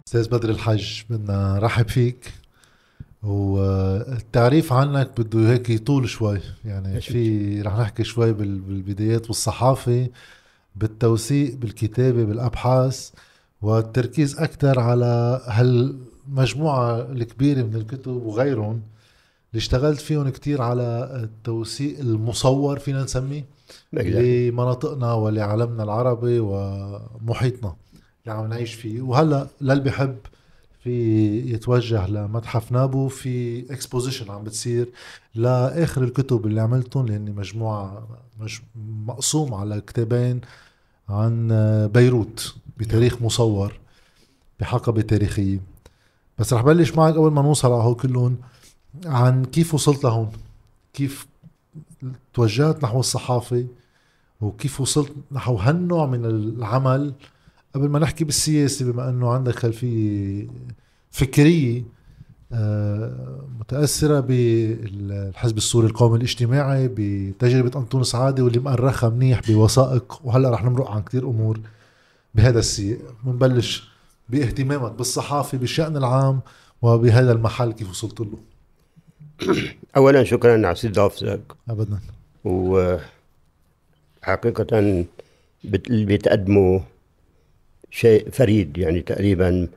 أستاذ بدر الحج، بدنا رحب فيك. والتعريف عنك بده هيك يطول شوي، يعني أكيد. رح نحكي شوي بالبدايات والصحافة، بالتوثيق، بالكتابة، بالأبحاث، والتركيز أكثر على هالمجموعة الكبيرة من الكتب وغيرهم اللي اشتغلت فيهم كتير على التوثيق المصور، فينا نسميه، exactly. لمناطقنا ولعالمنا العربي ومحيطنا اللي عم نعيش فيه. وهلا للي بحب في يتوجه لمتحف نابو، في اكسبوزيشن عم بتصير لاخر الكتب اللي عملتهم، لاني مجموعه مش مقسوم على كتابين عن بيروت نعم. بتاريخ مصور بحقبه تاريخيه. بس رح بلش معك اول ما نوصل على هو كلهم، عن كيف وصلت لهون، كيف توجهت نحو الصحافه، وكيف وصلت نحو هالنوع من العمل. قبل ما نحكي بالسياسة، بما أنه عندك خلفية فكرية متأثرة بالحزب السوري القومي الاجتماعي، بتجربة أنطونس عادي واللي مأرخها منيح بوثائق، وهلأ رح نمرق عن كتير أمور بهذا السياق. منبلش باهتمامك بالصحافة بالشأن العام، وبهذا المحل كيف وصلت له. أولا شكرا على استضافتك. أبدا. وحقيقة بتقدموا شيء فريد، يعني تقريبا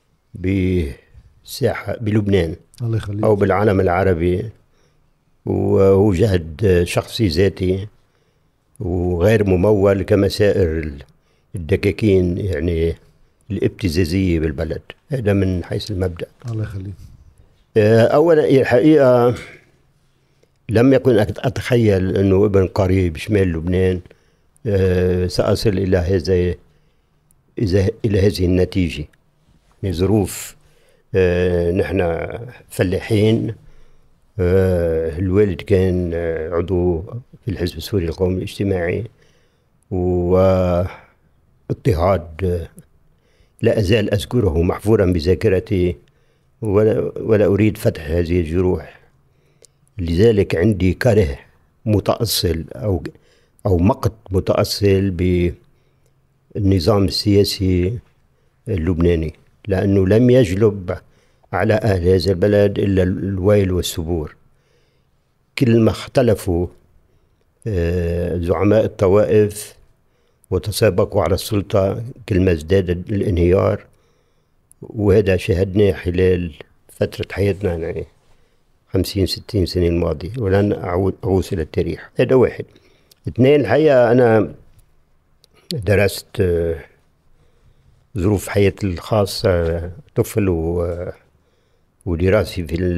بساحة بلبنان الله أو يخليك. بالعالم العربي، وهو جهد شخصي ذاتي وغير ممول كما سائر الدكاكين، يعني الابتزازية بالبلد. هذا من حيث المبدأ. الله يخليك. أولا الحقيقة لم يكن أتخيل أنه ابن قريب بشمال لبنان سأصل إلى هذه النتيجة. ظروف، نحن فلاحين. الوالد كان عضو في الحزب السوري القومي الاجتماعي، واضطهاد لا أزال أذكره محفورا بذاكرتي، ولا أريد فتح هذه الجروح. لذلك عندي كره متأصل أو مقت متأصل بالنظام السياسي اللبناني، لأنه لم يجلب على أهل هذا البلد إلا الويل والسبور. كل ما اختلفوا زعماء الطوائف وتسابقوا على السلطة، كل ما ازداد الانهيار. وهذا شاهدناه خلال فترة حياتنا، يعني 50-60 سنة الماضية، ولن أعوث إلى التاريخ. هذا واحد. اثنين، الحقيقة أنا درست ظروف حياتي الخاصة، طفل ودراسي في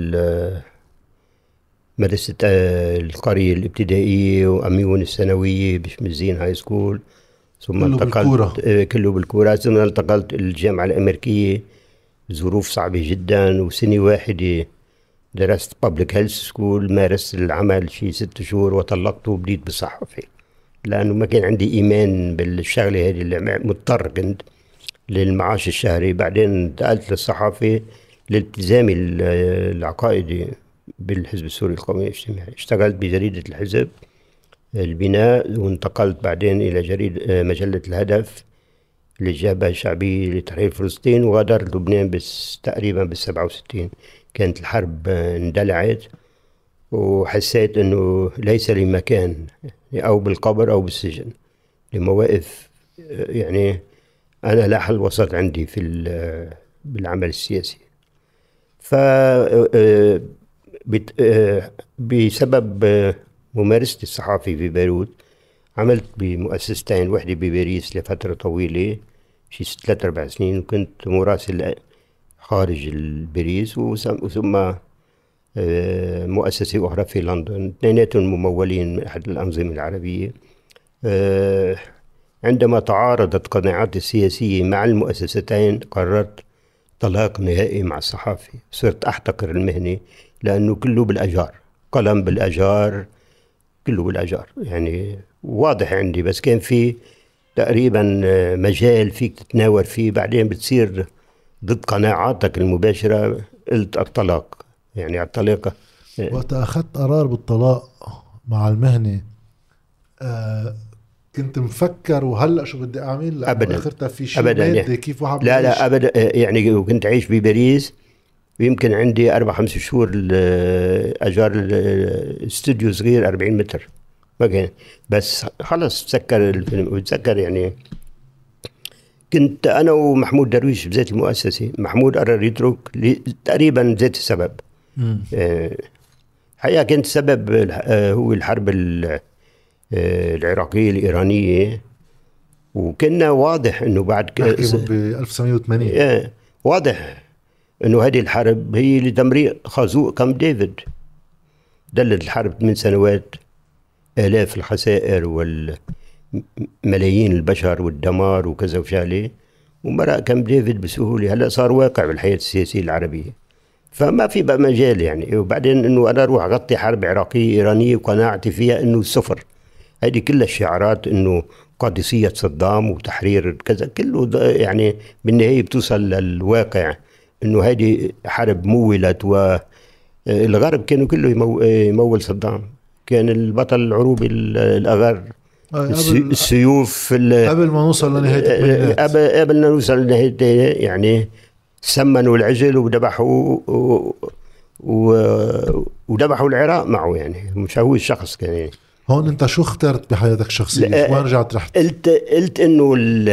مدرسة القرية الابتدائية وأميون الثانوية بشمزين هاي سكول. ثم كله بالكورة. انتقلت كله بالكورة. ثم انتقلت الجامعة الأمريكية، ظروف صعبة جدا. وسنة واحدة درست Public Health School، مارست العمل شي 6 شهور وطلقت وبديت بالصحافة، لأنه ما كان عندي إيمان بالشغلة هذه اللي مضطر كنت للمعاش الشهري. بعدين انتقلت للصحافة لالتزامي العقائدي بالحزب السوري القومي الاجتماعي. اشتغلت بجريدة الحزب البناء، وانتقلت بعدين إلى مجلة الهدف للجبهة الشعبية لتحرير فلسطين، وغادر لبنان تقريبا بال67. كانت الحرب اندلعت، وحسيت أنه ليس لي مكان، أو بالقبر أو بالسجن، لمواقف يعني أنا لا حل وسط عندي في بالعمل السياسي. ف بسبب ممارستي الصحافي في بيروت، عملت بمؤسستين، وحدة بباريس لفترة طويلة شي 3-4 سنين، وكنت مراسل خارج باريس، وثم مؤسسة أخرى في لندن، اثنيناتهم ممولين من أحد الأنظمة العربية. عندما تعارضت قناعاتي السياسية مع المؤسستين، قررت طلاق نهائي مع الصحافة. صرت أحتقر المهنة، لأنه كله بالأجار، قلم بالأجار، كله بالأجار. يعني واضح عندي، بس كان في تقريبا مجال فيك تتناول فيه. بعدين بتصير ضد قناعاتك المباشرة، قلت الطلاق، يعني الطلاق. وقت أخذت قرار بالطلاق مع المهنة، كنت مفكر وهلا شو بدي اعمل؟ لا ابدا اخرتها في شيء ابدا مادي يعني. كيف واحد لا بيعيش. لا ابدا يعني كنت عايش بباريس، ويمكن عندي 4-5 شهور اجار الاستوديو صغير 40 متر ما كان. بس خلص تسكر الفيلم وتسكر يعني. كنت انا ومحمود درويش بذات المؤسسه، محمود قرر يترك تقريبا ذات السبب. مم. الحقيقه كانت السبب هو الحرب العراقيه الايرانيه، وكنا واضح انه بعد نحكي ب 1980. واضح انه هذه الحرب هي لتمرير خازوق كامب ديفيد. دلت الحرب 8 سنوات، آلاف الخسائر والملايين البشر والدمار وكذا وشغله، ومرق كامب ديفيد بسهوله. هلا صار واقع بالحياه السياسيه العربيه، فما في بقى مجال يعني. وبعدين انه انا اروح اغطي حرب عراقيه ايرانيه وقناعتي فيها انه صفر. هذه كلها الشعارات انه قادسيه صدام وتحرير كذا كله يعني بالنهايه بتوصل للواقع انه هذه حرب مولت، والغرب كانوا كله يمول صدام. كان البطل العروبي الاغر السيوف قبل ما نوصل لنهايه الثمانينات، قبل ما نوصل لنهايه يعني سمنوا العجل وذبحوا وذبحوا العراق معه يعني، مش هو الشخص كان يعني. هون انت شو اخترت بحياتك الشخصيه؟ وين رجعت رحت؟ قلت انه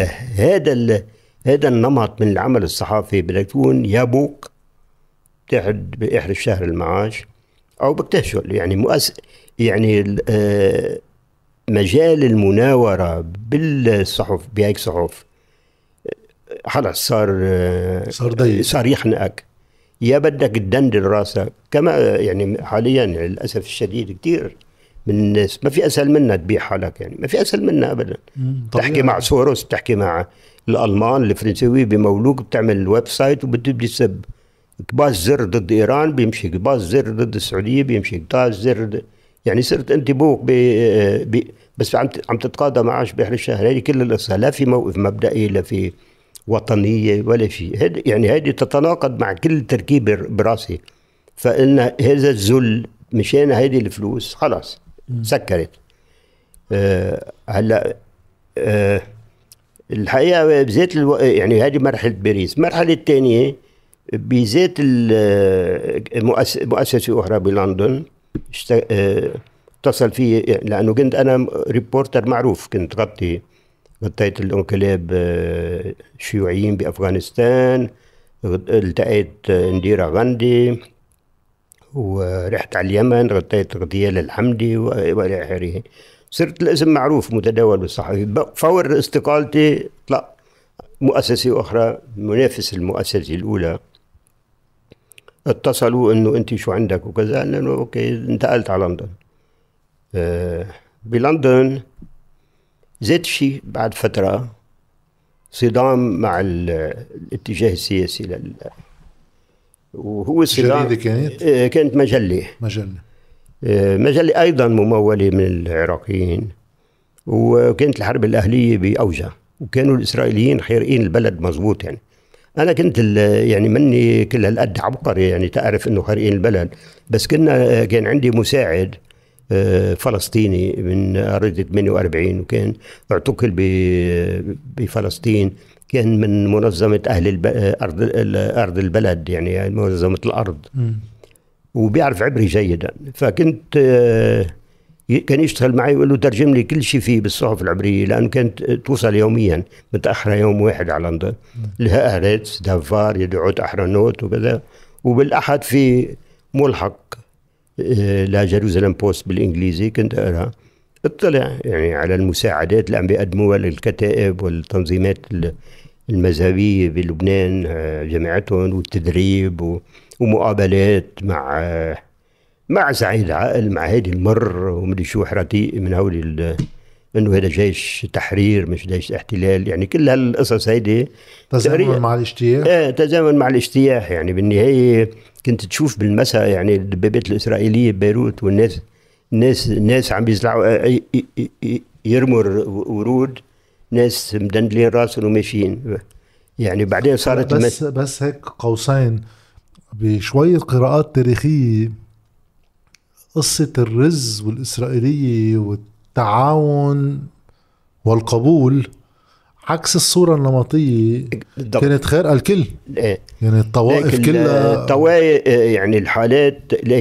هذا النمط من العمل الصحافي بدك تكون يا بوق تحت باخر الشهر المعاش او بتشتغل يعني يعني مجال المناوره بالصحف بهيك صحف خلص صار ضيق، صار يخنقك. يا بدك تدندل راسك كما يعني حاليا للاسف الشديد كثير من الناس ما في اسهل منها تبيع حالك يعني، ما في اسهل منها ابدا. تحكي مع سوروس، تحكي مع الالمان الفرنساوي بمولوك، بتعمل ويب سايت وبتبدي تسب. كباس زر ضد ايران بيمشي، كباس زر ضد السعوديه بيمشي، كباس زر يعني صرت انت بوق بس عم تتقاضى معاش باخر الشهر. هذه كل القصه، لا في موقف مبدئي لا في وطنيه ولا شيء. يعني هذه تتناقض مع كل تركيب براسي. فإن هذا الذل مشان هذه الفلوس خلاص سكرت. هلا الحقيقه بذات يعني هذه مرحله باريس. المرحله الثانيه بذات مؤسسه اخرى بلندن اتصل في، لانه كنت انا ريبورتر معروف، كنت غطيت الانقلاب الشيوعيين بافغانستان، التقيت انديرا غاندي، ورحت على اليمن غطيت اغتيال الحمدي والى اخره. صرت الاسم معروف متداول بالصحافه. فور استقالتي طلع مؤسسه اخرى منافس المؤسسه الاولى، اتصلوا انه انت شو عندك وكذا، قلنا له اوكي. انتقلت على لندن. بلندن زيت الشيء بعد فتره صدام مع الاتجاه السياسي وهو الصدام. كانت مجلة أيضا ممولة من العراقيين، وكانت الحرب الأهلية بأوجها، وكانوا الإسرائيليين خيرين البلد مزبوط يعني. أنا كنت يعني مني كل هالقد عبقري يعني تعرف إنه خيرين البلد، بس كان عندي مساعد فلسطيني من أرض 48، وكان اعتقل بفلسطين. كان من منظمة أرض البلد يعني منظمة الأرض، وبيعرف عبري جيدا. فكنت كان يشتغل معي ويقول له ترجم لي كل شيء فيه بالصحف العبرية، لأنه كانت توصل يوميا، متأخرة يوم واحد على لندن، لها أريتس دافار يدعوت أحرنوت وكذا. وبالأحد في ملحق لجيروزالم بوست بالإنجليزي كنت أقرأ، اطلع يعني على المساعدات اللي عم بيقدموها للكتائب والتنظيمات المذهبية بلبنان، جامعتهم والتدريب ومقابلات مع سعيد عقل، مع هيدي المر ومدري شو حراتيق من هولي انه هذا جيش تحرير مش جيش احتلال. يعني كل هالقصص هيدي تزامن مع الاجتياح. تزامن مع الاجتياح. يعني بالنهاية كنت تشوف بالمساء يعني الدبابات الإسرائيلية ببيروت، والناس عم بيزرعوا يرموا ورود، ناس مدندلين راسهم وماشيين يعني. بعدين صارت بس هيك قوسين بشوية قراءات تاريخية، قصة الرز والإسرائيلية والتعاون والقبول عكس الصورة النمطية بالضبط. كانت خارقة الكل. إيه. يعني الطوائف كلها الطوائف، يعني الحالات،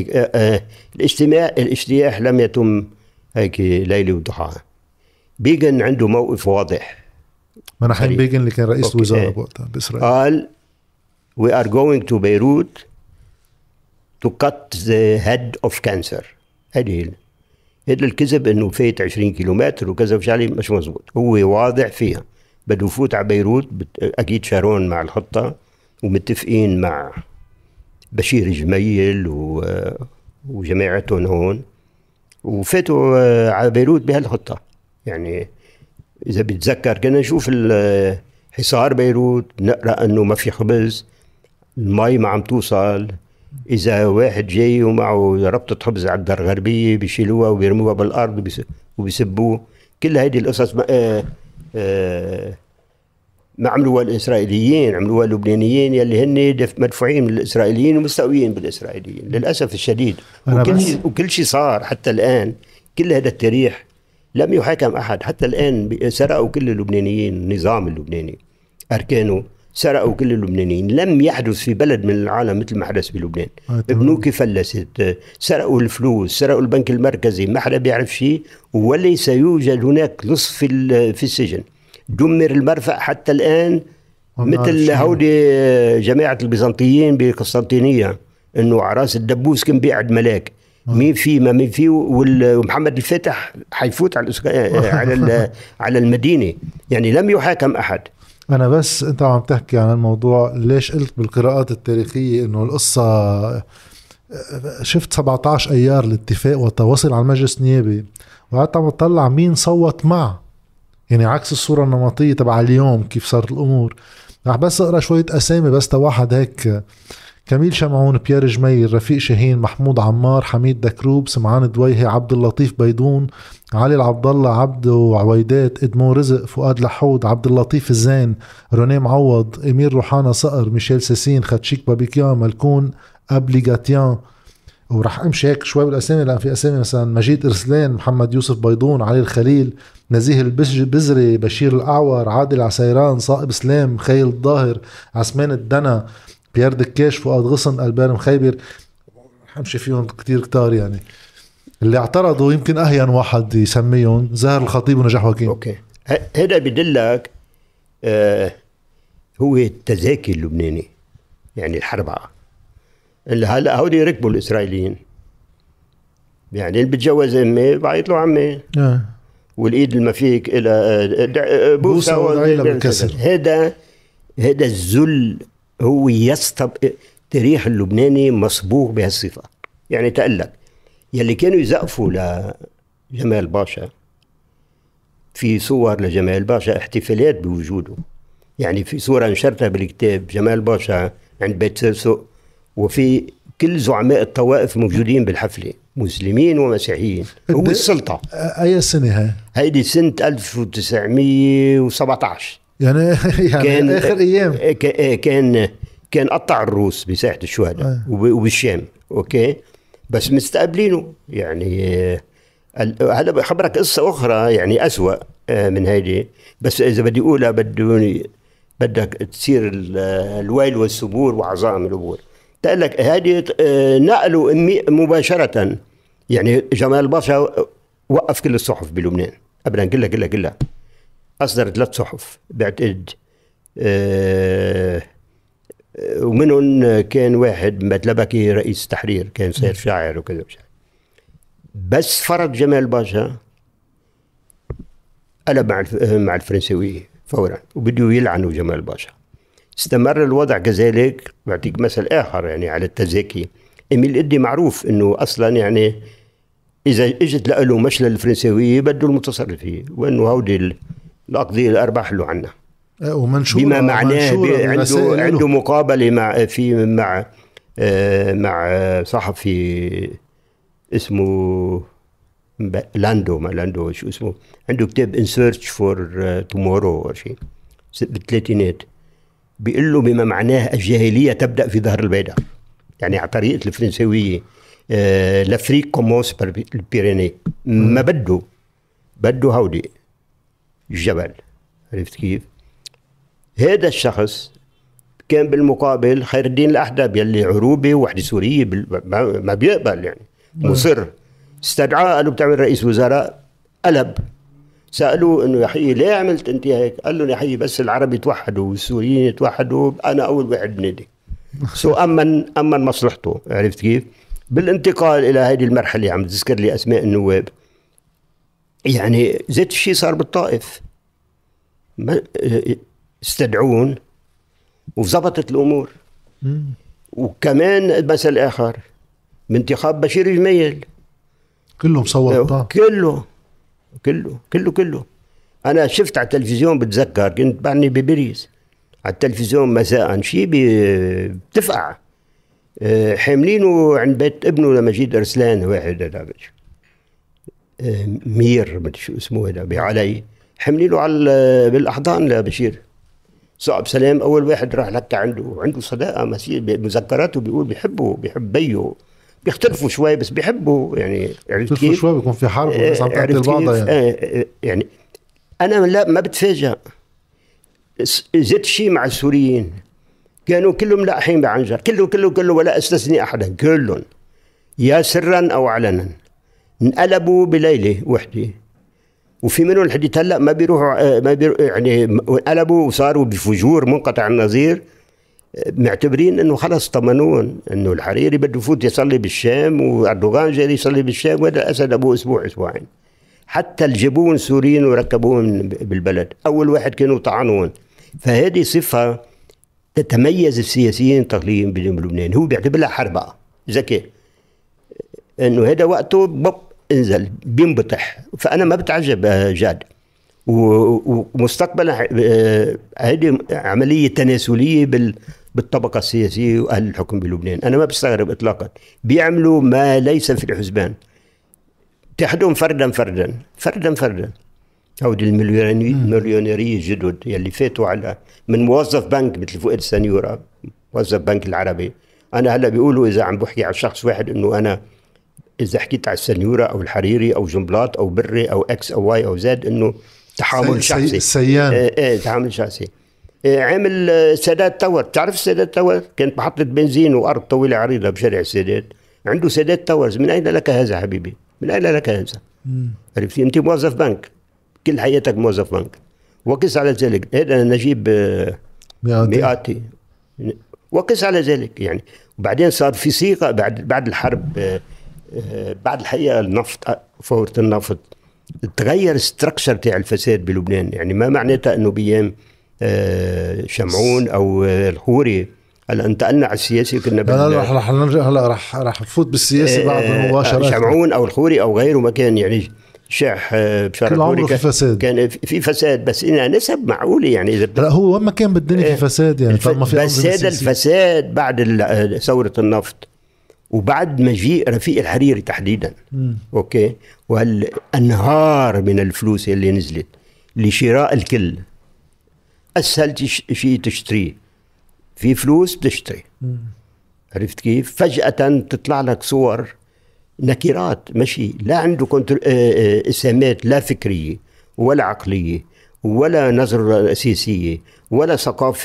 الاجتياح لم يتم هيك ليلة وضحاها. بيغن عنده موقف واضح. مناحيم بيغن اللي كان رئيس الوزراء بوقتها بإسرائيل قال we are going to Beirut to cut the head of cancer. هذا الكذب انه فايت 20 كيلومتر وكذا وش عليه مش مزبوط. هو واضح فيها بده يفوت على بيروت. اكيد شارون مع الخطة ومتفقين مع بشير جميل وجماعتهم هون، وفاتوا على بيروت بهالخطة. يعني إذا بتذكر كنا نشوف حصار بيروت، نقرأ أنه ما في خبز، المي ما عم توصل، إذا واحد جاي ومعه ربطة خبز على الدار الغربية بيشيلوها وبيرموها بالأرض وبيسبوه. كل هذه القصص ما عملوها الإسرائيليين، عملوها اللبنانيين يلي هن مدفوعين من الإسرائيليين ومستويين بالإسرائيليين للأسف الشديد. وكل شيء صار حتى الآن. كل هذا التاريخ لم يحاكم أحد حتى الآن. سرقوا كل اللبنانيين، النظام اللبناني أركانه سرقوا كل اللبنانيين. لم يحدث في بلد من العالم مثل ما حدث بلبنان. بنوك فلست، سرقوا الفلوس، سرقوا البنك المركزي، ما حدا بيعرف شيء، وليس يوجد هناك لص في السجن. دمر المرفأ حتى الآن، مثل هودي جماعة البيزنطيين بقسطنطينية انه عراس الدبوس كان بيقعد ملاك. مين فيه ما مين فيه، ومحمد الفاتح حيفوت على المدينة. يعني لم يحاكم أحد. أنا بس أنت عم تحكي عن الموضوع، ليش قلت بالقراءات التاريخية إنه القصة شفت 17 أيار الاتفاق وتواصل على المجلس النيابي، وقعدت عم بطلع مين صوت مع، يعني عكس الصورة النمطية تبع اليوم كيف صارت الأمور. رح بس أقرأ شوية أسامي بس واحد هيك: كميل شمعون، بيير جميل، رفيق شاهين، محمود عمار، حميد دكروب، سمعان دويهي، عبد اللطيف بيدون، علي العبد الله، عبد وعويدات، ادمو رزق، فؤاد لحود، عبد اللطيف الزين، روني معوض، امير روحانا صقر، ميشيل ساسين، خدشيك بابيكيان، ملكون ابليغاتيان. ورح امشي هيك شوي بالاسامي لان في اسامي مثلا مجيد ارسلان، محمد يوسف بيضون، علي الخليل، نزيه البزري، بشير الاعور، عادل عسيران، صائب سلام، خيل الظاهر، عثمان الدنا، بيير دكاش، فؤاد غصن، البير مخيبر. همشي فيهم كتير كتار. يعني اللي اعترضوا يمكن اهين واحد يسميهم زاهر الخطيب ونجاح وكيم. اوكي، هذا بدلك هو التزاكي اللبناني. يعني الحربعة اللي هلا هودي ركبوا الاسرائيليين، يعني اللي بتجوز امي بعيط له عمي، والايد اللي ما فيك الى بوسه بالكسر. هذا الذل هو تاريخ اللبناني مصبوغ بهالصفة. يعني تقلك يلي كانوا يزقفوا لجمال باشا، في صور لجمال باشا احتفالات بوجوده. يعني في صورة نشرتها بالكتاب جمال باشا عند بيت سرسو، وفي كل زعماء الطوائف موجودين بالحفلة، مسلمين ومسيحيين. هو السلطة. أي سنة هاي؟ هيدي سنة 1917. يعني كان آخر أيام. كان قطع الروس بساحة الشهداء وبالشام. أوكي، بس مستقبلينه. يعني هلا بخبرك قصة أخرى يعني أسوأ من هيدي، بس إذا بدي أقولها بدك تصير الويل والسبور وعظام الأبور. تقول لك هذه نقلوا مباشرة. يعني جمال باشا وقف كل الصحف بلبنان أبدا، كلها أصدر 3 صحف بعتقد، ومنهم كان واحد مدلبكي رئيس تحرير، كان صار شاعر وكذا. بس فرض جمال باشا قلب مع الفرنسوية فورا، وبدوا يلعنوا جمال باشا. استمر الوضع كذلك. بعطيك مثل آخر يعني على التزاكي. إميل إدي معروف إنه أصلا يعني إذا إجت له مشلة الفرنسوية بده المتصرفية، وإنه هودي الأقضية الأرباح له عنا، بما معناه عنده مقابلة مع صحفي اسمه لاندو شو اسمه، عنده كتاب In Search for Tomorrow أو شيء بالثلاثينات، بيقول له بما معناه الجاهلية تبدأ في ظهر البيداء. يعني على طريقة الفرنسوية لافريك كومونس بالبيريني. ما بده هودي الجبل. عرفت كيف؟ هذا الشخص كان بالمقابل خير الدين الأحدب يلي عروبي ووحدة سورية ما بيقبل يعني، مصر. استدعاه قالوا بتعمل رئيس وزراء، قلب. سألوه انه يا حي ليه عملت انت هيك؟ قال له يا حي بس العرب يتوحدوا والسوريين يتوحدوا انا اول واحد بنادي. امن مصلحته. عرفت كيف؟ بالانتقال الى هذه المرحله عم تذكر لي اسماء النواب، يعني زيت الشيء صار بالطائف، استدعون وظبطت الامور. وكمان مثل اخر بانتخاب بشير جميل كلهم صوتوا، كله. انا شفت على التلفزيون، بتذكر كنت بعني بباريس على التلفزيون مساء شيء بتفقع، حاملينه عند بيت ابنه لمجيد ارسلان، واحد هذا مير مدري شو اسمه هذا بعلي، حملينه على بالاحضان لبشير. صعب سلام اول واحد راح لك عنده، وعنده صداقه مذكراته بيقول بيحب بيه، بيختلفوا شوي بس بيحبوا يعني. عرفت كيف؟ شوي بيكون في حرب والناس عم تقتل بعضها يعني انا لا ما بتفاجأ. زيت الشيء مع السوريين كانوا كلهم لاحين بعنجر، كله ولا استثني احدا، كلهم يا سرا او علنا انقلبوا بليله وحده. وفي منهم لحد هلا ما بيروحوا يعني انقلبوا وصاروا بفجور منقطع النظير، معتبرين انه خلص طمنون انه الحريري بده يفوت يصلي بالشام واردوغان جاي يصلي بالشام، وهذا الاسد ابوه اسبوعين. حتى الجبون سوريين وركبوهم بالبلد، اول واحد كانوا طعنون. فهذه صفه تتميز السياسيين التقليديين بلبنان، هو بيعتبر لها حربه ذكي، انه هذا وقته انزل بينبطح. فانا ما بتعجب جاد، ومستقبلا هذه عمليه تناسليه بالطبقه السياسيه واهل الحكم بلبنان. انا ما بستغرب اطلاقا، بيعملوا ما ليس في الحسبان، تحدهم فردا. هودي المليونيريه الجدد يلي فاتوا على من موظف بنك مثل فؤاد السنيورة، موظف بنك العربي. انا هلا بيقولوا اذا عم بحكي على شخص واحد انه انا اذا حكيت على السنيورة او الحريري او جنبلاط او بري او اكس او واي او زد انه تحامل شخصي. سيان. تحامل شخصي. عامل سادات تاور. بتعرف السادات تاور؟ كانت محطة بنزين وارض طويلة عريضة بشارع السادات، عنده سادات تاورز. من اين لك هذا حبيبي؟ من اين لك هذا؟ عرفتي؟ انت موظف بنك كل حياتك، موظف بنك. وقس على ذلك هذا نجيب مئاتي، وقس على ذلك يعني. وبعدين صار في صيغه بعد الحرب، بعد الحقيقه النفط، فورة النفط، تغير الستركشر تاع الفساد بلبنان. يعني ما معناتها انه بيام شمعون او الخوري. هلا انتقلنا على السياسي، كنا رح نرجع هلا، رح نفوت بالسياسي بعد مباشره. شمعون او الخوري او غيره ما كان يعني شاح بشار الخوري في فساد، كان في فساد بس انها نسب معقوله يعني. اذا لا هو وين ما كان بالدنيا في فساد يعني. ما في بس هذا الفساد بعد ثوره النفط وبعد مجيء رفيق الحريري تحديدا. اوكي، والانهار من الفلوس اللي نزلت لشراء الكل. اسهل شيء تشتريه، في فلوس بتشتري. عرفت كيف؟ فجأة تطلع لك صور نكرات، مشي لا عنده اسهامات لا فكرية ولا عقلية ولا نظرة سياسية ولا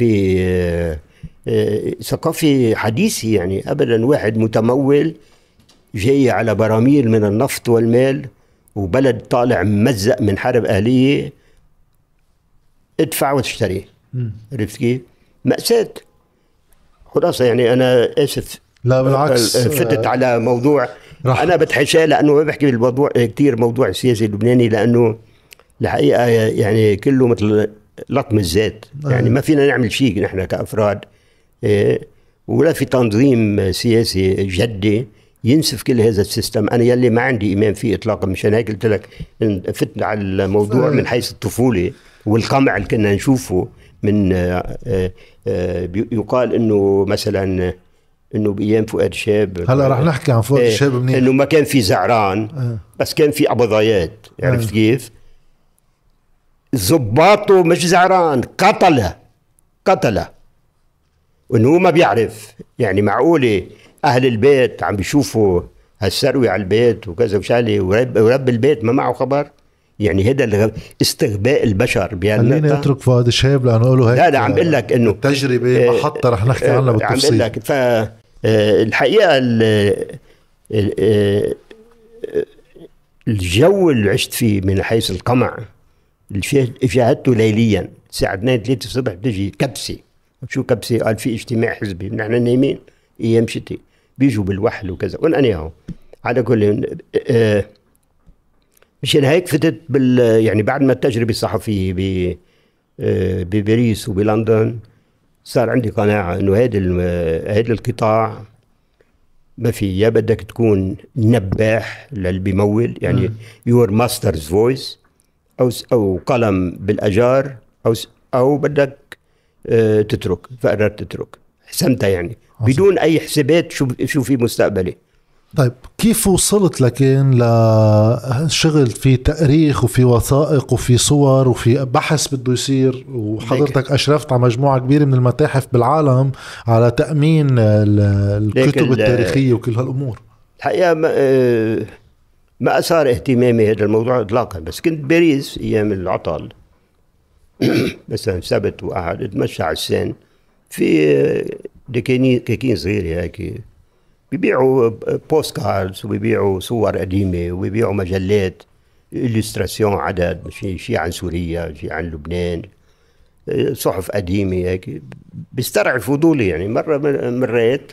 ثقافة حديثة يعني أبدا. واحد متمول جاي على براميل من النفط والمال، وبلد طالع ممزق من حرب أهلية، ادفع وتشتري. عرفت كيف؟ مأساة. خلاص يعني أنا آسف، لا بالعكس، فتت على موضوع أنا بتحشاه لأنه ما بحكي بالموضوع كتير، موضوع السياسي اللبناني، لأنه الحقيقة يعني كله مثل لطم الزيت. يعني ما فينا نعمل شيء نحن كأفراد، ولا في تنظيم سياسي جدي ينسف كل هذا السيستم. أنا يلي ما عندي إيمان فيه إطلاقا، مشان هيك قلت لك فتنا على الموضوع من حيث الطفولة والقمع اللي كنا نشوفه من يقال إنه مثلا انه بايام فؤاد شاب. هلا رح نحكي عن فؤاد الشاب منيح، انه ما كان في زعران بس كان في قبضايات. عرفت كيف؟ ضباطه مش زعران، قتله وانه ما بيعرف. يعني معقوله اهل البيت عم بيشوفوا هالثروه على البيت وكذا وشالي، ورب البيت ما معه خبر؟ يعني هذا استغباء البشر خليني اترك فؤاد الشهيب لانه له هيك. لا عم بقول لك انه التجربه محطه رح نحكي عنها بالتفصيل. عم بقول لك الحقيقه الجو اللي عشت فيه من حيث القمع اللي شاهدته ليليا الساعه 2-3 الصبح بتجي كبسه. شو كبسه؟ قال في اجتماع حزبي، نحن نايمين ايام شتي بيجوا بالوحل وكذا وانا اياهم على كل. مشان هيك فتت يعني بعد ما التجربه الصحفيه بباريس وبلندن صار عندي قناعه انه هذا القطاع ما في، يا بدك تكون نباح للي بيمول يعني يور ماسترز فويس او قلم بالاجار او بدك تترك. فقررت تترك، حسمتها يعني بدون اي حسابات شو في مستقبلي. طيب كيف وصلت لكن لشغل في تاريخ وفي وثائق وفي صور وفي بحث بده يصير، وحضرتك أشرفت على مجموعة كبيرة من المتاحف بالعالم على تأمين الكتب التاريخية وكل هالأمور؟ الحقيقة ما أثار اهتمامي هذا الموضوع إطلاقا، بس كنت باريس أيام العطل مثلا سبت وأحد اتمشى على السين في كاكين صغيرة هيك بيبيعوا بوستكاردز وبيبيعوا صور قديمة وبيبيعوا مجلات إليستراسيون عدد، شيء عن سوريا، شيء عن لبنان، صحف قديمة هيك. بيسترعي فضولي يعني. مرة مريت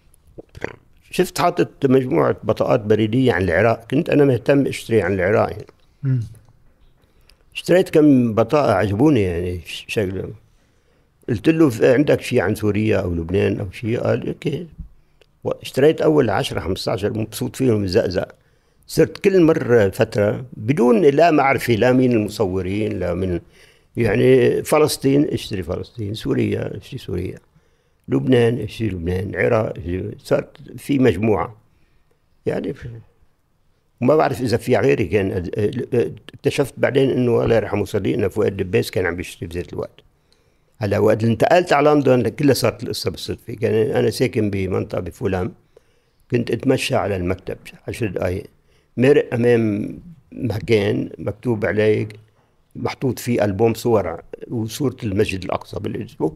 شفت حاطط مجموعة بطاقات بريدية عن العراق، كنت أنا مهتم اشتري عن العراق يعني. اشتريت كم بطاقة عجبوني يعني شكلهم. قلت له عندك شيء عن سوريا أو لبنان أو شيء؟ قال اوكي. اشتريت أول 10-15 مبسوط فيهم مزقزق. صرت كل مرة فترة بدون لا معرفة لا مين المصورين لا من يعني فلسطين اشتري فلسطين، سوريا اشتري سوريا، لبنان اشتري لبنان، عراق. صارت في مجموعة يعني. وما بعرف إذا في غيري كان. اكتشفت بعدين إنه الله يرحمه صديقنا فؤاد دباس كان عم بيشتري بذات الوقت. هلا وقت انتقلت على لندن كلها صارت القصة بالصدفة. كان أنا ساكن بمنطقة بفولام، كنت أتمشى على المكتب 10 دقايق، مرق أمام مكان مكتوب عليه محطوط فيه ألبوم صور وصورة المسجد الأقصى بالفيسبوك.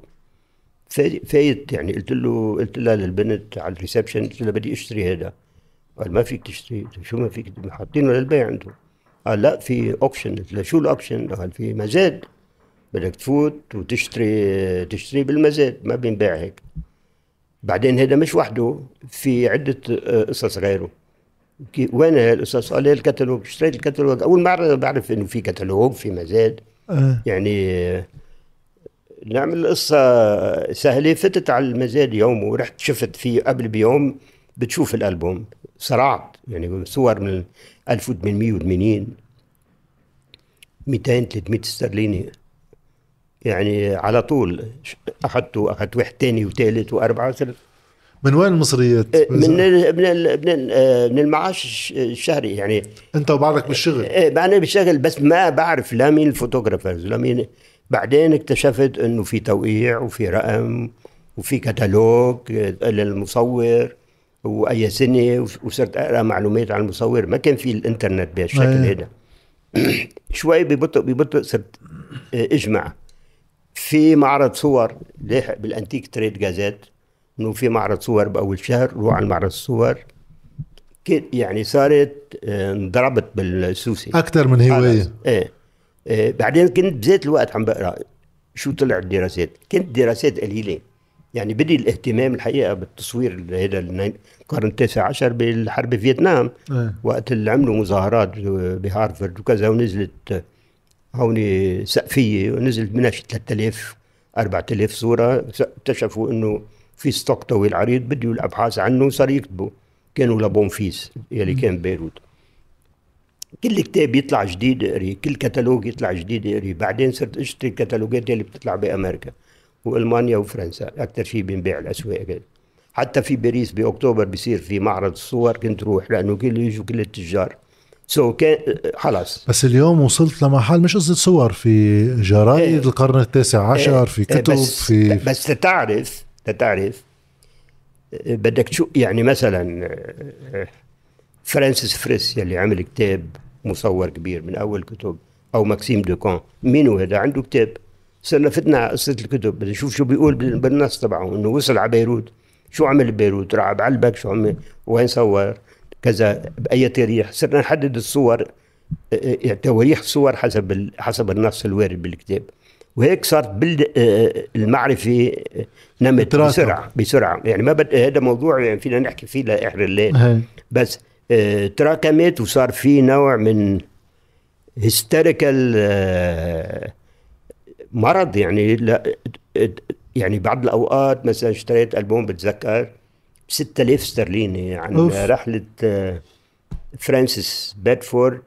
فايت يعني قلت لها للبنت على الريسبشن، قلت لها بدي اشتري هذا. قال ما فيك تشتري. شو ما فيك؟ حاطينه للبيع عنده. قال لا في اوكشن. قلت له شو الاوكشن؟ قال في مزاد بدك تفوت وتشتري بالمزاد، ما بينباع هيك. بعدين هذا مش وحده، في عدة قصص غيره. وين هاي القصص؟ قال لي الكتالوج. اشتريت الكتالوج. اول مرة بعرف انه في كتالوج في مزاد يعني. نعمل قصة سهلة. فتت على المزاد يوم ورحت شفت فيه قبل بيوم بتشوف الألبوم. صرعت يعني. صور من 1880 200-300 استرليني يعني على طول. أخذت واحد تاني وثالث وأربعة. من وين المصريات؟ من المعاش الشهري يعني. أنت وبعدك بالشغل؟ أنا بالشغل بس ما بعرف لا مين الفوتوغرافرز لا مين. بعدين اكتشفت انه في توقيع وفي رقم وفي كتالوج للمصور واي سنه، وصرت اقرا معلومات عن المصور. ما كان في الانترنت بهالشكل هذا. شوي ببطء صرت اجمع. في معرض صور لاحق بالانتيك تريد جازات انه في معرض صور باول شهر، روح على معرض الصور. يعني صارت انضربت بالسوسي اكثر من هوايه. بعدين كنت بذات الوقت عم بقرا شو طلع الدراسات. كنت دراسات قليله يعني. بدي الاهتمام الحقيقه بالتصوير هذا القرن ال19 بالحرب فيتنام. وقت اللي عملوا مظاهرات بهارفرد وكذا، ونزلت هون سقفيه ونزلت منها 3000-4000 صوره. اكتشفوا انه في ستوك طويل عريض بديوا الابحاث عنه، صار يكتبوا. كانوا لبونفيس يلي كان بيروت. كل كتاب يطلع جديد اقري، كل كتالوج يطلع جديد اقري. بعدين صرت اشتري الكتالوجات اللي بتطلع بامريكا والمانيا وفرنسا، اكثر شيء بينباع الاسواق. حتى في باريس باكتوبر بيصير في معرض الصور، كنت روح لانه يجوا كل التجار. كان خلاص. بس اليوم وصلت لمحل مش قصة صور، في جرايد القرن ال19، في كتب، بس تتعرف بدك شو يعني. مثلا فرانسيس فريس يلي عمل كتاب مصور كبير من أول كتب، أو ماكسيم دوكان. مين هو هذا؟ عنده كتاب. صرنا فتنا على قصة الكتب، بدي أشوف شو بيقول بالنص تبعه، إنه وصل على بيروت، شو عمل ببيروت، راح بعلبك، شو عمل، وين صور كذا، بأي تاريخ. صرنا نحدد الصور، يعني تواريخ الصور حسب النص الوارد بالكتاب. وهيك صارت المعرفة نمت بسرعة. يعني ما هذا موضوع يعني فينا نحكي فيه لآخر الليل. بس تراكمت، وصار في نوع من هيستيريكال مرض. يعني يعني بعض الأوقات مثلا اشتريت ألبوم بتذكر 6000 استرليني عن رحلة فرانسيس بيدفورد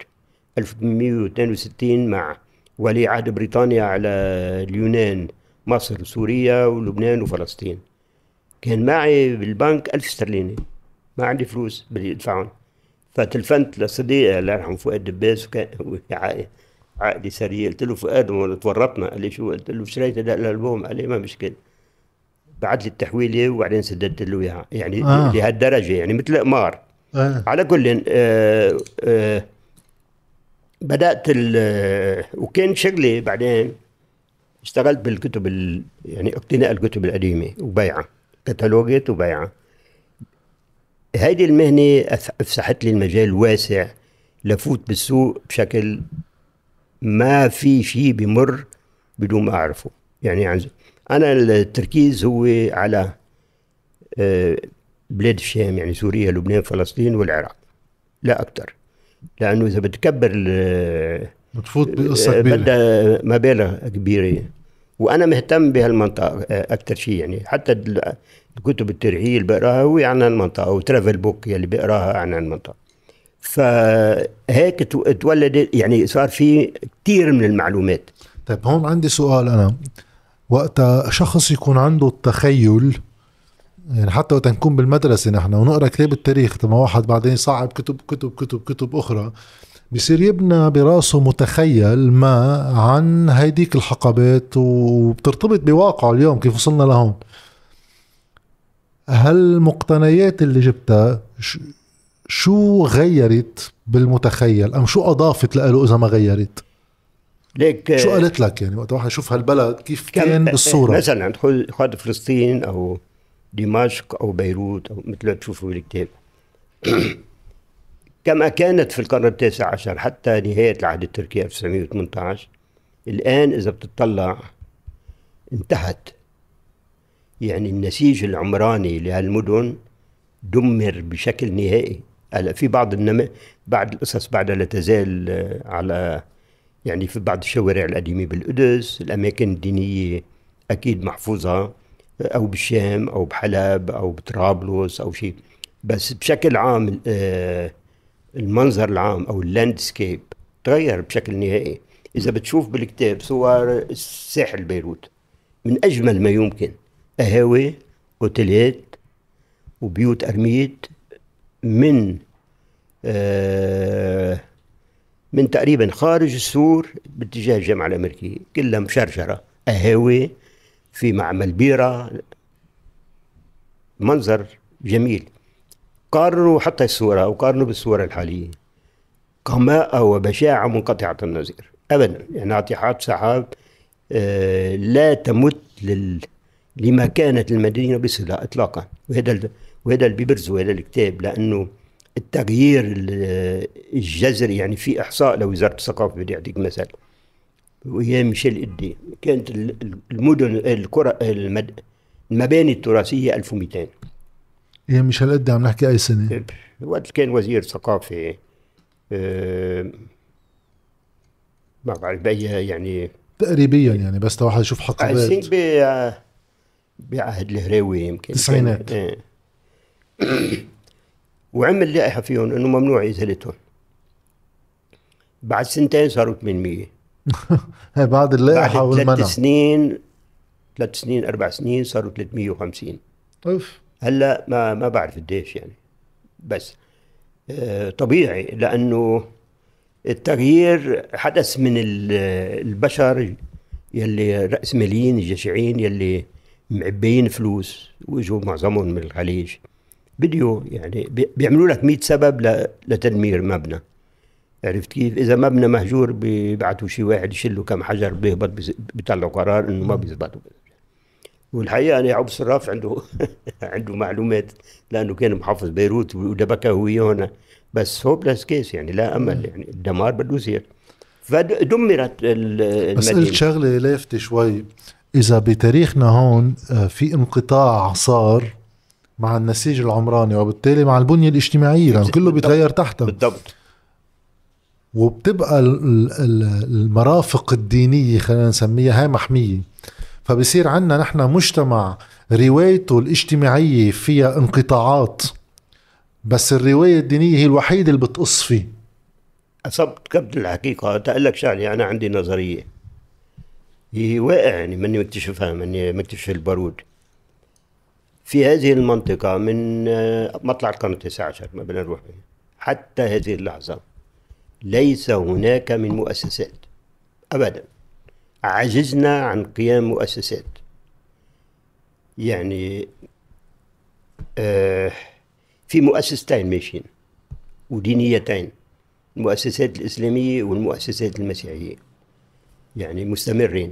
1862 مع ولي عهد بريطانيا على اليونان، مصر وسوريا ولبنان وفلسطين. كان معي بالبنك 1000 استرليني، ما عندي فلوس بدي ادفعهم. فتلفنت لصديقي الله يرحمه فؤاد دباس، عقدي سريع. قلت له فؤاد تورطنا. قال لي شو؟ قلت له شريت هذا الالبوم. قال لي ما مشكل. بعد لي التحويله وبعدين سددت له اياها. يعني لهالدرجه، يعني مثل قمار. على كل بدأت وكان شغلي بعدين اشتغلت بالكتب يعني اقتناء الكتب القديمة وبيعها، كتالوجات وبيعها. هيدي المهنة افسحت لي المجال واسع لفوت بالسوق بشكل ما في شيء بمر بدون ما أعرفه. يعني أنا التركيز هو على بلاد الشام، يعني سوريا لبنان فلسطين والعراق، لا أكتر. لأنه إذا بتكبر بتفوت بقصة كبيرة، بدها مبالغ كبيرة، وأنا مهتم بهالمنطقة أكتر شيء. يعني حتى الكتب التاريخية اللي بقراها هو عن المنطقة، وترافل بوك يلي بقراها عن المنطقة. فهيك تولدت، يعني صار في كتير من المعلومات. طيب هون عندي سؤال. أنا وقت شخص يكون عنده التخيل، يعني حتى وقت نكون بالمدرسة نحن ونقرأ كتاب التاريخ، طبعا واحد بعدين يصعب كتب أخرى، بيصير يبنى براسه متخيل ما عن هيديك الحقبات وبترتبط بواقعه اليوم كيف وصلنا لهون. هالمقتنيات اللي جبتها شو غيرت بالمتخيل، أم شو أضافت له إذا ما غيرت؟ ليك شو قالت لك يعني وقت واحد يشوف هالبلد كيف كان بالصورة؟ مثلا خد فلسطين أو دمشق أو بيروت أو مثل ما تشوفوا بالكتاب كما كانت في القرن التاسع عشر حتى نهاية العهد التركي 1918. الآن إذا بتطلع انتهت. يعني النسيج العمراني لهالمدن دمر بشكل نهائي. هلا في بعض القصص بعدها لا تزال على، يعني في بعض الشوارع القديمة بالقدس، الأماكن الدينية أكيد محفوظة، أو بالشام أو بحلب أو بطرابلس أو شيء. بس بشكل عام المنظر العام أو اللاندسكيب تغير بشكل نهائي. إذا بتشوف بالكتاب صور ساحل بيروت من أجمل ما يمكن، قهاوي، أوتيلات، وبيوت أرميد من تقريبا خارج السور باتجاه الجامعة الأمريكية، كلها مشرشرة، قهاوي في معمل بيرة، منظر جميل. قارنوا حتى الصورة أو قارنوا بالصورة الحالية، قماء وبشاعة منقطعة النظير أبدا. يعني ناطحات سحاب لا تمت لما كانت المدينة بصلة إطلاقا. وهذا اللي بيبرزه هذا الكتاب، لأنه التغيير الجذري. يعني في إحصاء لوزارة الثقافة، بدي أعطيك مثل، وهي ميشيل إدي، كانت المدن المباني التراثية 1200. هي ميشيل إدي عم نحكي أي سنة؟ وقت كان وزير ثقافة، ما بعرف بأي يعني تقريبيا، يعني بس واحد يشوف حقبات بعهد الهراوي يمكن التسعينات. وعمل لائحة فيهم انه ممنوع ازالتهم. بعد سنتين صاروا 800. هي بعد اللائحة والمنع. بعد 3 سنين 4 سنين صاروا 350. اوف. هلا ما بعرف قديش يعني. بس طبيعي، لانه التغيير حدث من البشر يلي رأسماليين الجشعين يلي معبيين فلوس، ويجوا معظمهم من الخليج، بديو يعني بيعملوا لك 100 سبب لتدمير مبنى. عرفت كيف؟ إذا مبنى مهجور بيبعتوا شي واحد يشيلوا كم حجر بيهبط بيطلعوا قرار إنه ما بيزبطوا. والحقيقة أنا عبد الصراف عنده عنده معلومات، لأنه كان محافظ بيروت ودبكة هو هنا، بس هوبلس كيس يعني لا أمل، يعني الدمار بده يصير. فدمرت بس قلت المدينة. شغلة لافتة شوي، إذا بتاريخنا هون في انقطاع صار مع النسيج العمراني وبالتالي مع البنية الاجتماعية، لأن كله بيتغير تحتها. بالضبط. وبتبقى المرافق الدينية خلينا نسميها هاي محمية، فبصير عنا نحن مجتمع روايته الاجتماعية فيها انقطاعات، بس الرواية الدينية هي الوحيدة اللي بتقص فيه. أصبت كبد الحقيقة. تقول لك شغلة، أنا عندي نظرية هي واقع، يعني مني مكتشفها، مني مكتشف البارود. في هذه المنطقة من مطلع القرن 19 ما بدنا نروح حتى هذه اللحظة ليس هناك من مؤسسات أبدا. عجزنا عن قيام مؤسسات. يعني في مؤسستين ماشيين ودينيتين، المؤسسات الإسلامية والمؤسسات المسيحية، يعني مستمرين.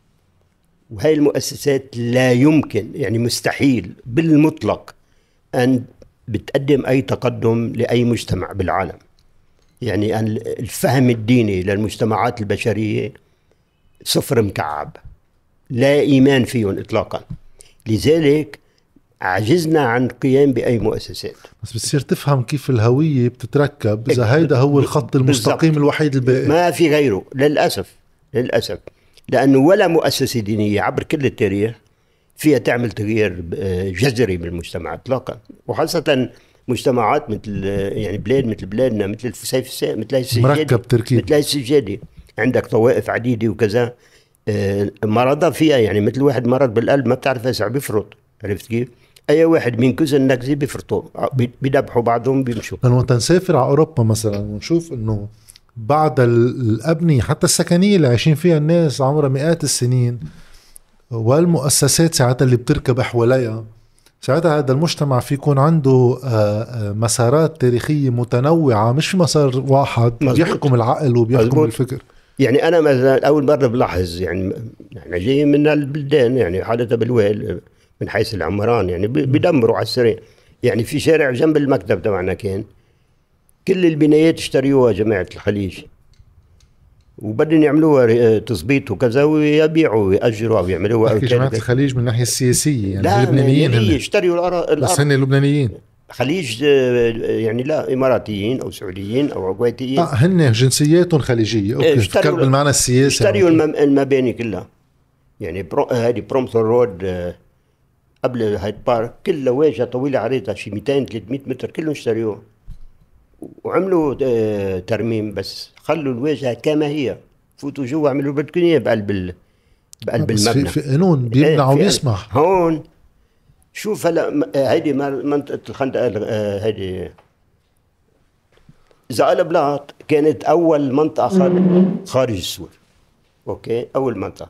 وهي المؤسسات لا يمكن، يعني مستحيل بالمطلق أن بتقدم أي تقدم لأي مجتمع بالعالم. يعني الفهم الديني للمجتمعات البشرية صفر مكعب، لا إيمان فيهم إطلاقا. لذلك عجزنا عن قيام بأي مؤسسات. بس بتصير تفهم كيف الهوية بتتركب إذا هيدا هو الخط المستقيم بالزبط. الوحيد الباقي ما في غيره للأسف. للأسف، لأنه ولا مؤسسة دينية عبر كل التاريخ فيها تعمل تغيير جذري بالمجتمع إطلاقا، وخاصة مجتمعات مثل يعني بلاد مثل بلادنا، مثل الفسيفساء، مثل السجادي، مركب تركيب، مثل السجادي، عندك طوائف عديدة وكذا. مرضى فيها، يعني مثل واحد مرض بالقلب ما بتعرف اسع بيفرط، عرفت كيف؟ اي واحد بينكز النكزه بيفرطوا، بيدبحوا بعضهم بيمشوا. لما تنسافر على اوروبا مثلا ونشوف انه بعد الابنيه حتى السكنيه اللي عايشين فيها الناس عمرها مئات السنين، والمؤسسات ساعتها اللي بتركب حواليها، ساعتها هذا المجتمع في يكون عنده مسارات تاريخية متنوعة، مش في مسار واحد بيحكم العقل وبيحكم الفكر. يعني أنا مثلا أول مرة بلاحظ، يعني إحنا جايين من البلدان يعني حالتها بالويل من حيث العمران، يعني بيدمروا على السريع. يعني في شارع جنب المكتب تبعنا كان كل البنايات اشتريوها جماعة الخليج، وبدهم يعملوها تظبيط وكذا ويبيعوا ويأجروا ويعملوها. جماعة الخليج من الناحية السياسية يعني لا اللبنانيين هن اشتروا الأرض، بس هن اللبنانيين خليج يعني لا إماراتيين أو سعوديين أو كويتيين. هن جنسياتهم خليجية. أوكي فكر بالمعنى السياسي. اشتروا المباني كلها، يعني هذه برومثون رود قبل هايد بارك كلها واجهة طويلة عريضة شي 200-300 متر كلهم اشتريوه وعملوا ترميم، بس خلوا الواجهة كما هي، فوتوا جوا عملوا بدكم اياه بقلب المبنى. في قانون بيمنع وبيسمح. هون شوف هلا هيدي منطقة الخندق، هيدي زقلبلاط كانت أول منطقة خارج السور. أوكي، أول منطقة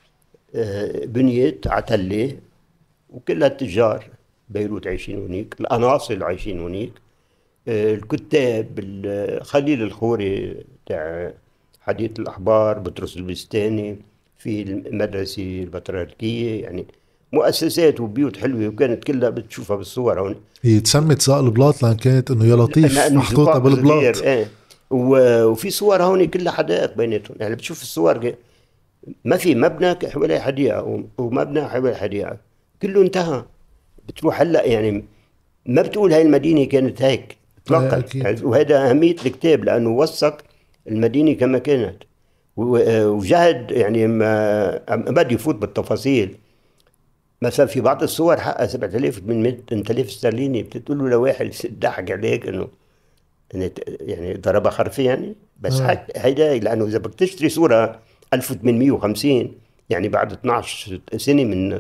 بنيت عتلة وكلها التجار بيروت عايشين هونيك، الأناصل عايشين هونيك، الكتاب خليل الخوري تاع حديث الأحبار، بطرس البستاني، في المدرسة البطريركية، يعني مؤسسات وبيوت حلوة وكانت كلها بتشوفها بالصور هون. هي تسمت زقلبلاط لأن كانت إنه يا لطيف محطوطة بالبلاط. وفي صور هون كلها حدائق بيناتهم، يعني بتشوف الصور ما في مبنى حوالي حديقة ومبنى حوالي حديقة، كله انتهى. بتروح هلا يعني ما بتقول هاي المدينة كانت هيك اطلاقا. وهذا أهمية الكتاب لأنه وثق المدينة كما كانت وجهد، يعني ما بدي يفوت بالتفاصيل. مثلا في بعض الصور حقها 7,800 استرليني، بتقول له لواحد ضحك عليك انه يعني ضربها خرفي يعني، بس هيدا لانه اذا بدك تشتري صوره 1850 يعني بعد 12 سنه من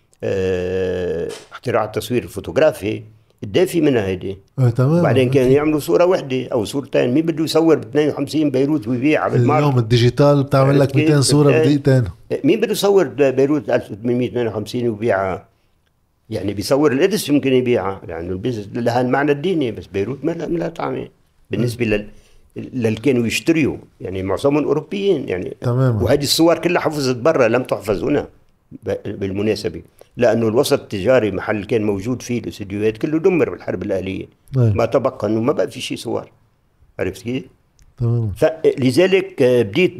اختراع التصوير الفوتوغرافي، الدافي منها هيدي. تمام. بعدين كانوا يعملوا صوره واحده او صورتين، مين بده يصور ب 52 بيروت ويبيعها بالماركت؟ اليوم الديجيتال بتعمل لك 200 صوره بدقيقتين. مين بده يصور بيروت 1852 ويبيعها؟ يعني بيصور القدس يمكن يبيعها لانه لها المعنى الديني، بس بيروت ما لها طعمه بالنسبه اللي كانوا يشتريوا، يعني معظمهم أوروبيين يعني. تماما. وهذه الصور كلها حفظت برا، لم تحفظ هنا بالمناسبة، لأنه الوسط التجاري محل كان موجود فيه الاستديوهات كله دمر بالحرب الأهلية. ما تبقى إنه ما بقى في شيء صور، عرفت كيف؟ تماما. فلذلك بديت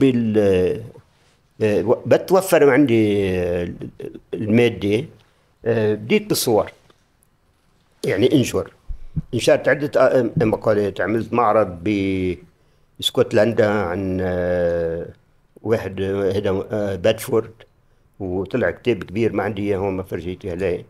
بتوفر عندي المادة، بديت بالصور، يعني انشرت عدة مقالات. عملت معرض باسكتلندا عن واحد هذا بادفورد، وطلع كتاب كبير، ما عندي اياه هون، ما فرجيته هلاي.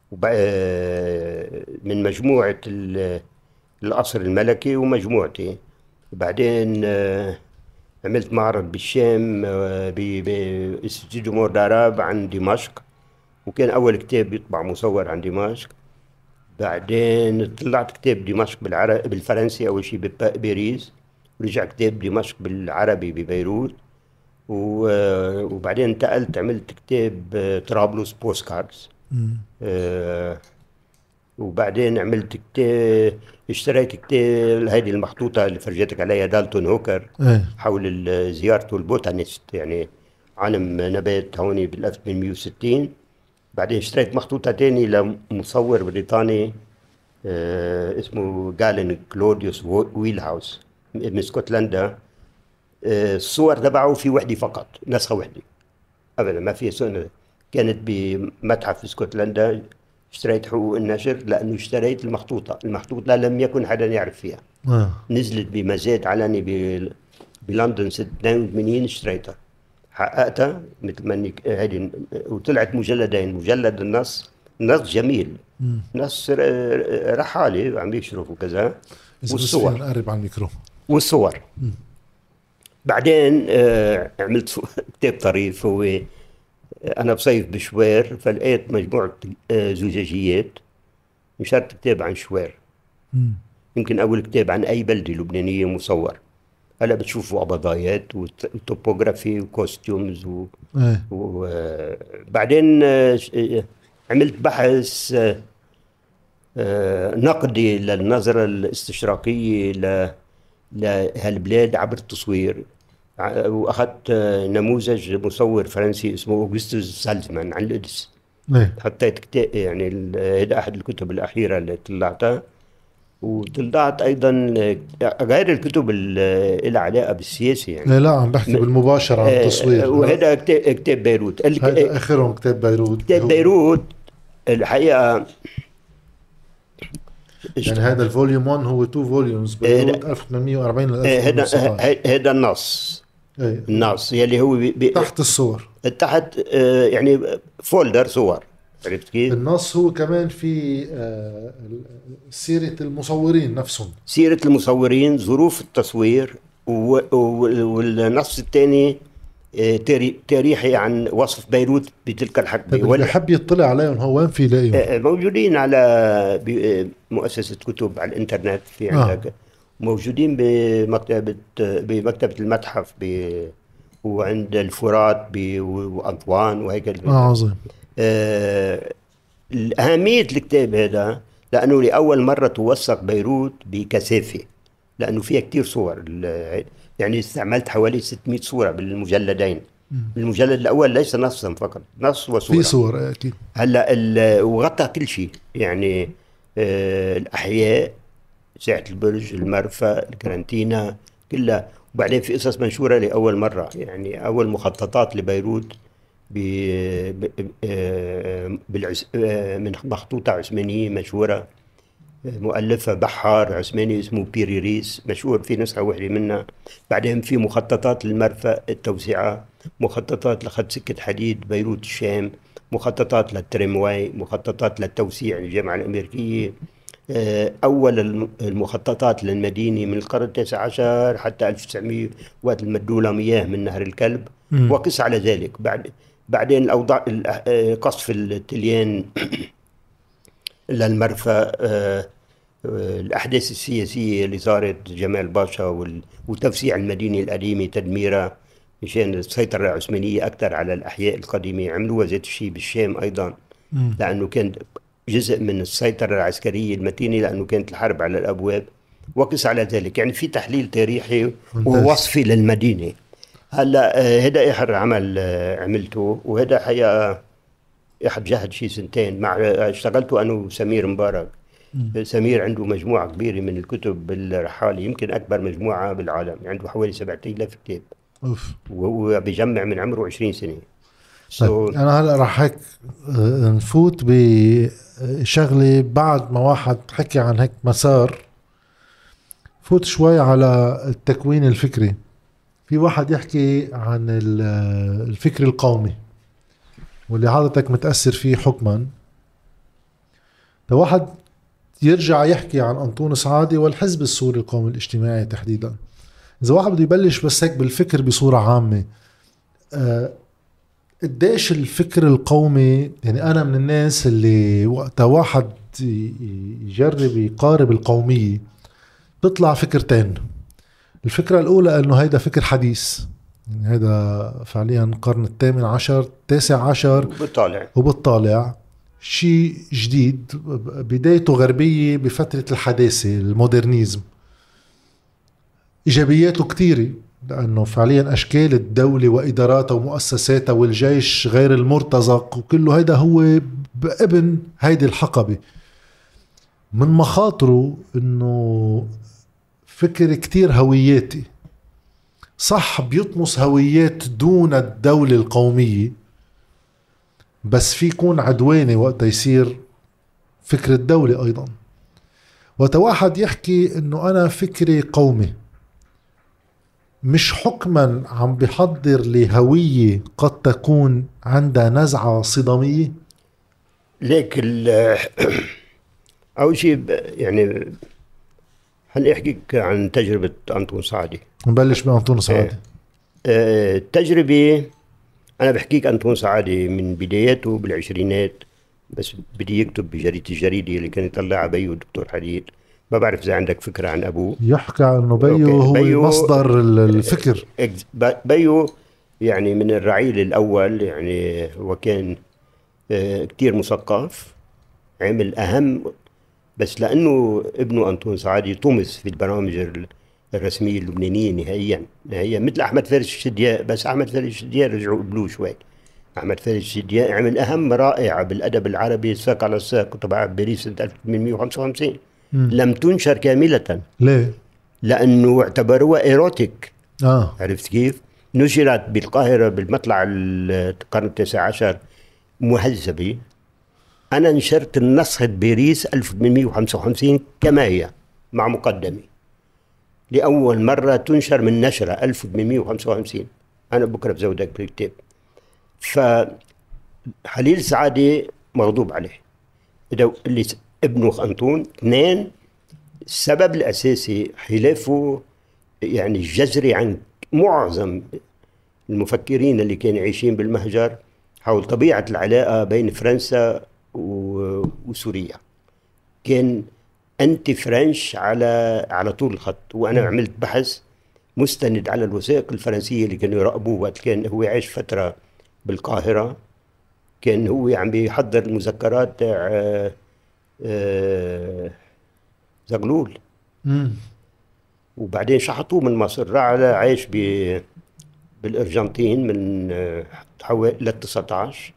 من مجموعة القصر الملكي ومجموعتي. بعدين عملت معرض بالشام باستوديو مور داراب عن دمشق، وكان أول كتاب يطبع مصور عن دمشق. بعدين طلعت كتاب دمشق بالفرنسي أول شيء بباريس، ورجع كتاب دمشق بالعربي ببيروت. وبعدين انتقلت عملت كتاب طرابلس بوستكاردز. وبعدين عملت كتاب، اشتريت كتاب هذه المخطوطة اللي فرجيتك عليها دالتون هوكر حول زيارته البوتانيست، يعني عالم نبات هوني بال 1860. بعدين اشتريت مخطوطة تاني لمصور بريطاني اسمه جالين كلوديوس ويلهاوس من اسكتلندا. الصور تبعه في وحدة فقط، نسخة وحدة أبدا ما فيها سنة. كانت بمتحف في اسكتلندا، اشتريت حقوق النشر لأنه اشتريت المخطوطة لم يكن حدا يعرف فيها. نزلت بمزاد علني بلندن 82، اشتريتها حققتها مثل ما هذه، وطلعت مجلدين، مجلد النص جميل، نص رحالي عم يشرف وكذا، والصور نقرب على الميكرو والصور. بعدين عملت كتاب طريف، هو أنا بصيف بشوير، فلقيت مجموعة زجاجيات، نشرت كتاب عن شوير. يمكن أول كتاب عن أي بلدة لبنانية مصور. هلا بتشوفوا قبضايات وتوبوغرافي وكوستيومز وبعدين عملت بحث نقدي للنظرة الاستشراقية لهالبلاد عبر التصوير، واخذت نموذج مصور فرنسي اسمه اوغستوس سالزمان عن القدس. حطيت كتاب، يعني هذا احد الكتب الاخيره اللي طلعتها. وطلعت ايضا غير الكتب اللي علاقه بالسياسه، يعني لا عم بحكي بالمباشره عن التصوير. وهذا كتاب بيروت، هذا اخرهم كتاب بيروت. كتاب بيروت الحقيقه، يعني هذا الفوليوم 1 هو 2 فوليومز بيروت 1840 ل 1817. هذا النص يلي هو تحت الصور، تحت يعني فولدر صور، عرفت كيف؟ النص هو كمان في سيرة المصورين نفسهم، سيرة المصورين، ظروف التصوير، والنص الثاني تاريخي عن وصف بيروت بتلك الحقبة. اللي بحب يطلع عليهم هو وين في يلاقيهم؟ موجودين على مؤسسة كتب على الانترنت، في عندك موجودين بمكتبة المتحف وعند الفرات وأنطوان وهيك. عظيم. أهمية الكتاب هذا لأنه لأول مرة توثق بيروت بكثافة، لأنه فيها كتير صور. يعني استعملت حوالي 600 صورة بالمجلدين. المجلد الأول ليس نصا فقط، نص وصورة. في صور أكيد. هلا وغطى كل شيء، يعني الأحياء، ساحة البرج، المرفأ، الكرنتينا كلها. وبعدين في قصص منشورة لأول مرة، يعني أول مخططات لبيروت من مخطوطة عثمانية مشهورة مؤلفة بحار عثماني اسمه بيريريس، مشهور، في نسخة واحدة منها. بعدين في مخططات للمرفأ، التوسعة، مخططات لخط سكة حديد بيروت الشام، مخططات للترمواي، مخططات للتوسيع الجامعة الأمريكية، أول المخططات للمدينة من القرن التاسع عشر حتى 1900 وقت المدولة مياه من نهر الكلب، وقس على ذلك. بعدين الأوضاع، قصف التليان للمرفأ، الأحداث السياسية اللي صارت جمال باشا وتوسيع المدينة القديمة، تدميرها مشان السيطرة العثمانية أكثر على الأحياء القديمة. عملوها ذات الشيء بالشام أيضا، لأنه كان جزء من السيطرة العسكرية المتينة، لأنه كانت الحرب على الأبواب. وقس على ذلك، يعني في تحليل تاريخي ممتاز. ووصفي للمدينة. هلا هذا آخر عمل عملته، وهذا حقيقة أحد جهد شي سنتين مع اشتغلته أنا وسمير مبارك. سمير عنده مجموعة كبيرة من الكتب بالرحالة، يمكن أكبر مجموعة بالعالم، عنده حوالي 7000 كتاب، أوف. وهو بيجمع من عمره 20 سنة. طيب أنا هلأ رح هيك نفوت بشغلة بعد ما واحد حكي عن هيك مسار، فوت شوي على التكوين الفكري. في واحد يحكي عن الفكر القومي واللي حضرتك متأثر فيه حكما، ده واحد يرجع يحكي عن أنطون سعادي والحزب السوري القومي الاجتماعي تحديدا. إذا واحد بده يبلش بس هيك بالفكر بصورة عامة، قديش الفكر القومي، يعني أنا من الناس اللي وقت واحد يجرب يقارب القومية بيطلع فكرتين. الفكرة الأولى أنه هيدا فكر حديث، يعني هيدا فعليا القرن الثامن عشر التاسع عشر وبالطالع شيء جديد، بدايته غربية بفترة الحداثة المودرنيزم. إيجابياته كتيرة لأنه فعليا أشكال الدولة وإداراتها ومؤسساتها والجيش غير المرتزق وكله هيدا هو ابن هيدي الحقبة. من مخاطره أنه فكر كتير هوياتي، صح بيطمس هويات دون الدولة القومية، بس في يكون عدواني وقت يصير فكر الدولة أيضا. وتواحد يحكي أنه أنا فكري قومي، مش حكما عم بحضر لهوية قد تكون عندها نزعة صدامية. ليك أول شيء يعني هل أحكيك عن تجربة أنطون سعادي. نبلش بأنطون سعادي. التجربة أنا بحكيك أنطون سعادي من بداياته بالعشرينات، بس بدي يكتب بجريدة الجريدة اللي كان يطلعها بيو الدكتور حديد. ما بعرف إذا عندك فكرة عن أبوه. يحكى أنه بيو هو بيو مصدر الفكر. بيو يعني من الرعيل الأول، يعني هو كان كتير مثقف، عمل أهم، بس لأنه ابنه أنطون سعادي طمس في البرامج الرسمية اللبنانية نهائيا مثل أحمد فارس الشدياء، بس أحمد فارس الشدياء رجعوا قبلوه شوي. أحمد فارس الشدياء عمل أهم رائعة بالأدب العربي، الساق على الساق، طبعا باريس سنة 1855. لم تنشر كاملة. ليه؟ لأنه اعتبروها إيروتيك. عرفت كيف؟ نشرت بالقاهرة بالمطلع القرن التاسع عشر مهذبة. أنا نشرت النسخة باريس 1855 كما هي مع مقدمة، لأول مرة تنشر من نشرة 1855. أنا بكرة بزودك بالكتاب. فحليل سعادي مغضوب عليه، اللي ابنه أنطون. اثنين، السبب الأساسي خلافه يعني الجذري عن معظم المفكرين اللي كانوا عايشين بالمهجر حول طبيعة العلاقة بين فرنسا وسوريا. كان أنتي فرنش على طول الخط. وأنا عملت بحث مستند على الوثائق الفرنسية اللي كانوا يراقبوه وقت كان هو عايش فترة بالقاهرة. كان هو عم بيحضر المذكرات تاع زغلول، وبعدين شحطوه من مصر، راح عايش بالأرجنتين من حوالي 19،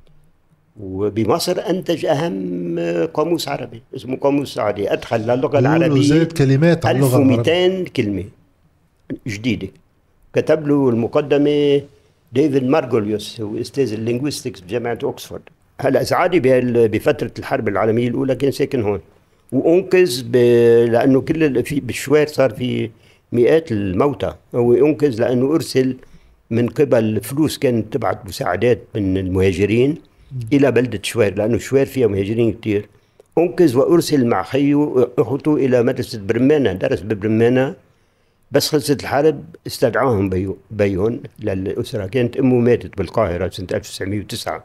وبمصر أنتج أهم قاموس عربي اسمه قاموس سعادي، أدخل للغة العربية زاد كلمات على اللغة 1200 كلمة جديدة. كتب له المقدمة ديفيد مارغوليوس، هو أستاذ اللينغويستكس بجامعة أكسفورد. هلا سعادي بفترة الحرب العالمية الأولى كان ساكن هون، وأنقذ لأنه كل بالشوار صار في مئات الموتى. هو أنقذ لأنه أرسل من قبل فلوس كانت تبعت مساعدات من المهاجرين إلى بلدة شوير، لأنه شوير فيها مهاجرين كتير. أنقذ وأرسل مع خيه أخته إلى مدرسة برمانة، درس ببرمانة. بس خلصت الحرب استدعاهم بيون للأسرة. كانت أمه ماتت بالقاهرة سنة 1909.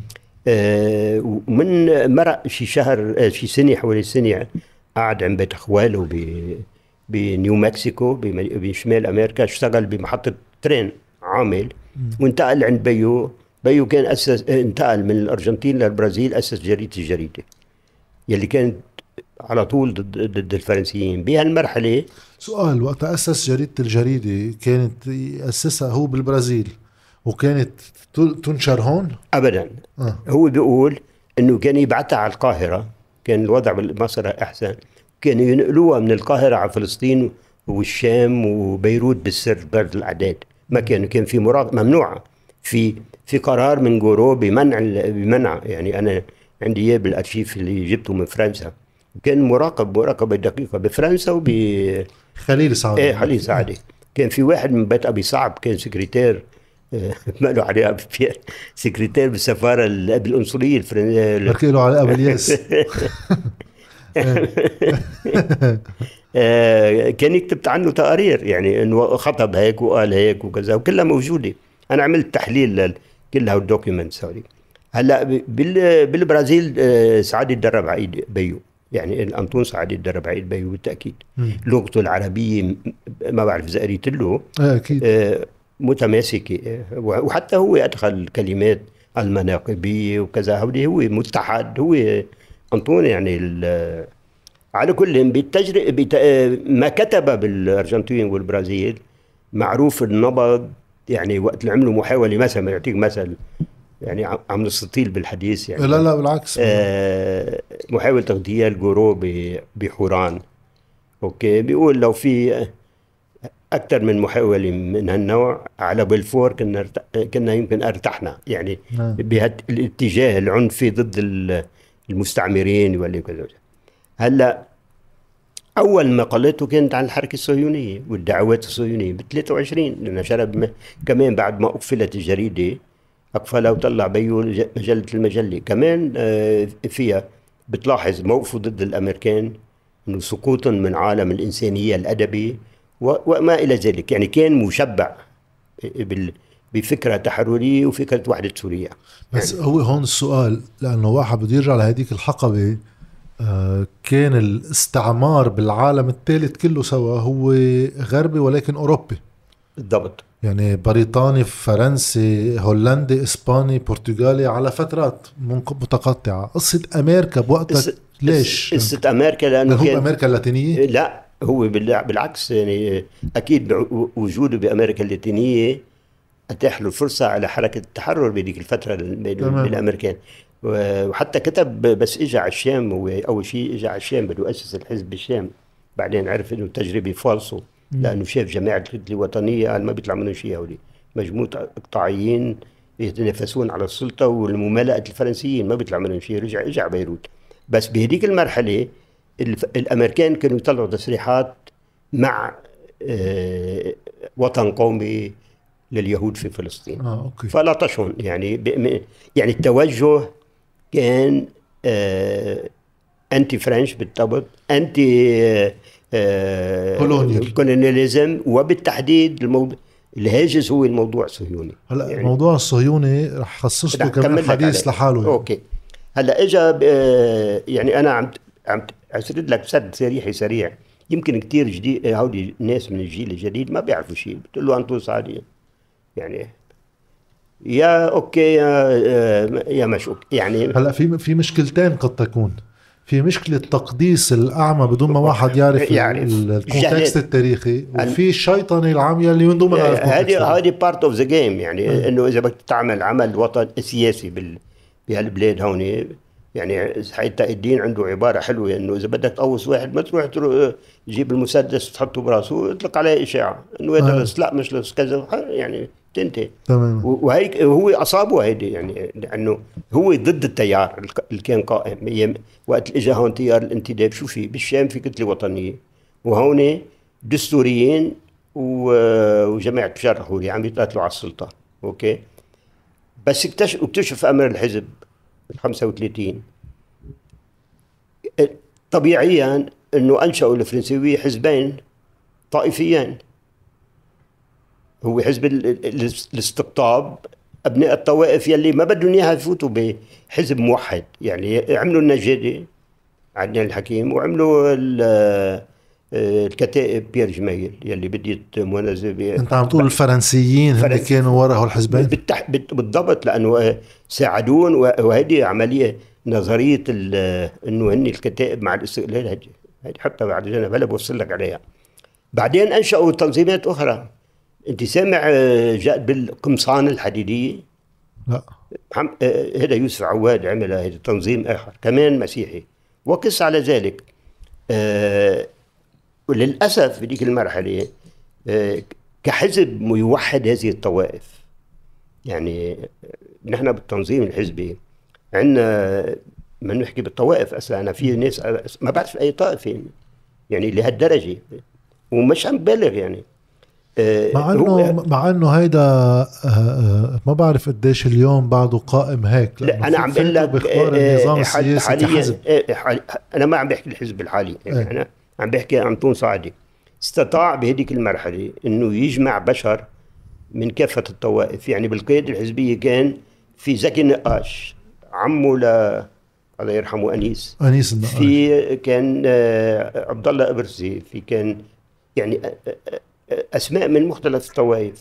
ومن مرق شي شهر شي سنة، حوالي سنة، قعد عند بيت أخواله بنيو مكسيكو بشمال أمريكا. اشتغل بمحطة ترين عامل، وانتقل عند بيو كان انتقل من الأرجنتين للبرازيل، أسس جريدة الجريدة يلي كانت على طول ضد الفرنسيين. بهالمرحلة سؤال، وقت أسس الجريدة كانت يأسسها هو بالبرازيل وكانت تنشر هون؟ أبدا. هو بيقول إنه كان يبعثها على القاهرة، كان الوضع بمصر أحسن، كانوا ينقلوها من القاهرة على فلسطين والشام وبيروت بالسر برد الأعداد. ما كان في ممنوعة، في قرار من جورو بمنع يعني. أنا عندي إياه بالأرشيف اللي جبته من فرنسا، كان مراقبة دقيقة بفرنسا خليل سعد. ايه خليل سعد. كان في واحد من بيت أبي صعب كان سكرتير ما له عليه أبي بيير، سكرتير بالسفارة بالقنصلية الفرنسية، بركي له على أبو الياس. كان يكتب عنه تقارير يعني انه خطب هيك وقال هيك وكذا، وكلها موجوده. انا عملت تحليل كلها والدوكيومنتس هذه. هلا بالبرازيل سعد يتدرب على ايد بيو، يعني الانطون سعد يتدرب على ايد بيو بالتاكيد. لغته العربيه ما بعرف اذا قريت له اكيد متماسكه، وحتى هو ادخل كلمات المناقبيه وكذا. هو متحد، هو انطون يعني. على كل ما كتب بالارجنتين والبرازيل معروف النبض. يعني وقت اللي عملوا محاوله، مثلا يعطيك مثل، يعني عم نستطيل بالحديث يعني. لا بالعكس. محاولة اغتيال جورو بحوران، اوكي، بيقول لو في اكثر من محاولة من هالنوع على بلفور كنا يمكن ارتحنا يعني بهالاتجاه العنفي ضد المستعمرين ولا كذا. هلا اول ما قالته كانت عن الحركه الصهيونيه والدعوات الصهيونيه ب 23، لانه شرب كمان بعد ما اقفلت الجريده اقفلها وطلع بيو المجله كمان. فيها بتلاحظ موقفه ضد الامريكان، انه سقوطا من عالم الانسانيه الادبي وما الى ذلك. يعني كان مشبع بفكره تحرريه وفكره وحده سوريا. بس يعني هو هون السؤال، لانه واحد بده يرجع لهديك الحقبه، كان الاستعمار بالعالم الثالث كله سوا هو غربي ولكن أوروبي. بالضبط. يعني بريطاني، فرنسي، هولندي، إسباني، برتغالي على فترات متقطعة. قصة أمريكا بوقتها ليش؟ قصة أمريكا لأنه هو أمريكا اللاتينية؟ لا، هو بالعكس يعني. أكيد وجوده بأمريكا اللاتينية أتاح له الفرصة على حركة التحرر بهذيك الفترة بالأمريكان. وحتى كتب بس اجى على الشام. هو اول شيء اجى على الشام بده ياسس الحزب بالشام، بعدين عرف انه تجربه فالصو، لانه شاف جماعه الخدمه الوطنيه قال ما بيطلع منهم شيء. هولي مجموعه اقطاعيين يتنافسون على السلطه والممالاه الفرنسيين، ما بيطلع منهم شيء. اجى على بيروت. بس بهذيك المرحله الامريكان كانوا يطلعوا تصريحات مع وطن قومي لليهود في فلسطين. أوكي. فلطشهم يعني. يعني التوجه كان انتي فرنش بالضبط، انتي كولونياليزم، وبالتحديد الهاجس هو الموضوع الصهيوني. هلا يعني الموضوع الصهيوني رح خصص له كمان حديث لحاله يعني. اوكي. هلا اجى يعني انا عم اسرد لك سرد سريع. يمكن كتير جديد هودي الناس من الجيل الجديد ما بيعرفوا شيء. بتقول له انطون سعد يعني يا اوكي يا مش اوكي يعني. هلا في مشكلتين قد تكون. في مشكلة تقديس الأعمى بدون ما واحد يعرف الكونتكست التاريخي، وفي الشيطنة العامية اللي من دون ما يعرف. هذه بارت اوف ذا جيم يعني. انه اذا بدك تعمل عمل وطن سياسي بهالبلاد هون، يعني حتى الدين عنده عبارة حلوة، انه اذا بدك تقوص واحد ما تروح تجيب المسدس تحطه براسه اطلق عليه اشاعة انه هذا لا مش كذا يعني تنتهي. تمام. وهيك هو اصابه هيدي يعني، لانه هو ضد التيار اللي كان قائم وقت اجى هون تيار الانتداب. شو في بالشام في كتله وطنيه، وهون دستوريين وجماعه بشار الحوري عم يتقاتلوا على السلطه. اوكي. بس اكتشف امر الحزب بال 35 طبيعيا انه انشأوا الفرنسيويه حزبين طائفيين. هو حزب الاستقطاب، ابناء الطوائف يلي ما بدهم اياها يفوتوا بحزب موحد. يعني عملوا النجادي عدنان الحكيم، وعملوا الكتائب بيير جميل يلي بديت منازبه. انت عم تقول الفرنسيين اللي كانوا وراء الحزبين؟ بالضبط، لانه ساعدون. وهذه عمليه نظرية انه هن الكتائب مع الاستقلال، هذه حتى بعد جنب هلا بوصل لك عليها. بعدين انشأوا تنظيمات اخرى. انت سامع جاء بالقمصان الحديدية؟ لا. هذا يوسف عواد عمل هذا تنظيم اخر كمان مسيحي، وقس على ذلك. وللاسف في ذيك المرحله كحزب يوحد هذه الطوائف. يعني نحن بالتنظيم الحزبي عندنا ما نحكي بالطوائف اصلا، انا في ناس ما بعرف اي طائفه يعني لهالدرجه، ومش عم ببالغ يعني. مع انه هيدا ما بعرف قديش اليوم بعده قائم هيك. لا انا عم بقول لك بإخبار النظام السياسي كحزب. انا ما عم بحكي الحزب الحالي يعني انا عم بحكي عن طون صعدي استطاع بهذيك المرحله انه يجمع بشر من كافه الطوائف. يعني بالقيادة الحزبيه كان في زكي نقاش عمه الله يرحمه انيس النقاش، في كان عبد الله ابرزي، في كان يعني اسماء من مختلف الطوائف.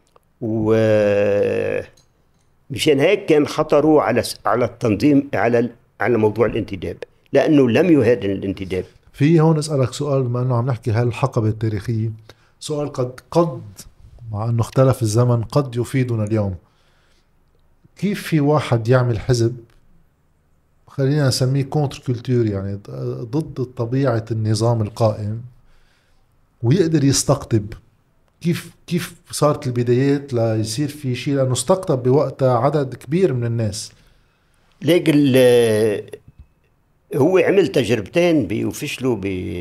ومشان هيك كان خطره على التنظيم على موضوع الانتداب، لانه لم يهادن الانتداب. في هون اسالك سؤال، بما انه عم نحكي هالحقبه التاريخيه، سؤال قد مع انه اختلف الزمن قد يفيدنا اليوم. كيف في واحد يعمل حزب خلينا نسميه كونتر كولتور، يعني ضد طبيعه النظام القائم، ويقدر يستقطب؟ كيف صارت البدايات ليصير في شيء؟ لانه استقطب بوقتها عدد كبير من الناس. ليك هو عمل تجربتين وفشلوا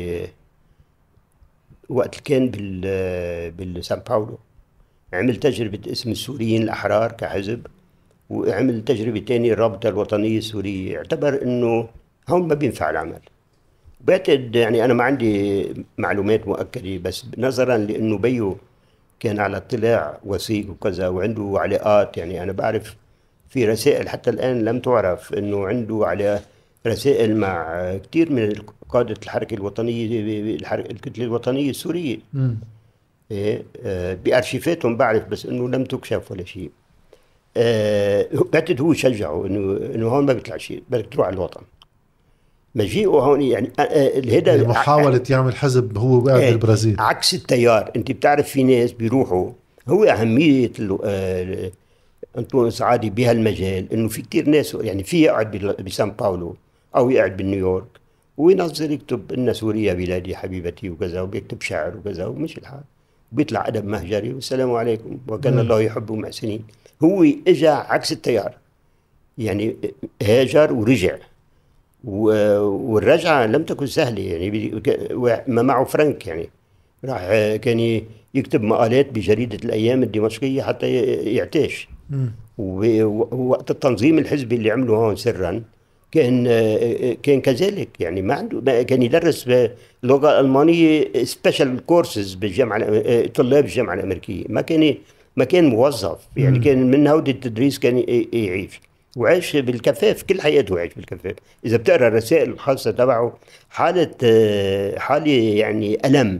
وقت كان بالسان باولو. عمل تجربة اسم السوريين الأحرار كحزب، وعمل تجربة تانية الرابطة الوطنية السورية. اعتبر انه هون ما بينفع العمل. بعتقد يعني انا ما عندي معلومات مؤكدة، بس نظرا لانه بيو كان على اطلاع وثيق وكذا وعنده علاقات. يعني انا بعرف في رسائل حتى الان لم تعرف انه عنده على رسائل مع كثير من قادة الحركة الوطنية، الكتلة الوطنية السورية. بأرشيفاتهم بعرف، بس انه لم تكشف ولا شيء. بعتقد هو شجعه انه هون ما بيطلع شيء، بدك تروح على الوطن. مجيئه هون يعني الهدى محاولة يعمل حزب هو قاعد بالبرازيل عكس التيار. انت بتعرف في ناس بيروحوا، هو اهمية انطون سعادي بهالمجال انه في كتير ناس يعني في يقعد بسان باولو او يقعد بنيويورك وينظر يكتب ان سوريا بلادي حبيبتي وكذا، وبيكتب شعر وكذا ومش الحال، بيطلع ادب مهجري والسلام عليكم وكان الله يحب محسنين. هو اجى عكس التيار، يعني هاجر ورجع، والرجعة لم تكن سهلة. يعني ما معه فرنك، يعني راح كان يكتب مقالات بجريدة الأيام الدمشقية حتى يعتاش. ووقت التنظيم الحزبي اللي عمله هون سرا كان كذلك. يعني ما عنده، كان يدرس اللغة الألمانية سبيشال كورسز بالجامعة، طلاب الجامعة الأمريكية. ما كان موظف، يعني كان من هودي التدريس كان يعيش، وعيش بالكفاف كل حياته، عيش بالكفاف. إذا بتقرأ الرسائل الخاصة تبعه حالة يعني ألم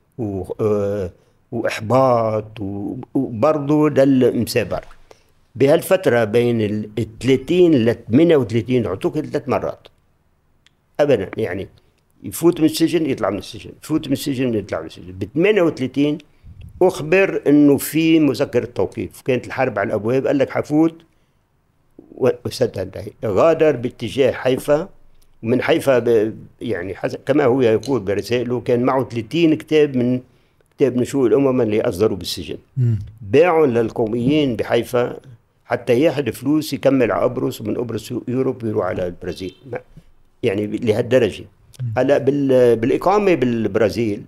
وإحباط، وبرضه للمسابر. بهالفترة بين 30 ل 38 اعتقل 3 مرات أبدا. يعني يفوت من السجن يطلع من السجن، يفوت من السجن يطلع من السجن. ب 38 أخبر إنه في مذكرة توقيف، كانت الحرب على الأبواب، قال لك حفوت وستنتهي. غادر باتجاه حيفا، ومن حيفا يعني كما هو يقول برسائله كان معه 30 كتاب من كتاب نشوء الأمم اللي أصدروا بالسجن، باعوا للقوميين بحيفا حتى ياخذ فلوس يكمل على قبرص، ومن قبرص يوروب يروح على البرازيل. يعني لهالدرجة. هلا بالإقامة بالبرازيل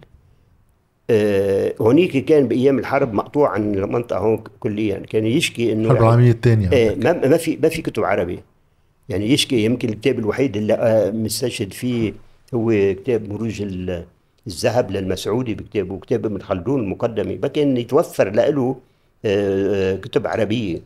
هونيك كان بأيام الحرب مقطوع عن المنطقة هون كليا. كان يشكي إنه الحرب العالمية الثانية ما في كتب عربي. يعني يشكي يمكن الكتاب الوحيد اللي مستشهد فيه هو كتاب مروج الذهب للمسعودي بكتابه، وكتاب ابن خلدون المقدمة. ما كان يتوفر له كتب عربية.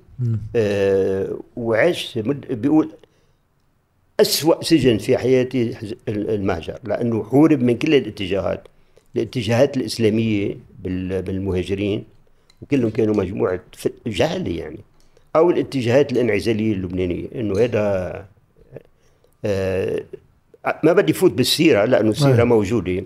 وعاش بيقول أسوأ سجن في حياتي المهجر، لأنه حورب من كل الاتجاهات الإسلامية بالمهاجرين، وكلهم كانوا مجموعة جهل يعني، أو الاتجاهات الانعزالية اللبنانية. إنه هذا ما بدي فوت بالسيرة لأنه السيرة موجودة.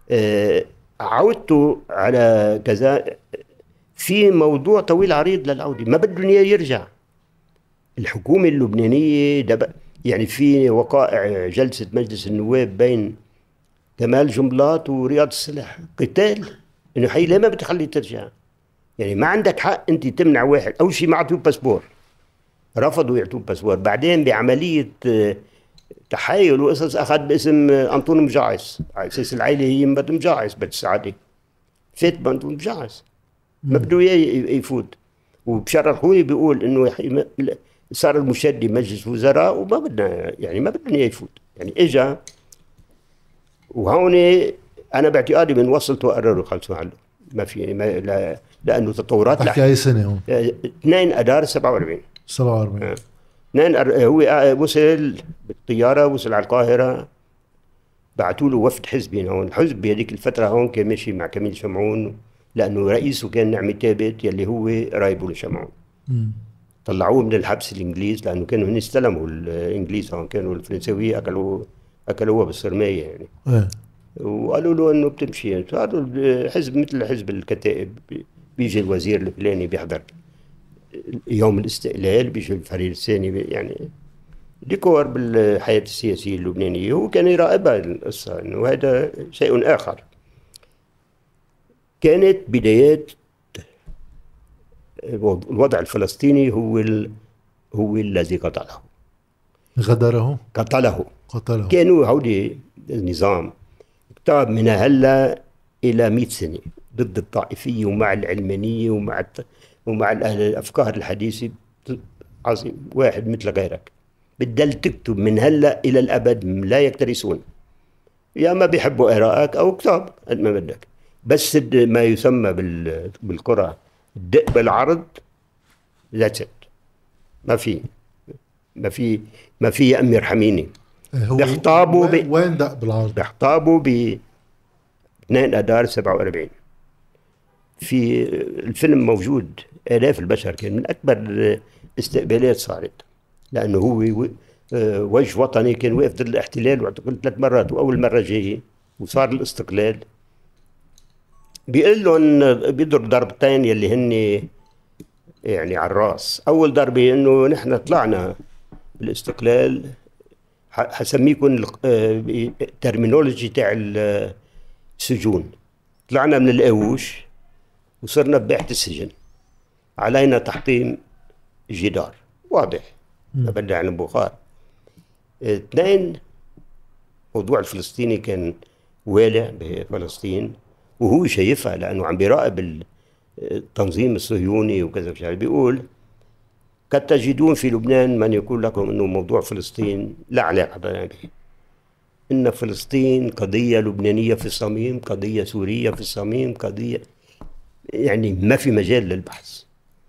عودته على كذا في موضوع طويل عريض للعودة، ما بدهم إياه يرجع. الحكومة اللبنانية يعني في وقائع جلسة مجلس النواب بين كمال جنبلاط ورياض السلح قتال إنه حي ليه ما بتخليه ترجع. يعني ما عندك حق أنت تمنع واحد. أول شيء ما عطوه باسبور، رفضوا يعطوه باسبور. بعدين بعملية تحايل وقصص أخذ باسم أنطون مجعص على أساس العائلة هي بنت مجعص بنت السعادة، فات بأنطون مجعص ما بده يفوت. وبشار الخوري بيقول إنه صار المشدي مجلس وزراء وما بدنا يعني ما بدنا يفوت. يعني إجا وهون أنا باعتقادي من وصلت وقرروا خلصوا عنه ما في لأنه تطورات. تحكي أي سنة هون؟ 2 أدار 47. 47. هو وصل بالطيارة، وصل على القاهرة، بعثوا له وفد حزبي هون. الحزب بهذيك الفترة هون كان ماشي مع كميل شمعون لأنه رئيسه كان نعمي ثابت يلي هو قرايبه لشمعون. طلعوه من الحبس الإنجليز لأنه كانوا هن استلموا الإنجليز هون، كانوا الفرنساوية أكلوها بالصرمية يعني. وقالوا له إنه بتمشي. صاروا الحزب مثل حزب الكتائب، بيجي الوزير الفلاني بيحضر يوم الاستقلال، بيجي الفريق الثاني، يعني ديكور بالحياة السياسية اللبنانية. هو كان يراقبها القصة إنه هذا شيء آخر. كانت بدايات الوضع الفلسطيني هو الذي قتله. غدره؟ قتله. كانوا هودي النظام اكتب من هلا إلى 100 سنة ضد الطائفية ومع العلمانية ومع الأفكار الحديثة. عظيم، واحد مثل غيرك بدل تكتب من هلا إلى الأبد لا يكترثون، يا ما بيحبوا آرائك أو اكتب قد ما بدك، بس ما يسمى بالقرى الدق بالعرض ذاتس ات. ما في يا أمي ارحميني. بيخطابوا وين دق بالعرض؟ بيخطابوا ب 2 أدار 47. في الفيلم موجود، آلاف البشر، كان من أكبر استقبالات صارت لأنه هو وجه وطني، كان واقف ضد الاحتلال واعتقل 3 مرات، وأول مرة جاي وصار الاستقلال بيقول لهم بيضرب ضربتين يلي هن يعني على الراس. أول ضربة إنه نحن طلعنا بالاستقلال، حسميكم الترمينولوجي تاع السجون، طلعنا من القاووش وصرنا ببيعة السجن، علينا تحطيم الجدار واضح، ما بدنا عن بخار. 2 موضوع الفلسطيني كان والع بفلسطين وهو شايفها لأنه عم بيراقب التنظيم الصهيوني وكذا. بيقول قد تجدون في لبنان من يقول لكم أنه موضوع فلسطين لا علاقة به، إن فلسطين قضية لبنانية في الصميم، قضية سورية في الصميم، قضية يعني ما في مجال للبحث.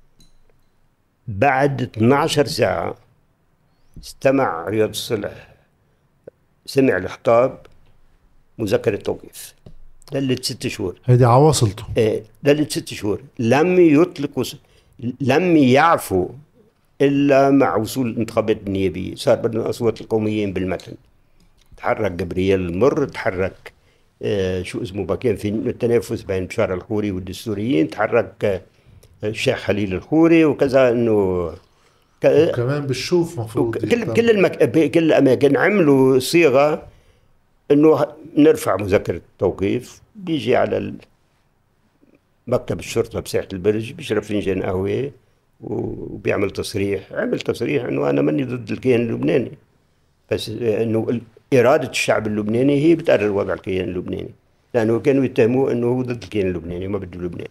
بعد 12 ساعة استمع رياض الصلح، سمع الخطاب مذكرة توقيف دلت 6 شهور. هيدي عواصلته. دلت 6 شهور لم يطلقوا، لم يعفوا إلا مع وصول الانتخابات النيابية. صار بدنا أصوات القوميين بالمتن. تحرك جبريل المر، تحرك شو اسمه كان في التنافس بين بشار الخوري والدستوريين، تحرك الشيخ خليل الخوري وكذا. إنه كمان بالشوف مفروض كل الأماكن عملوا صيغة إنه نرفع مذكرة التوقيف. بيجي على مكتب الشرطة بساحة البرج، بيشرب فنجان قهوة وبيعمل تصريح. عمل تصريح إنه أنا ماني ضد الكيان اللبناني، بس إنه إرادة الشعب اللبناني هي بتقرر وضع الكيان اللبناني، لأنه كانوا يتهموه إنه هو ضد الكيان اللبناني وما بده لبنان.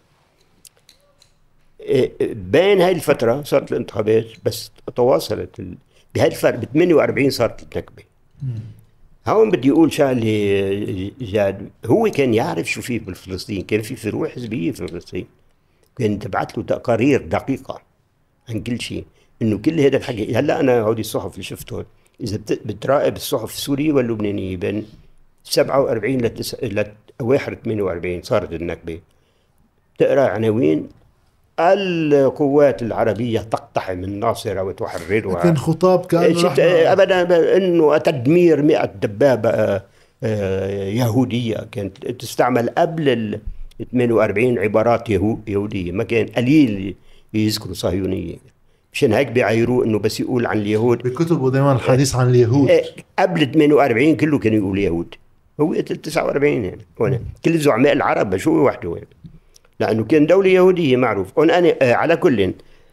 بين هاي الفترة صارت الانتخابات، بس تواصلت بهاي الفترة ب 48 صارت النكبة. هون بدي أقول شغلة جاد، هو كان يعرف شو فيه بالفلسطين، كان في فروع حزبية في فلسطين، كان تبعت له تقارير دقيقة عن كل شيء، إنه كل هذا الحكي. هلا أنا هودي الصحف اللي شفتهم، إذا بتراقب الصحف السورية واللبنانية بين 47 ل 48 صارت النكبة، تقرأ عناوين القوات العربية تقتحم الناصرة وتحررها. لكن خطاب كأنه نحن أبدا أنه تدمير 100 دبابة يهودية كانت تستعمل قبل 48 عبارات يهودية، ما كان قليل يذكروا صهيونية. مشان هيك بيعايروه انه بس يقول عن اليهود بكتبه دائما الحديث عن اليهود. قبل 48 كله كان يقول يهود، هو 49 يعني هنا كل زعماء العرب شو وحده يعني. لانه كان دولة يهودية معروف. انا على كل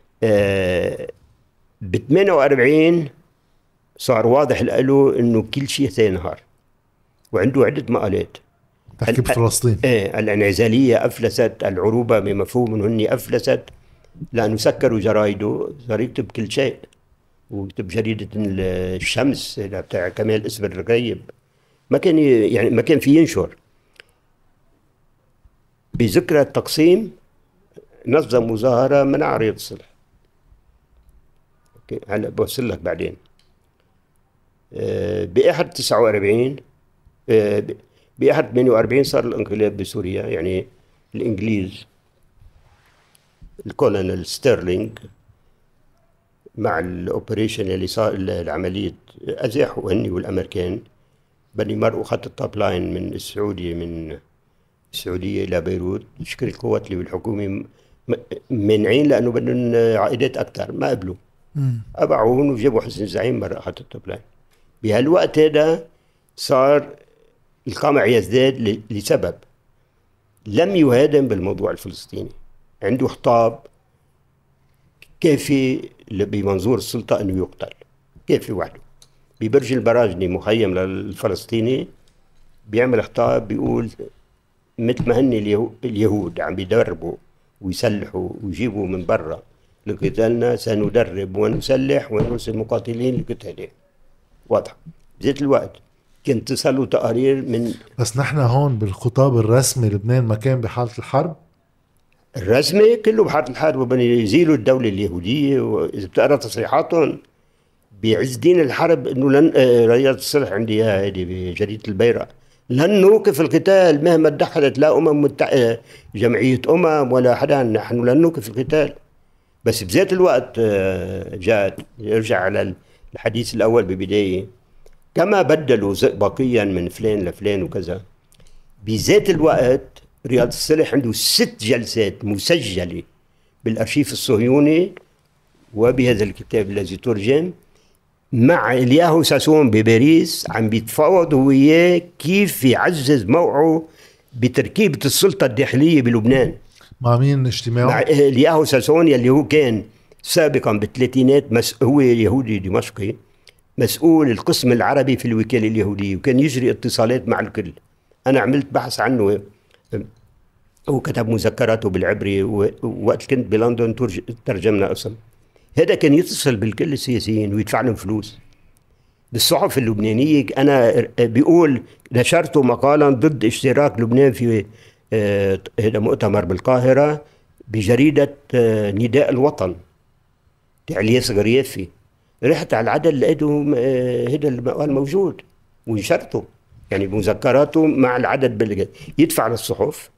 ب 48 صار واضح له انه كل شيء سينهار، وعنده عدة مقالات. تحكي بفلسطين. الانعزالية أفلست، العروبة بمفهوم هن أفلست، لأنه سكروا جرايده، صار يكتب كل شيء، ويكتب جريدة الشمس بتاع كمال اسم الرقيب، ما كان يعني ما كان في ينشر. بذكرى التقسيم نظم مظاهرة منع رياض الصلح. هلا بوصل لك بعدين. بأحد 49 بأحد 48 صار الانقلاب بسوريا، يعني الإنجليز الكولونيل ستيرلينج مع الأوبريشن اللي صار العملية أزاحوا هني والأمريكان بني مرقوا خط التوب لاين من السعودية إلى بيروت. شكل القوات اللي بالحكومة منعين لأنه بدهم عائدات أكثر، ما قبلوا، أبعوهم وجابوا حسن الزعيم مرة خط التوب لاين. بهالوقت هذا صار القمع يزداد لسبب لم يهادن بالموضوع الفلسطيني، عنده خطاب كافي بمنظور السلطة أنه يقتل، كافي وحده. ببرج البراجني مخيم للفلسطيني بيعمل خطاب بيقول مثل ما هن اليهود عم بيدربوا ويسلحوا ويجيبوا من برا لقتالنا، سندرب ونسلح ونرسل مقاتلين لقتالهم. واضح. بذات الوقت كنت تصلوا تقارير من بس نحن هون بالخطاب الرسمي لبنان ما كان بحالة الحرب؟ الرسمي كله بحالة الحرب، وبني يزيلوا الدولة اليهودية. وإذا بتقرأ تصريحاتهم بعز دين الحرب إنه لن رياض الصلح عندي هذه بجريدة البيرق، لن نوقف القتال مهما تدخلت لا جمعية ولا حدا، نحن لن نوقف القتال. بس بذات الوقت جاءت يرجع على الحديث الأول ببداية، كما بدلوا زئبقيا من فلان لفلان وكذا، بذات الوقت رياض الصلح عنده 6 جلسات مسجلة بالأرشيف الصهيوني وبهذا الكتاب الذي ترجم مع الياهو ساسون بباريس، عم بيتفاوضوا وياه كيف يعزز موقعه بتركيبة السلطة الداخلية بلبنان. مع مين اجتماعه؟ مع الياهو ساسون يلي هو كان سابقا بالثلاثينات هو يهودي دمشقي، مسؤول القسم العربي في الوكالة اليهودية، وكان يجري اتصالات مع الكل. أنا عملت بحث عنه، هو كتب مذكراته بالعبري، ووقت كنت بلندن ترجمنا اسم. هذا كان يتصل بالكل السياسيين ويدفع لهم فلوس. بالصحف اللبنانية أنا بيقول نشرت مقالا ضد اشتراك لبنان في هذا مؤتمر بالقاهرة بجريدة نداء الوطن تاع الياس غريافي. رحت على العدل لقيته هذا المقال موجود ونشرته، يعني بمذكراته مع العدد باللي يدفع للصحف،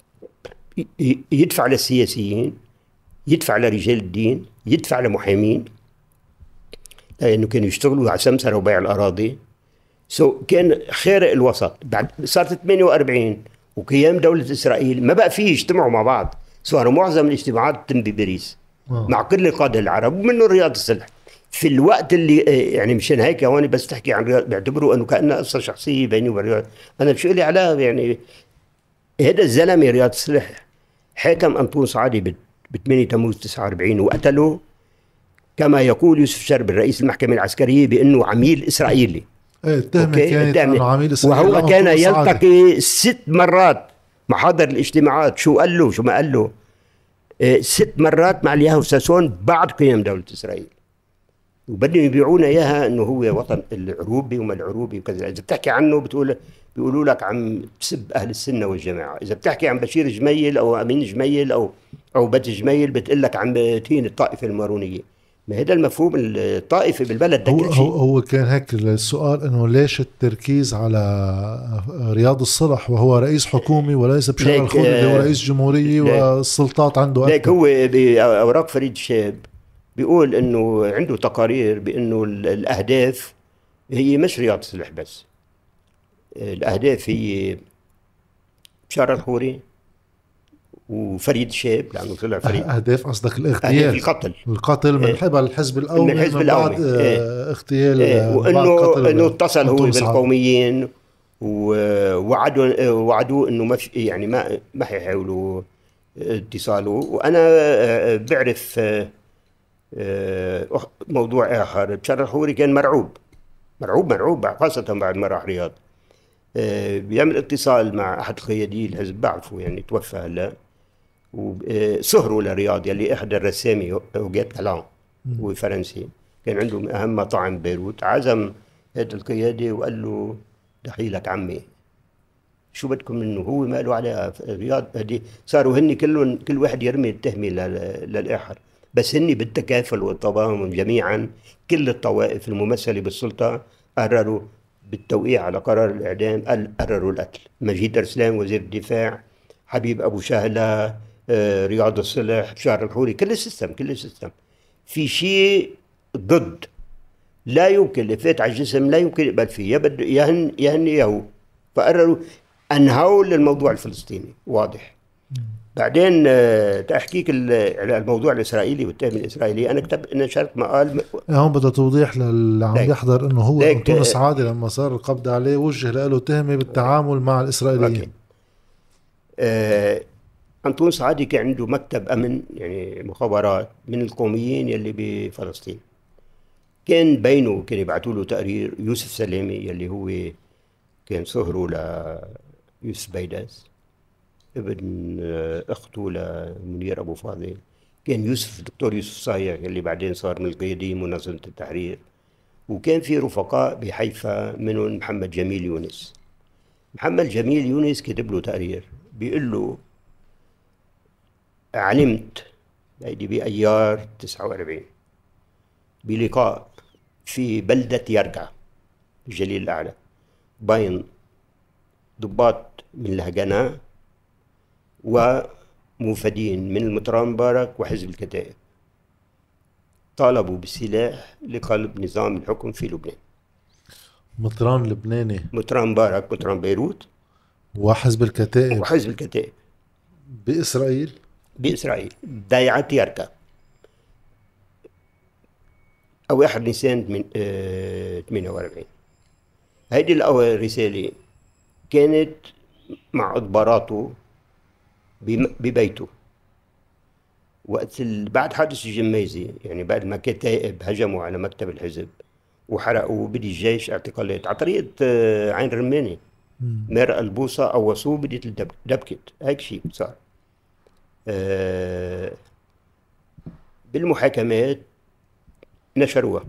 يدفع للسياسيين، يدفع لرجال الدين، يدفع لمحامين، لأنه كانوا يشتغلوا على سمسرة وبيع الأراضي. كان خارق الوسط. بعد صارت 48 وقيام دولة إسرائيل ما بقى فيه يجتمعوا مع بعض، صاروا معظم الاجتماعات تتم بباريس مع كل القادة العرب ومنه رياض الصلح. في الوقت اللي يعني مشان هيك هون بس تحكي عن رياض بيعتبروا انه كأنها قصة شخصية بيني وبين رياض. انا شو لي علاقة يعني. هذا الزلمة رياض الصلح حاكم أنطون صعادي ب 8 تموز 49 وقتله كما يقول يوسف شرب رئيس المحكمة العسكرية بأنه عميل إسرائيلي. التهمة كانت أنه عميل إسرائيلي، وهو كان يلتقي 6 مرات محاضر الاجتماعات. شو قال له شو ما قال له 6 مرات مع الياهو ساسون بعد قيام دولة إسرائيل، وبدهم يبيعونا إياها أنه هو وطن العروبي وما العروبي وكذا. إذا بتحكي عنه بيقولوا لك عم تسب أهل السنة والجماعة. إذا بتحكي عن بشير جميل أو أمين جميل أو بت جميل بتقول لك عم تهين الطائفة المارونية. ما هذا المفهوم الطائفي بالبلد. هو كان هيك السؤال، انه ليش التركيز على رياض الصلح وهو رئيس حكومي وليس بشار الخوري اللي هو رئيس جمهورية والسلطات عنده ليك هو بأوراق فريد شاب بيقول انه عنده تقارير بانه الاهداف هي مش رياض الصلح بس، الاهداف هي بشار الخوري وفريد شاب لانه طلع فريد. اهداف قصدك الاغتيال؟ القتل من قبل الحزب القومي، من بعد اغتيال، وانه اتصل هو بالقوميين ووعدوا انه ما في يعني ما حيحاولوا اتصاله. وانا بعرف موضوع اخر، بشار الخوري كان مرعوب خاصه بعد ما راح رياض. بيعمل اتصال مع احد قيادي الحزب بعرفه يعني توفى هلا، وسهروا لرياض يلي احدى الرسامي اوغيت كالان هو فرنسي كان عنده اهم مطاعم بيروت، عزم هذا القيادي وقال له دحيلك عمي شو بدكم منه، هو ما له على رياض هدي. صاروا هن كل واحد يرمي التهمه للاخر، بس هن بالتكافل والتضامن جميعا كل الطوائف الممثله بالسلطه قرروا بالتوقيع على قرار الاعدام، قرروا القتل. مجيد ارسلان وزير الدفاع، حبيب ابو شهله، رياض الصلح، بشار الخوري، كل السيستم في شيء ضد لا يمكن اللي فات على الجسم لا يمكن يقبل فيه، يا هن يهو. فقرروا انهوا للموضوع الفلسطيني واضح. بعدين تحكيك الموضوع الاسرائيلي والتهم الاسرائيلي، انا نشرت مقال هون بدأ توضيح للي عم يحضر انه هو انطون سعادي لما صار القبض عليه وجه له تهمه بالتعامل مع الاسرائيليين. انطون سعادي كان عنده مكتب امن يعني مخابرات من القوميين يلي بفلسطين، كان بينه كان يبعثوا له تقرير يوسف سلامي يلي هو كان صهره ليوسف بيداس ابن اخته لمنير ابو فاضل، كان دكتور يوسف صايغ اللي بعدين صار من القياديين منظمه التحرير، وكان في رفقاء بحيفا منهم محمد جميل يونس. محمد جميل يونس كتب له تقرير بيقول له علمت هيدي بأيار 49 بلقاء في بلدة يرقع الجليل الأعلى بين ضباط من الهجنة وموفدين من المطران مبارك وحزب الكتائب، طالبوا بالسلاح لقلب نظام الحكم في لبنان. مطران لبناني، مطران مبارك، مطران بيروت، وحزب الكتائب بإسرائيل ضيعة يركا أو 1 نيسان 48. هيدي الأول رسالة كانت مع إخباراته ببيته وقت بعد حادث الجميزي، يعني بعد ما كتائب هجموا على مكتب الحزب وحرقوا بدي الجيش اعتقالات على طريقة عين رماني، مرق البوصة قوصوه بديت دبكت، هيك شيء صار. بالمحاكمات نشروها،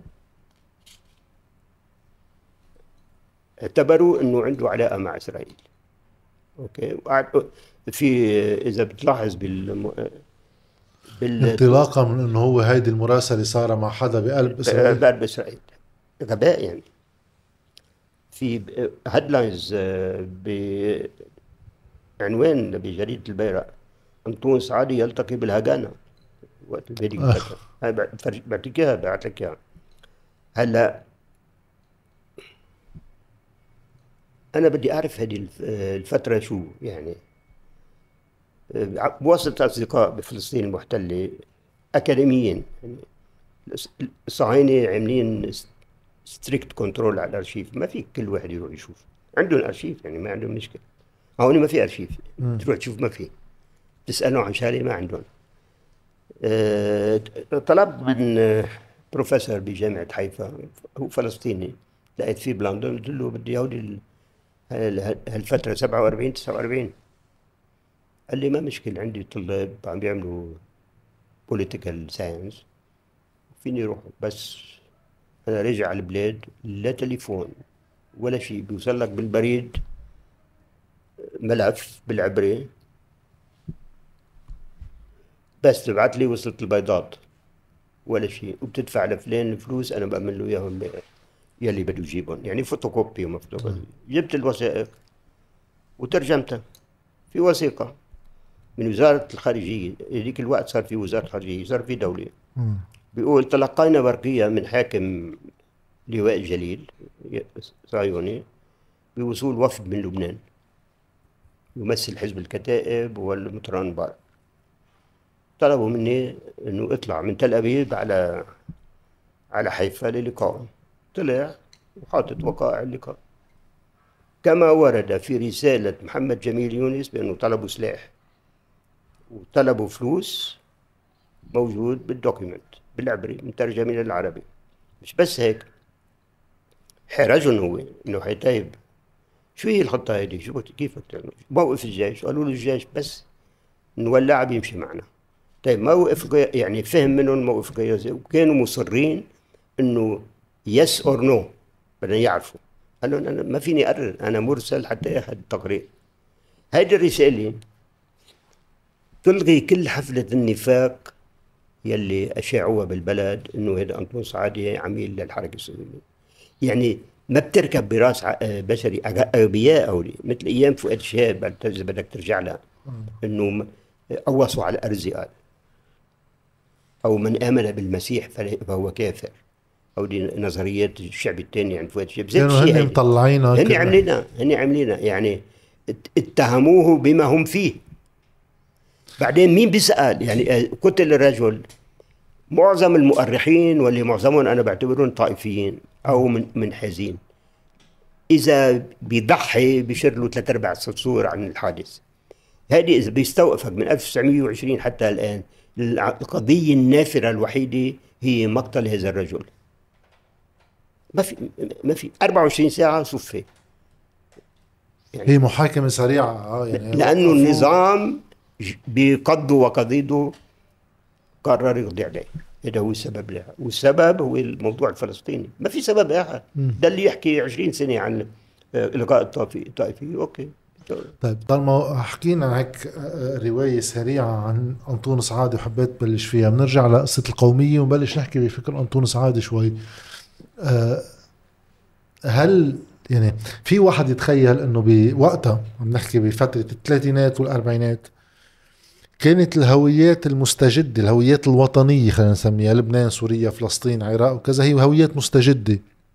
اعتبروا انه عنده علاقة مع اسرائيل. اوكي، في اذا بتلاحظ انطلاقا من انه هو هيدي المراسلة صار مع حدا بقلب اسرائيل غباء يعني. في هيدلاينز بعنوان بجريدة البيرق انطون سعادي يلتقي بالهجانة وقت بهديك الفترة. هاي بعطيك اياها، بعت لك اياها. هلا انا بدي اعرف هذه الفترة شو يعني، بواسطة اصدقاء بفلسطين المحتلة اكاديميين، يعني الصهاينة عاملين ستريكت كنترول على الارشيف، ما في كل واحد يروح يشوف، عندهم ارشيف يعني ما عندهم مشكله. هون ما في ارشيف، تروح تشوف ما في، تساله عن شغله ما عندهم. طلبت من بروفيسور بجامعه حيفا هو فلسطيني لقيت فيه بلندن، قلت له بدي هودي هالفتره 47 49. قال لي ما مشكله، عندي طلاب عم بيعملوا بوليتيكال ساينس فيني روح، بس أنا رجع على البلاد لا تليفون ولا شيء، بيوصل لك بالبريد ملف بالعبرة بس تبعت لي وصلت البيضات ولا شيء، وبتدفع لفلان الفلوس انا بعمل له اياهم يلي بده يجيبهم، يعني فوتوكوبي وما فوتوكوبي. جبت الوثائق وترجمتها في وثيقه من وزاره الخارجيه، هذيك الوقت صار في وزاره الخارجيه، صار في دوله. بيقول تلقينا برقيه من حاكم لواء الجليل صهيوني بوصول وفد من لبنان يمثل حزب الكتائب والمطران بار. طلبوا مني انه اطلع من تل ابيب على حيفا للقائهم. طلع وحاطط وقائع اللقاء كما ورد في رسالة محمد جميل يونس بأنه طلبوا سلاح وطلبوا فلوس، موجود بالدوكيمنت بالعبري مترجمين للعربي. مش بس هيك، حرجهم هو انه حيتايب شو هي الخطة هذه، شو كيف موقف الجيش؟ قالوا له الجيش بس نولع بيمشي معنا. طيب موقف يعني فهم منهم موقف قياسي، وكانوا مصرين انه يس اور نو بدنا يعرفوا. قال لهم انا ما فيني اقرر، انا مرسل حتى اخذ تقرير. هيدي الرساله تلغي كل حفله النفاق يلي اشاعوها بالبلد انه هذا انطون سعادي عميل للحركه الصهيونيه. يعني ما بتركب براس بشري اغبياء او مثل ايام فؤاد شهاب اذا بدك ترجع لها، انه قوصوا على الارزقال، او من امن بالمسيح فهو كافر، او دي نظريات الشعب الثاني عند فؤاد شهاب. يعني هن مطلعينها، هن عاملينها يعني اتهموه بما هم فيه. بعدين مين بيسأل؟ يعني قتل الرجل. معظم المؤرخين واللي معظمهم انا بعتبرهم طائفيين او منحازين، اذا بيضحي بيشر له 3/4 سطور عن الحادث. هذه اذا بيستوقفك من 1920 حتى الان، القضيه النافره الوحيده هي مقتل هذا الرجل. ما في 24 ساعه صفه. يعني هي محاكمه سريعه يعني لانه النظام بقضه وقضيده قرر يقضي عليه. هذا هو السبب لها، والسبب هو الموضوع الفلسطيني، ما في سبب آخر. ده اللي يحكي 20 سنة عن إلغاء الطائفية. أوكي. طيب طالما حكينا هيك رواية سريعة عن أنطون سعادة وحبيت بلش فيها، بنرجع لقصة القومية ونبلش نحكي بفكر أنطون سعادة شوي. هل يعني في واحد يتخيل أنه بوقتها عم نحكي بفترة الثلاثينات والأربعينات كانت الهويات المستجدة، الهويات الوطنية خلينا نسميها، لبنان، سوريا، فلسطين، عراق وكذا، هي هويات مستجدة،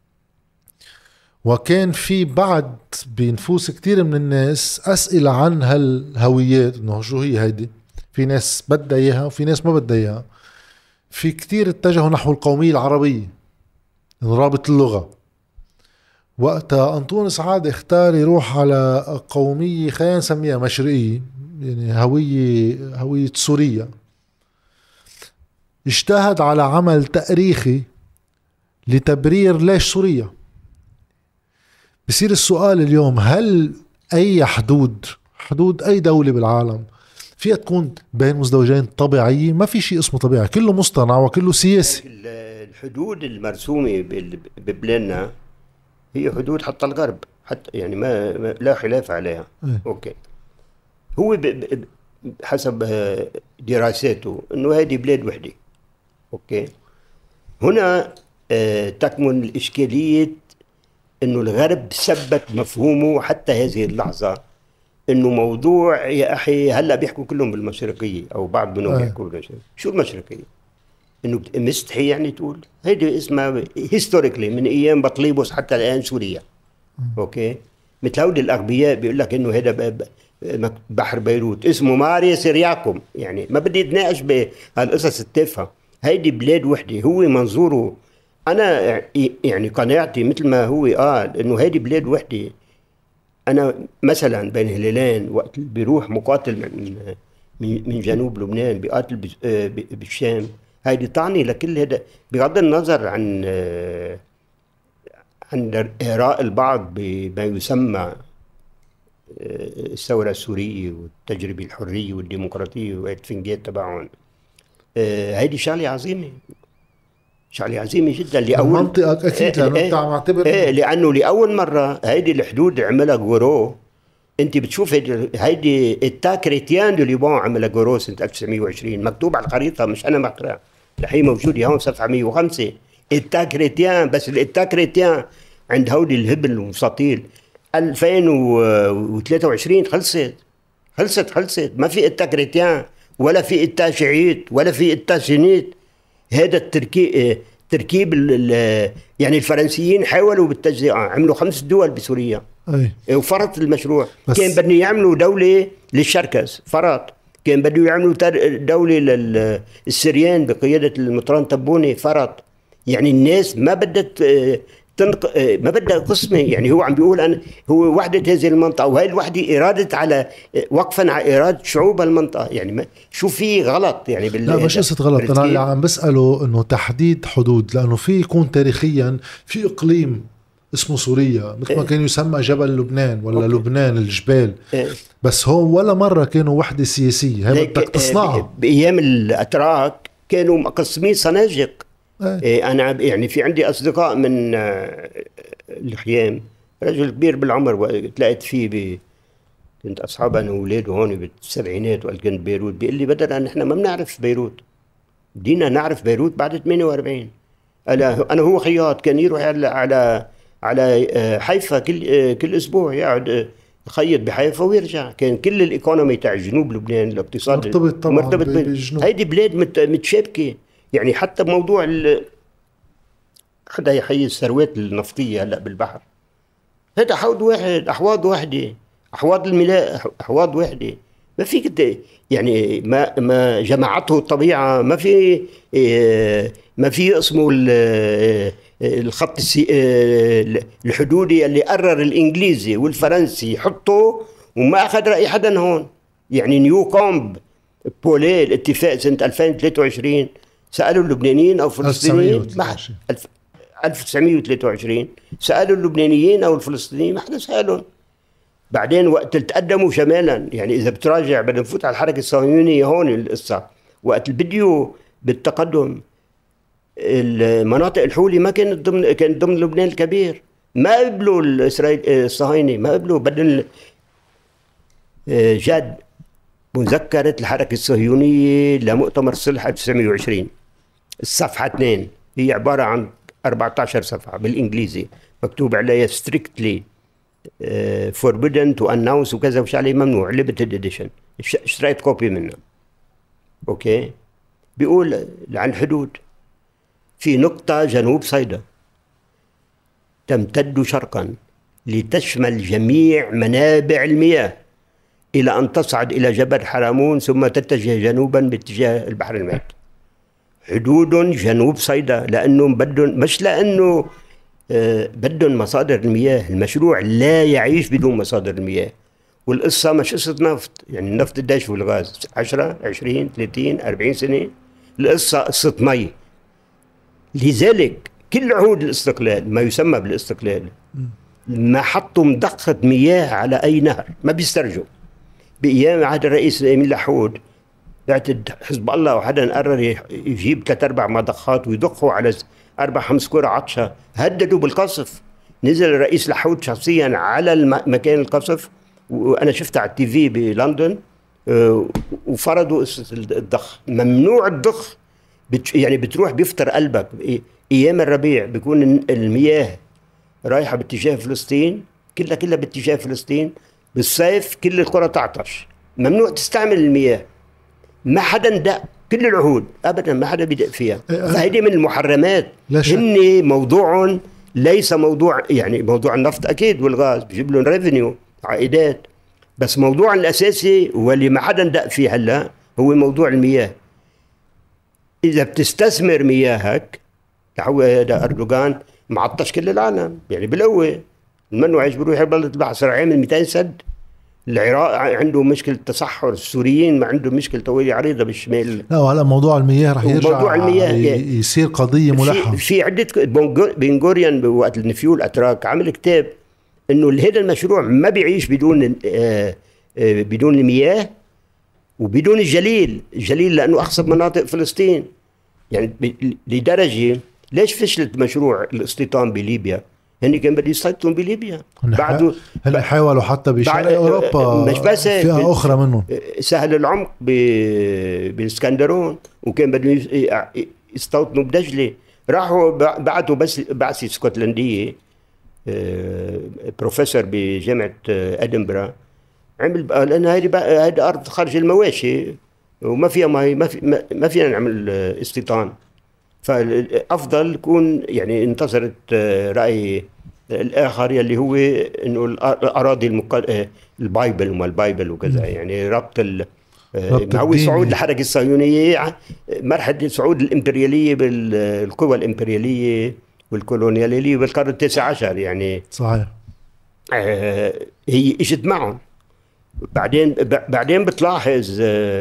وكان في بعد بنفوس كتير من الناس أسئلة عن هالهويات، إنه شو هي هيدي. في ناس بدها إياها وفي ناس ما بدها إياها. في كتير اتجهوا نحو القومية العربية، رابط اللغة. وقتها أنطون سعادة اختار يروح على قومية خلينا نسميها مشرقية، يعني هوية سوريا. اجتهد على عمل تاريخي لتبرير ليش سوريا. بصير السؤال اليوم، هل أي حدود أي دولة بالعالم فيها تكون بين مزدوجين طبيعية؟ ما في شيء اسمه طبيعي، كله مصطنع وكله سياسي. الحدود المرسومة ببلادنا هي حدود حتى الغرب، حتى يعني ما لا خلاف عليها. أوكي. هو حسب دراساته انه هذه بلاد وحده. اوكي. هنا تكمن الاشكاليه انه الغرب ثبت مفهومه حتى هذه اللحظه انه موضوع يا اخي هلا بيحكوا كلهم بالمشرقيه او بعض منهم بيحكوا بالمشرقيه. شو المشرقيه؟ انه مستحي يعني تقول هيدي اسمها هيستوريكلي من ايام بطليبوس حتى الان سوريا. اوكي. مثل هودي الاغبياء بيقول لك انه هذا بحر بيروت اسمه ماريا سيرياكم. يعني ما بدي اتناقش بهالقصص التافهه. هيدي بلاد وحده. هو منظوره، انا يعني قناعتي مثل ما هو قال انه هيدي بلاد وحده. انا مثلا بين هلالين وقت بيروح مقاتل من جنوب لبنان بيقاتل بالشام، هيدي تعني لكل هذا بغض النظر عن آراء البعض بما يسمى الثورة السورية والتجربة الحرية والديمقراطية والفنجات تبعهم. هيدي شغلة عظيمة، شغلة عظيمة جدا. لأول منطقك أكيد لأنه أنت عم معتبر لأنه لأول مرة هيدي الحدود عملها غورو. أنت بتشوف هيدي التا كريتيان دو ليبان عملها غورو سنة 1920 مكتوب على الخريطة، مش أنا مخترع. هي موجودة هون صفحة 105. إتا كريتيان، بس الإتا كريتيان عند هودي الهبل ومساطيل 2023 خلصت. ما في إتا كريتيان ولا في إتا شيعيت ولا في إتا سنيت. هذا تركيب يعني الفرنسيين حاولوا بالتجزئة، عملوا 5 دول بسوريا وفرط المشروع. كان بدهم يعملوا دولة للشركس، فرط. كان بدهم يعملوا دولة للسريان بقيادة المطران تبوني، فرط. يعني الناس ما بدت ما بدها قسمة. يعني هو عم بيقول أنا هو وحدة هذه المنطقة، وهي الوحدة إرادة على وقفا على إرادة شعوب المنطقة. يعني ما شو في غلط يعني لا مش قصة غلط. أنا اللي عم بسأله إنه تحديد حدود، لأنه في يكون تاريخيا في إقليم اسمه سوريا، مثل ما كان يسمى جبل لبنان ولا لبنان الجبال، بس هو ولا مرة كانوا وحدة سياسية. هي بدك تصنعها. بأيام الأتراك كانوا مقسمين صناجق. أنا يعني في عندي أصدقاء من الخيام، رجل كبير بالعمر تلاقيت فيه كنت أصحاب أنا وولاده هون بالسبعينات وقت كنت بيروت. بيقول لي بدل نحن ما بنعرف بيروت، بدينا نعرف بيروت بعد 48. أنا هو خياط، كان يروح على حيفا كل أسبوع، يقعد يخيط بحيفا ويرجع. كان كل الإيكونومي تاع جنوب لبنان الاقتصاد مرتبط بالجنوب. هيدي بلاد متشابكة. يعني حتى بموضوع حدا يحيي الثروات النفطية هلا بالبحر، هذا حوض واحد، أحواض واحدة، أحواض الملاء أحواض واحدة. ما فيك يعني ما جمعته الطبيعة. ما في اسمه الخط الحدودي اللي قرر الإنجليزي والفرنسي يحطه وما أخذ رأي حدا هون. يعني نيو كومب بولي الاتفاق سنة 2023 سألوا اللبنانيين أو الفلسطينيين 1923 سألوا اللبنانيين أو الفلسطينيين، ما حدا سألهم. بعدين وقت تقدموا شمالا، يعني إذا بتراجع بدنا نفوت على الحركة الصهيونية هون القصة. وقت الفيديو بالتقدم المناطق الحولي ما كانت ضمن لبنان الكبير. ما قبلوا الصهاينة، ما قبلوا. بدل جاد مذكرة الحركة الصهيونية لمؤتمر الصلح 1920 الصفحة 2 هي عبارة عن 14 صفحة بالإنجليزي مكتوب عليها strictly forbidden to announce وكذا وش عليه ممنوع limited edition. اشتريت كوبي منها. أوكي. بيقول عن الحدود في نقطة جنوب صيدا تمتد شرقا لتشمل جميع منابع المياه إلى أن تصعد إلى جبل حرامون ثم تتجه جنوبا باتجاه البحر الميت. حدود جنوب صيدا لأنهم مش لأنه بدهم مصادر المياه. المشروع لا يعيش بدون مصادر المياه. والقصة مش قصة نفط، يعني النفط قديش والغاز 10 20 30 40 سنة. القصة قصة مي. لذلك كل عهود الاستقلال ما يسمى بالاستقلال ما حطوا مضخة مياه على أي نهر، ما بيسترجوا. بأيام عهد الرئيس أمين لحود بعتد حزب الله وحدا قرر يجيب 3-4 مضخات ويضخوا على 4-5 قرى عطشة، هددوا بالقصف. نزل الرئيس لحود شخصيا على مكان القصف، وأنا شفتها على التي في بلندن، وفرضوا الضخ. ممنوع الضخ، يعني بتروح بيفطر قلبك. أيام الربيع بيكون المياه رايحة باتجاه فلسطين، كلها باتجاه فلسطين. بالصيف كل القرى تعطش، ممنوع تستعمل المياه. ما حدا دق كل العهود أبدا، ما حدا بدق فيها. فهذه من المحرمات. هن موضوع ليس موضوع، يعني موضوع النفط أكيد والغاز بيجيب لهم ريفينيو عائدات، بس موضوع الأساسي واللي ما حدا دق فيه هلا هو موضوع المياه. إذا بتستثمر مياهك، هذا أردوغان معطش كل العالم يعني بالقوة. المنو عايش بروح بلد البحر، صار عامل 200 سد. العراق عنده مشكلة تصحر، السوريين ما عندهم مشكلة طويلة عريضة بالشمال. لا وهلا موضوع المياه رح يرجع موضوع المياه يصير قضية ملحة. في عدة بنغوريان وقت النفيول أتراك عمل كتاب إنه هذا المشروع ما بيعيش بدون المياه وبدون الجليل لأنه أخصب مناطق فلسطين. يعني لدرجة ليش فشلت مشروع الاستيطان بليبيا؟ هني كان بدي يسيطرون بليبيا بعده. هلا حاولوا حتى بشرق أوروبا مش بس فئة أخرى منهم سهل العمق بالاسكندرون، وكان بدهم يستوطنوا بدجله. راحوا بعثوا بس بعثه اسكتلنديه، بروفيسور بجامعه ادنبرا، عمل لان هذه ارض خارج المواشي وما فيها مي، ما فينا نعمل استيطان، فالافضل يكون يعني انتصرت راي الاخر يلي هو انه الاراضي البايبل وما البايبل وكذا، يعني ربط هو صعود الحركه الصهيونيه، مرحله صعود الامبرياليه بالقوى الامبرياليه والكولونياليه بالقرن التاسع عشر يعني. صحيح. هي اجت معهم. بعدين بتلاحظ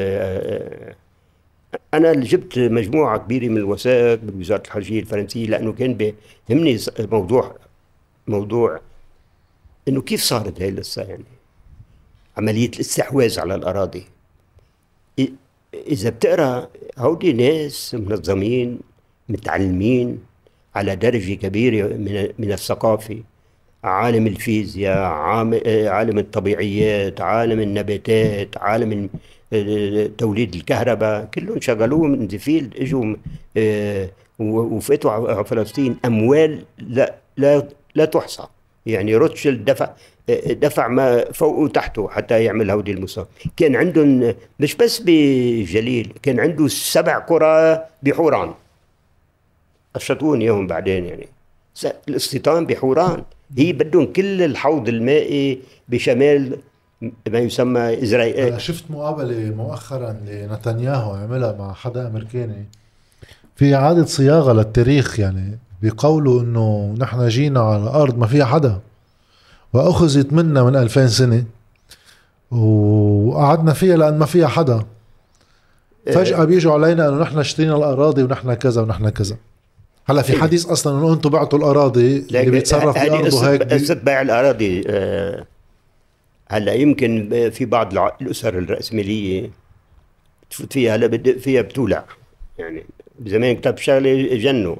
انا اللي جبت مجموعه كبيره من الوثائق بوزاره الخارجيه الفرنسيه لانه كان بيهمني موضوع انه كيف صارت هاي القصه، يعني عمليه الاستحواذ على الاراضي. اذا بتقرا هودي ناس منظمين متعلمين على درجه كبيره من الثقافه، عالم الفيزياء، عالم الطبيعيات، عالم النباتات، عالم توليد الكهرباء، كلهم شغلوه من زفيل، اجوا وفاتوا على فلسطين اموال لا تحصى. يعني روتشيلد دفع ما فوق وتحته حتى يعمل هودي المستوى. كان عندهم مش بس بجليل، كان عنده 7 قرى بحوران، قشطون اياهم بعدين. يعني الاستيطان بحوران، هي بدهم كل الحوض المائي بشمال ما يسمى إسرائيل. شفت مقابلة مؤخرا لنتنياهو عملها مع حدا أمريكاني في إعادة صياغة للتاريخ، يعني بيقولوا إنه نحن جينا على أرض ما فيها حدا وأخذت منا من 2000 سنة وقعدنا فيها لأن ما فيها حدا، فجأة بيجوا علينا إنه نحن اشترينا الأراضي ونحن كذا ونحن كذا. هلا في حديث أصلا إنه أنتم بعتوا الأراضي اللي بيتصرف بأرضه هيك قصة بيع الأراضي. هلا يمكن في بعض الأسر الرأسمالية تفوت فيها، هلا فيها بتولع. يعني بزمان كتب شغلة جنوا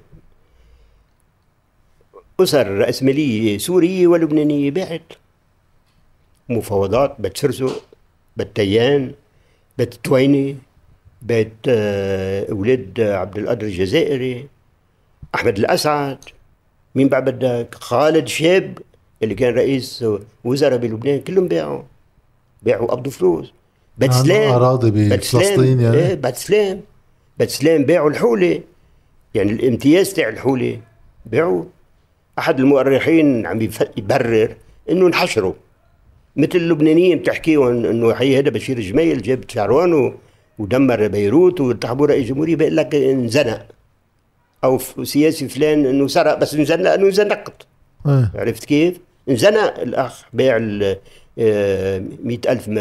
أسر رأسمالية سورية ولبنانية باعت مفاوضات، بيت سرسو، بيت تيان، بيت تويني، بيت ولاد عبد القادر الجزائري، أحمد الأسعد، مين بعد بدك، خالد شاب اللي كان رئيس وزراء بلبنان، كلهم باعوا قبضوا فلوس. بيت سلام أراضي بفلسطين، يعني ايه بيت سلام باعوا الحولة، يعني الامتياز تاع الحولة باعوا. أحد المؤرخين عم يبرر إنه انحشروا، مثل اللبنانيين بتحكيهم إنه هي هذا بشير جميل جاب شعروان ودمر بيروت وانتخبوا رئيس جمهورية، بيقول لك انزنق، أو سياسي فلان إنه سرق، بس انزنق لأنه انزنقت. عرفت كيف؟ انزنق الأخ، باع 100,000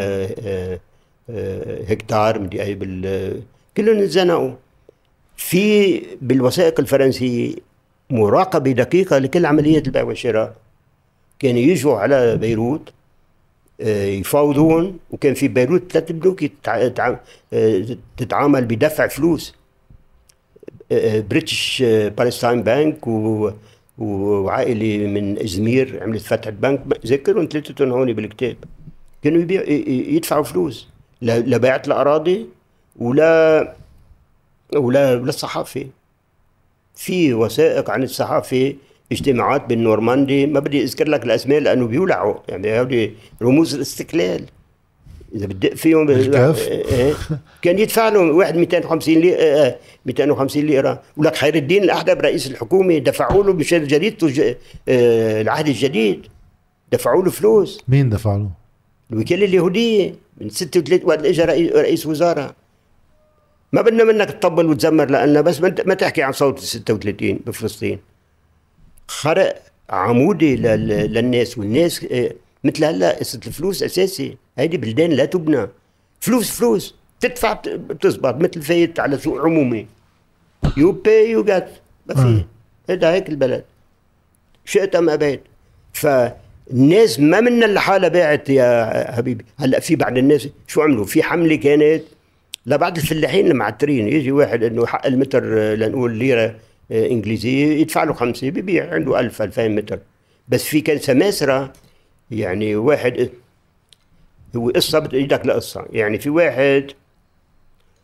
هكتار مدي أي كلهم انزنقوا. في بالوثائق الفرنسية مراقبة دقيقة لكل عملية البيع والشراء. كانوا يجوا على بيروت يفاوضون، وكان في بيروت 3 بنوك تتعامل بدفع فلوس، بريتش بالستاين بانك وعائلة من إزمير عملت فتحة بنك، ذكرهم 3 هون بالكتاب. كانوا يدفعوا فلوس لبيعة الأراضي ولا الصحافة. في وثائق عن الصحافة، اجتماعات بالنورماندي، ما بدي اذكر لك الاسماء لانه بيولعوا، يعني هذه رموز الاستقلال اذا بدق فيهم كان يدفع لهم واحد 250 ليره. ولك خير الدين الاحدب رئيس الحكومه دفعوا له بشان جريدته العهد الجديد، دفعوا له فلوس. مين دفع له؟ الوكاله اليهوديه من 36 وقت اجى رئيس وزاره. ما بدنا منك تطبل وتزمر لأننا بس ما تحكي عن صوت 36 بفلسطين. خرق عمودي للناس، والناس مثل هلا قصة الفلوس أساسي. هيدي بلدان لا تبنى، فلوس تدفع بتزبط، مثل فايت على سوق عمومي، يو باي يو جات، ما في. هذا هيك البلد شئت أم أبيت. فالناس ما منا لحالها باعت يا حبيبي. هلا في بعض الناس شو عملوا؟ في حملة كانت لبعض الفلاحين المعترين، يجي واحد انه حق المتر لنقول ليره انجليزيه يدفع له 5، ببيع عنده 1000-2000 متر. بس في كان سماسره، يعني واحد هو قصه بدي لك لقصه. يعني في واحد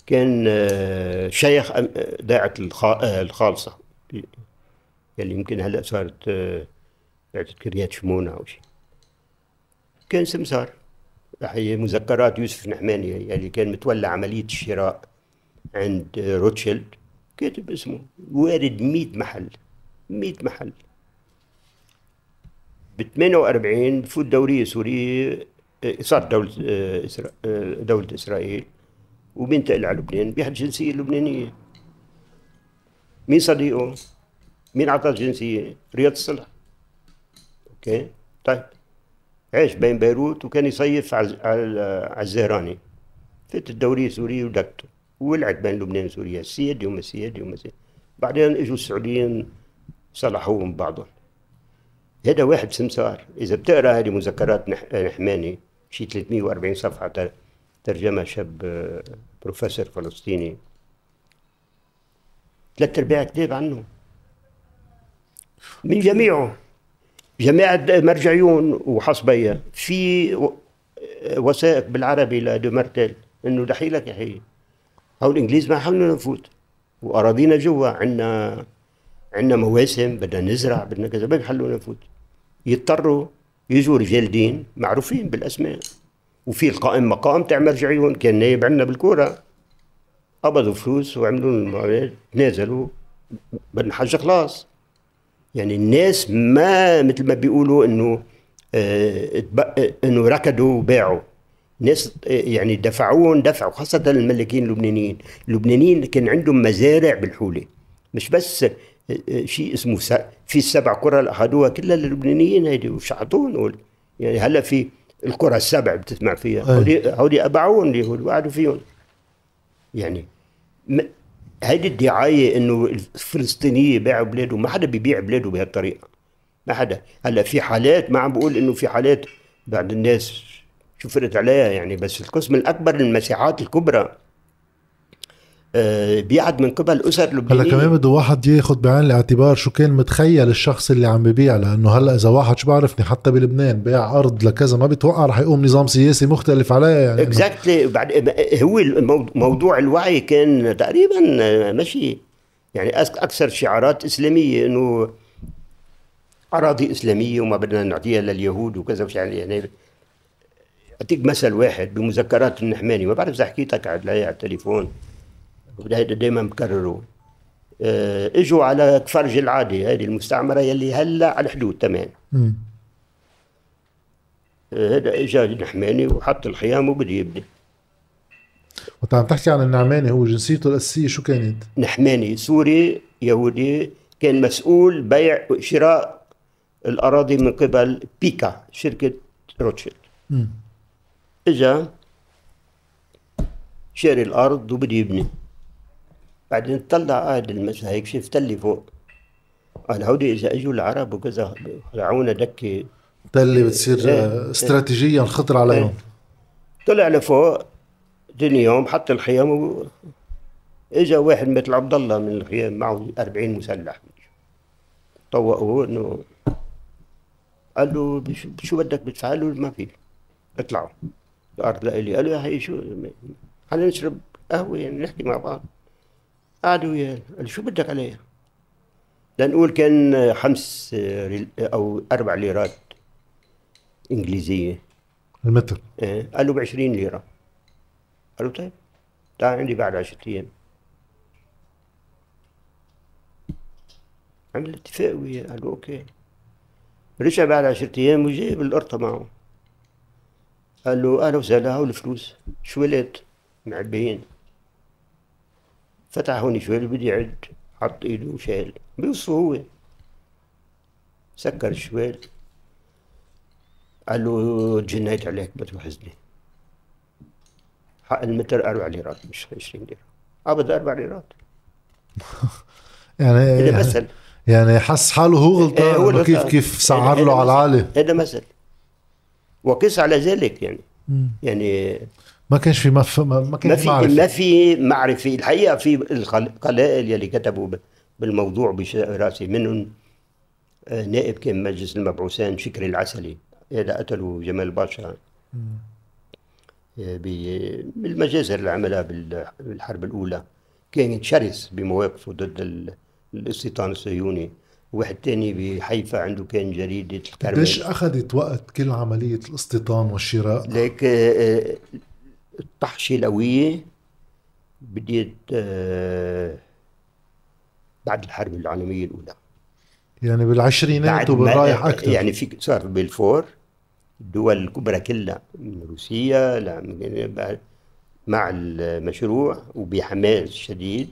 كان شيخ ضاعة الخالصة اللي يمكن هلا صارت ضاعة كريات شمونة أو شيء. كان سمسار. هي مذكرات يوسف نحماني اللي كان متولى عملية الشراء عند روتشيلد، كاتب اسمه وارد 100 محل 100 محل. ب 48 بفوت دورية سورية، صار دولة إسرائيل وبينتقل على لبنان، بياخذ جنسية لبنانية. مين صديقه؟ مين عطاه الجنسية؟ رياض الصلح. اوكي طيب، عاش بين بيروت وكان يصيف على الزهراني. فات الدورية السورية ودكته وولعت بين لبنان وسوريا، السيادي وما السيادي وما السيادي. بعدين اجوا السعوديين صلحوهم بعضهم. هذا واحد سمسار. اذا بتقرا هذه مذكرات نحماني شي 340 صفحة ترجمة شاب بروفيسور فلسطيني، 3/4 كتاب عنه من جميعه، جماعة مرجعيون وحصبية. في وثائق بالعربي لدومارتيل انه دحيلك يا حي، هول الانجليز ما حاولنا نفوت واراضينا جوا، عندنا مواسم بدنا نزرع بدنا كذا، ما بيحلونا نفوت. يضطروا يجوا رجال دين معروفين بالاسماء، وفي القائم مقام تاع مرجعيون كان نايب عندنا بالكوره، قبضوا فلوس وعملوا المعاملات، نازلوا بدنا حج خلاص. يعني الناس ما مثل ما بيقولوا انه ركضوا وباعوا. ناس يعني دفعوا خاصة الملاكين اللبنانيين كان عندهم مزارع بالحولة، مش بس شيء اسمه في 7 قرى اللي اخذوها كلها للبنانيين هيدي وشحطون. يعني هلا في القرى ال7 بتسمع فيها، هودي اباعوهم اليهود وقعدوا فيهم. يعني هيدي الدعاية انه الفلسطينية باعوا بلاده، ما حدا بيبيع بلاده بهالطريقة، ما حدا. هلا في حالات، ما عم بقول انه في حالات بعد الناس شفرت عليها يعني، بس القسم الاكبر المساحات الكبرى بيعد من قبل اسر لبنانية. هلا كمان بده واحد ياخد بعين الاعتبار شو كان متخيل الشخص اللي عم ببيع، لانه هلا اذا واحد شو بعرفني حتى بلبنان بيع ارض لكذا ما بتوقع رح يقوم نظام سياسي مختلف عليها يعني. اكزاكتلي. بعد هو موضوع الوعي كان تقريبا ماشي يعني، اكثر شعارات اسلاميه انه اراضي اسلاميه وما بدنا نعطيها لليهود وكذا. يعني اعطيك مثل واحد بمذكرات النحماني، ما بعرف اذا حكيتك على التليفون، هذا دائما بكرره. اجوا على كفر جلعادي، هذه المستعمره يلي هلا على الحدود تمام. هذا اجى النحماني وحط الخيام وبدي يبني. وانت عم تحكي عن النعماني، هو جنسيته الاساسيه شو كانت؟ نحماني سوري يهودي، كان مسؤول بيع وشراء الاراضي من قبل بيكا شركه روتشيلد. اجى شاري الارض وبدي يبني. بعدين طلع قاعد المسا هيك شفت لي فوق، قال هودي اذا اجوا العرب وكذا رعونا دكه اللي بتصير استراتيجيا خطر عليهم. طلع لفوق ثاني يوم حط الخيام اجا واحد مثل عبد الله من الخيام معه 40 مسلح، طوقوه انه قال له شو بدك بدفع له؟ ما في، اطلعوا الارض لإلي. قال له يا حي شو، خلينا نشرب قهوه يعني نحكي مع بعض. قعدوا وياه، قال شو بدك عليها؟ لنقول كان 5 أو 4 ليرات إنجليزية المتر. قال له ب20 ليرة. قال له طيب تعال عندي بعد 10 أيام. عمل اتفاق وياه، قال له أوكي. رجع بعد 10 أيام وجاب القرطة معه، قال له أهلا وسهلا، هاو الفلوس شويلات معبيين. فتح هوني شويل بدي يعد، حط ايده وشال بيوصفه هو، سكر الشويل. قال له تجنيت عليك ما توحزني، حق المتر 4 ليرات مش 20 ليرة، أبدا 4 ليرات. يعني مثل، يعني حس حاله هو غلطان، كيف سعر له على العالي. هذا مثل وقس على ذلك يعني. يعني ما كانش في ما في معرفة الحقيقة. في القلائل يلي كتبوا بالموضوع براسي، منهم نائب كان مجلس المبعوثان شكري العسلي، هذا قتلوا جمال باشا. بالمجازر اللي عملها بالحرب الأولى، كان شرس بمواقفه ضد الاستيطان الصهيوني. واحد تاني بحيفا عنده كان جريدة قديش الكرمل. أخذت وقت كل عملية الاستيطان والشراء؟ لك الطحشة القوية بديت بعد الحرب العالمية الأولى، يعني بالعشرينات بعد ما وبالرايح أكتر. يعني في صار بالفور الدول الكبرى كلها من روسيا مع المشروع وبحماس شديد.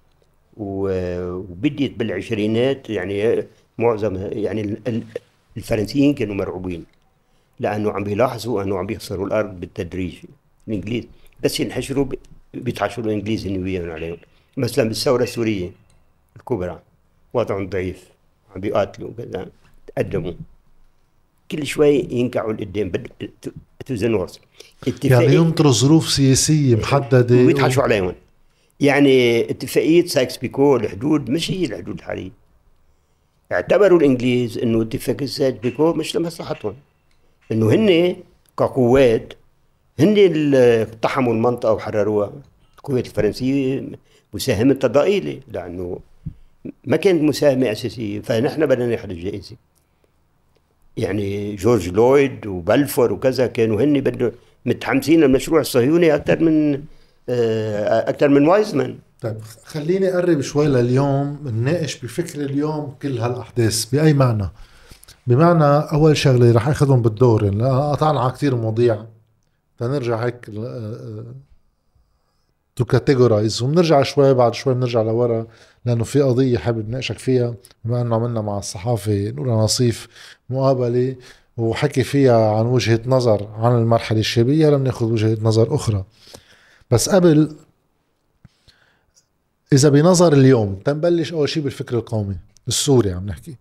وبديت بالعشرينات يعني معظم يعني الفرنسيين كانوا مرعوبين، لأنه عم بيلاحظوا أنه عم بيخسروا الأرض بالتدريج. الإنجليز بس ينحشروا بيتحشروا الإنجليز هن عليهم. مثلا بالثورة السورية الكبرى وضعهم ضعيف، عم بيقاتلوا كذا، تقدموا كل شوي ينكعوا لقدام تو ذا نورث. يعني ينطروا ظروف سياسية محددة ويتحشوا عليهم. يعني اتفاقية سايكس بيكو الحدود مش هي الحدود الحالية. اعتبروا الإنجليز إنه اتفاقية سايكس بيكو مش لمصلحتهم، إنه هن كقوات هن اللي اقتحموا المنطقة وحرروها. القوات الفرنسية مساهمة ضئيلة لأنه ما كانت مساهمة أساسية، فنحن بدنا ناخذ الجائزة. يعني جورج لويد وبلفور وكذا كانوا هن بدهم متحمسين للمشروع الصهيوني أكثر من وايزمان. طيب خليني أقرب شوي لليوم، نناقش بفكر اليوم كل هالأحداث بأي معنى. بمعنى أول شغلة رح أخذهم بالدور، لأن قطعنا على كتير مواضيع تنرجع هيك تو كاتيجورايز، وبنرجع شوي بعد شوي بنرجع لورا، لأنه في قضية حابب نناقشك فيها. بما أنه عملنا مع الصحافي نورا نصيف مقابلة وحكي فيها عن وجهة نظر عن المرحلة الشبابية، لم ناخذ وجهة نظر أخرى. بس قبل، إذا بنظر اليوم تنبلش أول شيء بالفكر القومي السوري عم نحكي.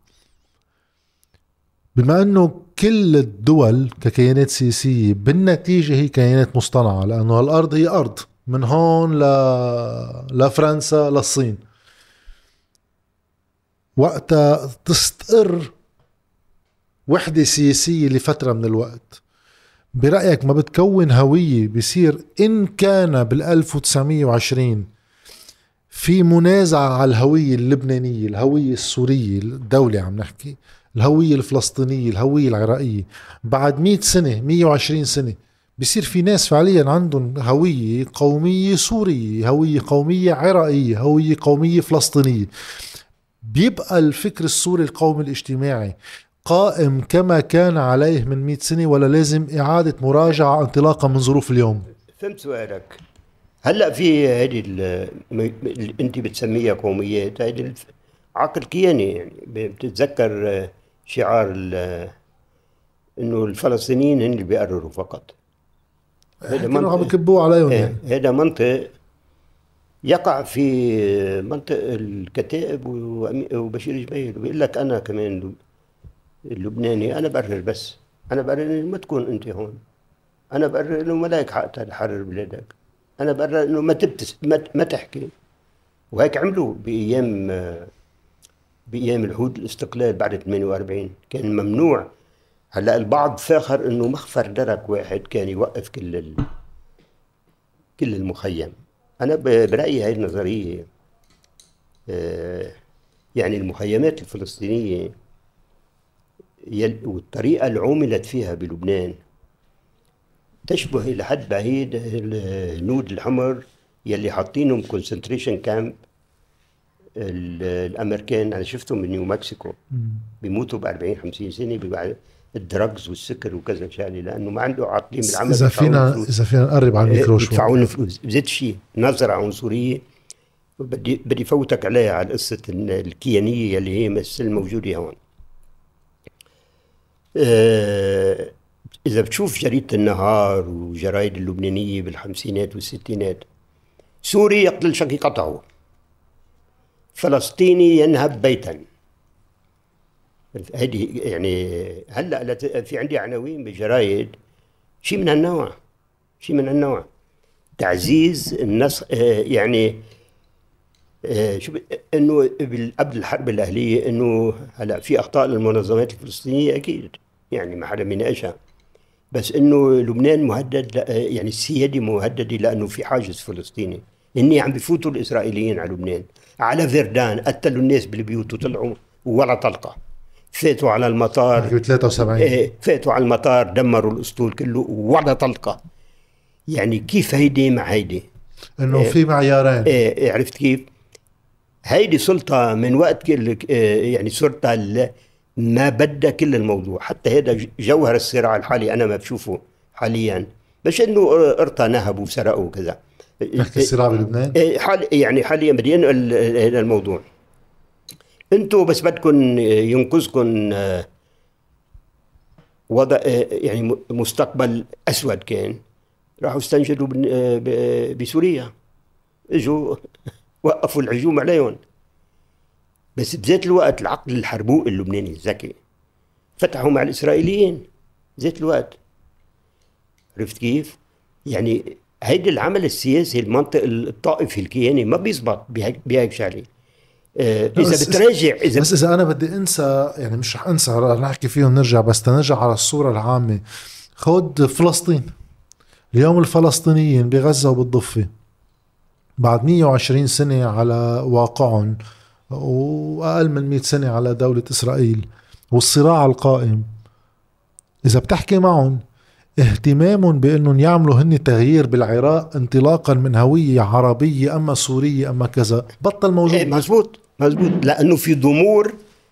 بما أنه كل الدول ككيانات سياسية بالنتيجة هي كيانات مصطنعة، لأنه الأرض هي أرض من هون لفرنسا للصين، وقتها تستقر وحدة سياسية لفترة من الوقت، برأيك ما بتكون هوية؟ بيصير إن كان بال1920 في منازعة على الهوية اللبنانية، الهوية السورية، الدولة عم نحكي، الهوية الفلسطينية، الهوية العراقية، بعد 100 سنة 120 سنة بيصير في ناس فعليا عندهم هوية قومية سورية، هوية قومية عراقية، هوية قومية فلسطينية. بيبقى الفكر السوري القومي الاجتماعي قائم كما كان عليه من 100 سنة، ولا لازم إعادة مراجعة انطلاقا من ظروف اليوم؟ فهمت سؤالك. هلا في هذه انت بتسميها قوميات، هذه عقل كياني. يعني بتتذكر شعار انه الفلسطينيين هن اللي بيقرروا فقط. كانوا عم يكبوه عليهم. يعني هذا منطق يقع في منطق الكتائب وبشير جبيل، وبيقول لك انا كمان اللبناني انا بقرر، بس انا بقرر انه ما تكون انت هون، انا بقرر انه ما لك حق تحرر بلادك، انا بقرر انه ما تحكي. وهيك عملوا بايام العهود الاستقلال بعد 48 كان ممنوع. هلا البعض فاخر انه مخفر درك واحد كان يوقف كل المخيم. انا برايي هاي النظريه يعني المخيمات الفلسطينيه والطريقه اللي عملت فيها بلبنان تشبه إلى حد بعيد الهنود الحمر يلي حاطينهم كونسنتريشن كامب الامريكان. انا شفتهم بنيو مكسيكو بيموتوا ب40-50 سنه بعد الدراجز والسكر وكذا شغله، لانه ما عنده عاطلين بالعمل. اذا فينا نقرب على الميكرو شوي. يدفعون فلوس زيت شيء نظره عنصريه بدي فوتك عليها على قصه الكيانيه اللي هي مثل موجوده هون. إذا بتشوف جريدة النهار وجرايد اللبنانية بالخمسينات والستينات، سوري يقتل شقيقته، فلسطيني ينهب بيتا. هذه يعني هلا في عندي عناوين بجرايد شيء من هالنوع، تعزيز النص. يعني شو انه قبل الحرب الاهليه انه هلا في اخطاء للمنظمات الفلسطينيه اكيد، يعني ما حدا بيناقشها، بس انه لبنان مهدد، يعني السيادة مهددة لانه في حاجز فلسطيني. اني عم بفوتوا الاسرائيليين على لبنان، على فردان، قتلوا الناس بالبيوت وطلعوا ولا طلقة. فاتوا على المطار 73 فاتوا على المطار، دمروا الاسطول كله ولا طلقة. يعني كيف هيدي مع هيدي؟ انه في معيارين. عرفت كيف؟ هيدي سلطة من وقت يعني سلطة ما بدها كل الموضوع. حتى هذا جوهر الصراع الحالي أنا ما بشوفه حاليا، مش إنه ارطى نهبوا وسرقوا وكذا. نحكي الصراع بلبنان يعني حاليا بدي أنقل هذا الموضوع. أنتوا بس بدكم ينقذكم وضع يعني مستقبل أسود كان، راحوا استنجدوا بسوريا، اجوا وقفوا الهجوم عليهم. بس بذات الوقت العقل الحربوق اللبناني الذكي فتحوا مع الإسرائيليين ذات الوقت. عرفت كيف؟ يعني هيدا العمل السياسي المنطق الطائفي الكياني ما بيزبط بهيك شغله. إذا بتراجع بس إذا أنا بدي أنسى، يعني مش رح أنسى، رح نحكي فيه ونرجع، بس تنرجع على الصورة العامة. خد فلسطين اليوم، الفلسطينيين بغزة وبالضفة بعد 120 سنة على واقعهم وأقل من 100 سنة على دولة إسرائيل والصراع القائم، إذا بتحكي معهم اهتمامهم بأنهم يعملوا هن تغيير بالعراق انطلاقا من هوية عربية أما سورية أما كذا بطل موجود. مزبوط، لأنه في ضمور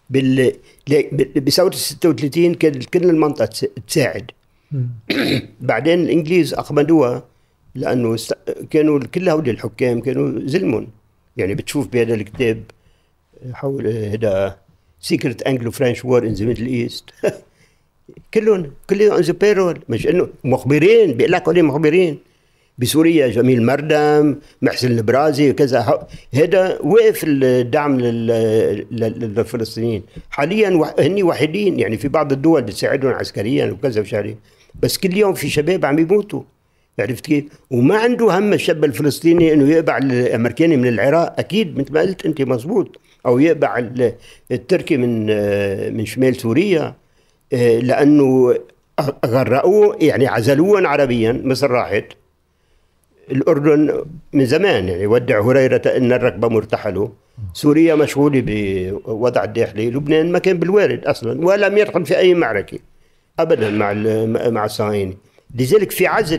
بثورة 36 كان كل المنطقة تساعد. بعدين الإنجليز أخمدوها لأنه كانوا كل هؤلاء الحكام كانوا ظلمون. يعني بتشوف بهذا الكتاب حول هذا Secret Anglo-French War in the Middle East كلهم on the payroll، مش إنه مخبرين، بيقول لك عليهم مخبرين بسوريا، جميل مردم، محسن البرازي وكذا. هذا وقف الدعم للفلسطينيين. حاليا هني وحيدين، يعني في بعض الدول بتساعدهم عسكريا وكذا وشاري، بس كل يوم في شباب عم يموتوا. عرفت كيف؟ وما عنده هم الشاب الفلسطيني انه يقبع الامريكاني من العراق، اكيد مثل ما قلت انت مزبوط، او يقبع التركي من شمال سوريا، لانه غرقوه، يعني عزلوه عربيا. مصر راحت، الأردن من زمان يعني ودع هريرة إن الركبة مرتحله، سوريا مشغولة بوضع الداخلي، لبنان ما كان بالوارد أصلا ولم يدخل في أي معركة أبدا مع الصهاينة. لذلك في عزل،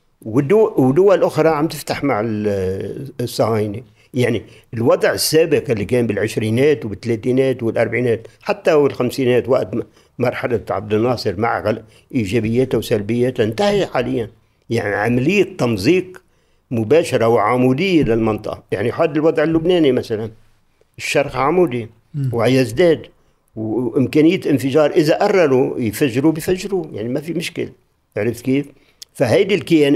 ودول أخرى عم تفتح مع الصهاينة. يعني الوضع السابق اللي كان بالعشرينات وبالثلاثينات والأربعينات حتى والخمسينات وقت مرحلة عبد الناصر مع إيجابياتها وسلبياتها انتهى حاليا. يعني عملية تمزيق مباشرة وعمودية للمنطقة. يعني هذا الوضع اللبناني مثلا، الشرق عمودي ويزداد، وإمكانية انفجار إذا قرروا يفجروا بيفجروا، يعني ما في مشكلة. عرفت كيف؟ فهيدي الكيان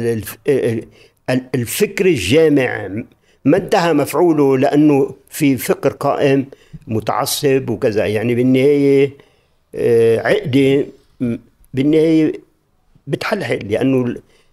الفكر الجامع ما انتهى مفعوله لأنه في فكر قائم متعصب وكذا. يعني بالنهاية عقدة بالنهاية بتحلحل، لأنه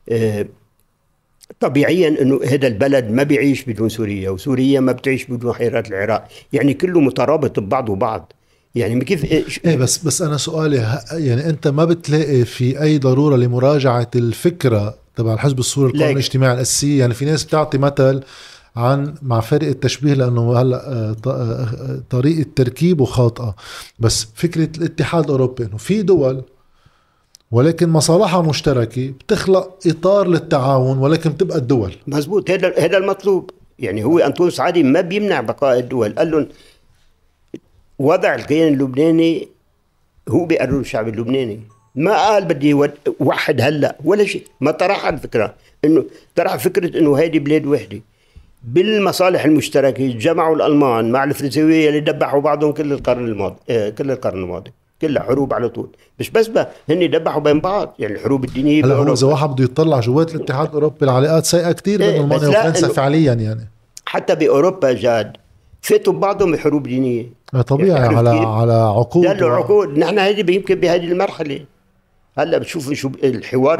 طبيعيا أنه هذا البلد ما بيعيش بدون سوريا، وسوريا ما بتعيش بدون حيرات العراق. يعني كله مترابط ببعض وبعض. يعني كيف إيه بس أنا سؤالي، يعني أنت ما بتلاقي في أي ضرورة لمراجعة الفكرة تبع الحزب السوري القومي الاجتماعي الأساسي؟ يعني في ناس بتعطي مثل عن مع فرق التشبيه لأنه هلأ طريقة تركيبه خاطئة، بس فكرة الاتحاد الأوروبي إنه في دول ولكن مصالحها مشتركة بتخلق إطار للتعاون ولكن بتبقى الدول. مزبوط، هذا المطلوب. يعني هو أنطونيو سعادي ما بيمنع بقاء الدول، قال لهم وضع الكيان اللبناني هو بيقرر الشعب اللبناني. ما قال بدي وحد هلأ ولا شيء، ما طرح الفكرة، إنه طرح فكرة إنه هيدي بلاد وحدة بالمصالح المشتركة. جمعوا الألمان مع الفرنسيين اللي دبحوا بعضهم كل القرن الماضي كلها حروب على طول. مش بس هن دبحوا بين بعض، يعني الحروب الدينية. هلا هو إذا واحد بده يطلع جوات الاتحاد الأوروبي العلاقات سيئة كتير بين ألمانيا وفرنسا فعليا. يعني حتى بأوروبا جاد فاتوا بعضهم بحروب دينية طبيعي، يعني على عقود عقود. نحن هذه يمكن بهذه المرحلة هلا بتشوف شو الحوار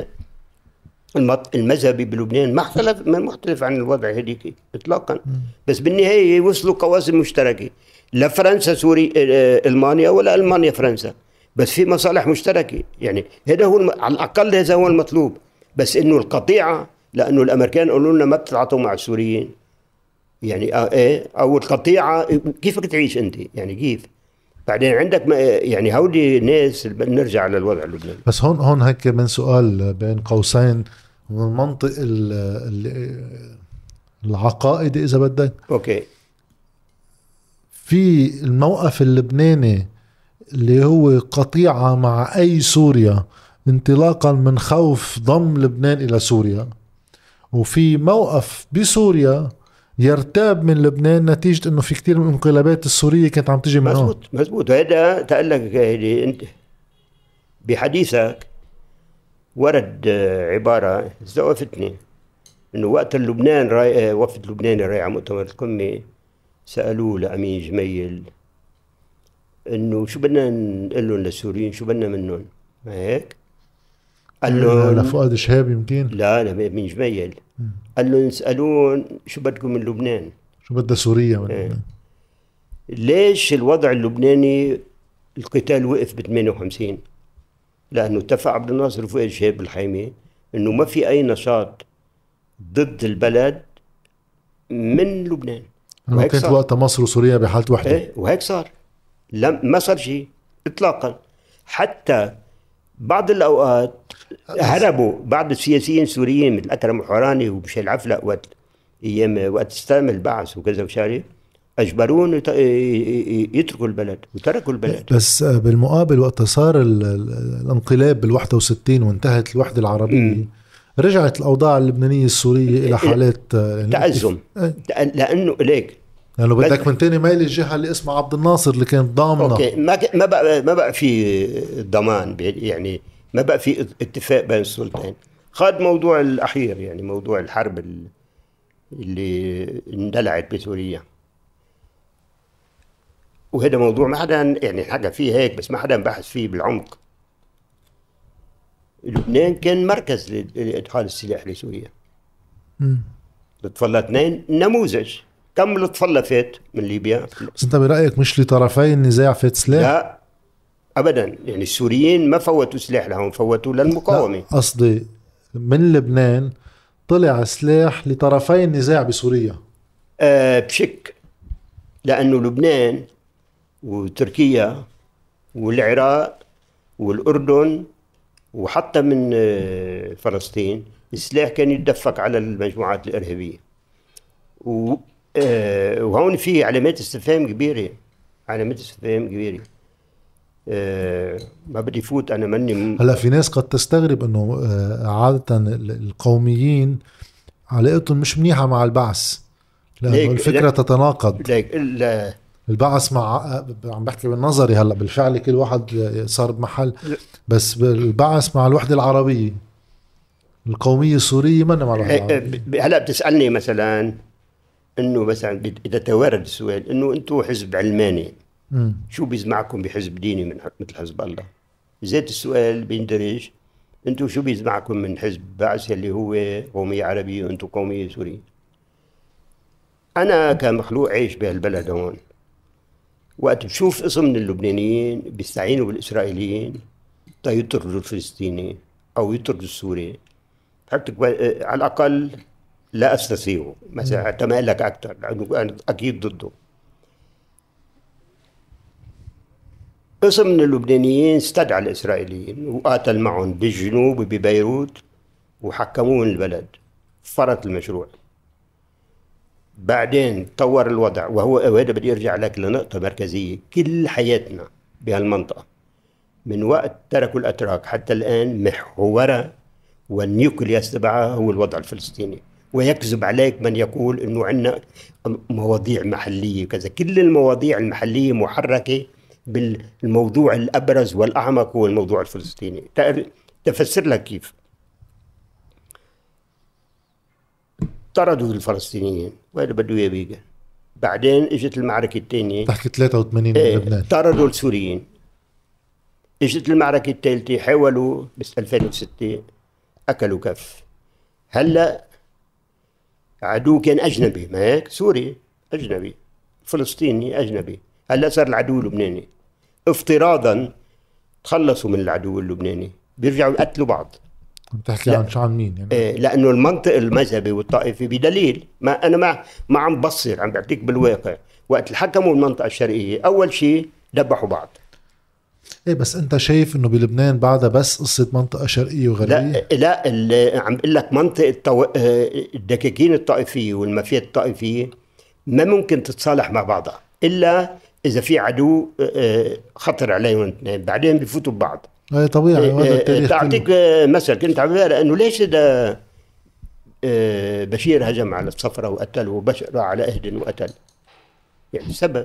المذهبي بلبنان ما مختلف عن الوضع هذيك اطلاقا. بس بالنهايه وصلوا قواسم مشتركه، لا فرنسا سوري المانيا ولا المانيا فرنسا. بس في مصالح مشتركة. يعني هذا هو على الأقل هذا هو المطلوب. بس إنه القطيعة، لأنه الأمريكان قالوا لنا ما بتتعاطوا مع السوريين، يعني إيه، أو القطيعة كيفك تعيش أنت؟ يعني كيف؟ بعدين عندك يعني هودي ناس نرجع للوضع اللبناني. بس هون هيك من سؤال بين قوسين من المنطق العقائدي إذا بدك. أوكي. في الموقف اللبناني اللي هو قطيعة مع أي سوريا انطلاقا من خوف ضم لبنان إلى سوريا، وفي موقف بسوريا يرتاب من لبنان نتيجة أنه في كتير من الانقلابات السورية كانت عم تجي من هون. مزبوط. هذا تقلك أنت بحديثك ورد عبارة استوقفتني، إنه وقت اللبنان وفد لبناني رايح على مؤتمر القمة سألوه لأمين جميل إنه شو بدنا نقول لهم للسوريين، شو بدنا منهم، ما هيك؟ قال له لفؤاد شهاب يمكن، لا أمين جميل. قال له نسألون شو بدكم من لبنان، شو بدها سوريا من لبنان. ليش الوضع اللبناني القتال وقف ب58؟ لأنه اتفق عبد الناصر وفؤاد شهاب الحيمي إنه ما في أي نشاط ضد البلد من لبنان. وهيك كانت وقتها مصر وسوريا بحالة وحدة. ايه وهيك صار. ما صار شيء اطلاقا. حتى بعض الاوقات هربوا بعض السياسيين السوريين مثل اكرم الحوراني ومشيل عفلق وقت استلم البعث وكذا وشاري، اجبرون يتركوا البلد وتركوا البلد. بس بالمقابل وقت صار الانقلاب بال61 وانتهت الوحدة العربية رجعت الأوضاع اللبنانية السورية إلى حالات تأزم. لأنه ليك لأنه بدك من تاني مايل الجهة اللي اسمها عبد الناصر اللي كانت ضامنة. أوكي. ما بقى في ضمان، يعني ما بقى في اتفاق بين السلطتين. خاد موضوع الأخير، يعني موضوع الحرب اللي اندلعت بسوريا، وهذا موضوع ما حدا يعني حكى فيه هيك، بس ما حدا بحث فيه بالعمق. لبنان كان مركز لإدخال السلاح لسوريا. لطف الله 2 نموذج. كم لطف الله فات من ليبيا؟ بس انت برأيك مش لطرفي النزاع فات سلاح؟ لا ابدا. يعني السوريين ما فوتوا سلاح لهم، فوتوا للمقاومة. قصدي من لبنان طلع سلاح لطرفي النزاع بسوريا. بشك، لأنه لبنان وتركيا والعراق والأردن وحتى من فلسطين السلاح كان يتدفق على المجموعات الإرهابية. وهون في علامات استفهام كبيرة، علامات استفهام كبيرة. ما بدي فوت أنا مني هلا في ناس قد تستغرب أنه عادة القوميين علاقتهم مش منيحة مع البعث، لأنه الفكرة تتناقض. البعث عم بحكي بالنظري، هلا بالفعل كل واحد صار بمحل، بس بالبعث مع الوحدة العربية، القومية السورية منا مع الوحدة العربية. هلا بتسألني مثلا انه مثلا اذا توارد السؤال انه انتم حزب علماني، شو بيجمعكم بحزب ديني من مثل حزب الله؟ زيت السؤال بيندرج انتم شو بيجمعكم من حزب بعث اللي هو قومية عربية وانتم قومية سورية؟ انا كمخلوق عايش بهالبلد هون، وقت بشوف اسم من اللبنانيين بيستعينوا بالاسرائيليين يطردوا الفلسطيني او يطردوا السوري، على الاقل لا استسيغه مثلا، احتمال لك اكثر لانه انا اكيد ضده. قسم من اللبنانيين استدعى الاسرائيليين وقاتل معهم بالجنوب وببيروت وحكموه من البلد، فرط المشروع. بعدين طور الوضع، وهذا بدي ارجع لك لنقطة مركزية. كل حياتنا بهالمنطقة من وقت تركوا الاتراك حتى الان محورها والنيوكلياس تبعها هو الوضع الفلسطيني. ويكذب عليك من يقول انه عندنا مواضيع محلية وكذا. كل المواضيع المحلية محركة بالموضوع الابرز والاعمق هو الموضوع الفلسطيني. تفسر لك كيف. طردوا الفلسطينيين وهذا بده اياه بيجا. بعدين اجت المعركة الثانية، تحكي 83 بلبنان، طردوا السوريين. اجت المعركة الثالثة، حاولوا بس 2006 اكلوا كف. هلا عدو كان اجنبي، ما هيك؟ سوري اجنبي، فلسطيني اجنبي، هلا صار العدو لبناني افتراضا تخلصوا من العدو اللبناني بيرجعوا يقتلوا بعض. بتحكي عن مين يعني؟ لانه المنطق المذهبي والطائفي بدليل، ما انا ما عم بصر، عم بعطيك بالواقع. وقت الحكموا المنطقه الشرقيه اول شيء دبحوا بعض. ايه بس انت شايف انه بلبنان بعدها بس قصه منطقه شرقيه وغربيه؟ لا عم بقول لك الدكاكين الطائفيه والمافيات الطائفيه ما ممكن تتصالح مع بعضها الا اذا في عدو خطر عليهم الاثنين، بعدين بفوتوا ببعض. ايه طبيعي، وهذا التاريخ تعطيك مثل كنت عم بقرا انه ليش ده بشير هجم على الصفرة وقتل، وبشر على اهد وقتل، يعني سبب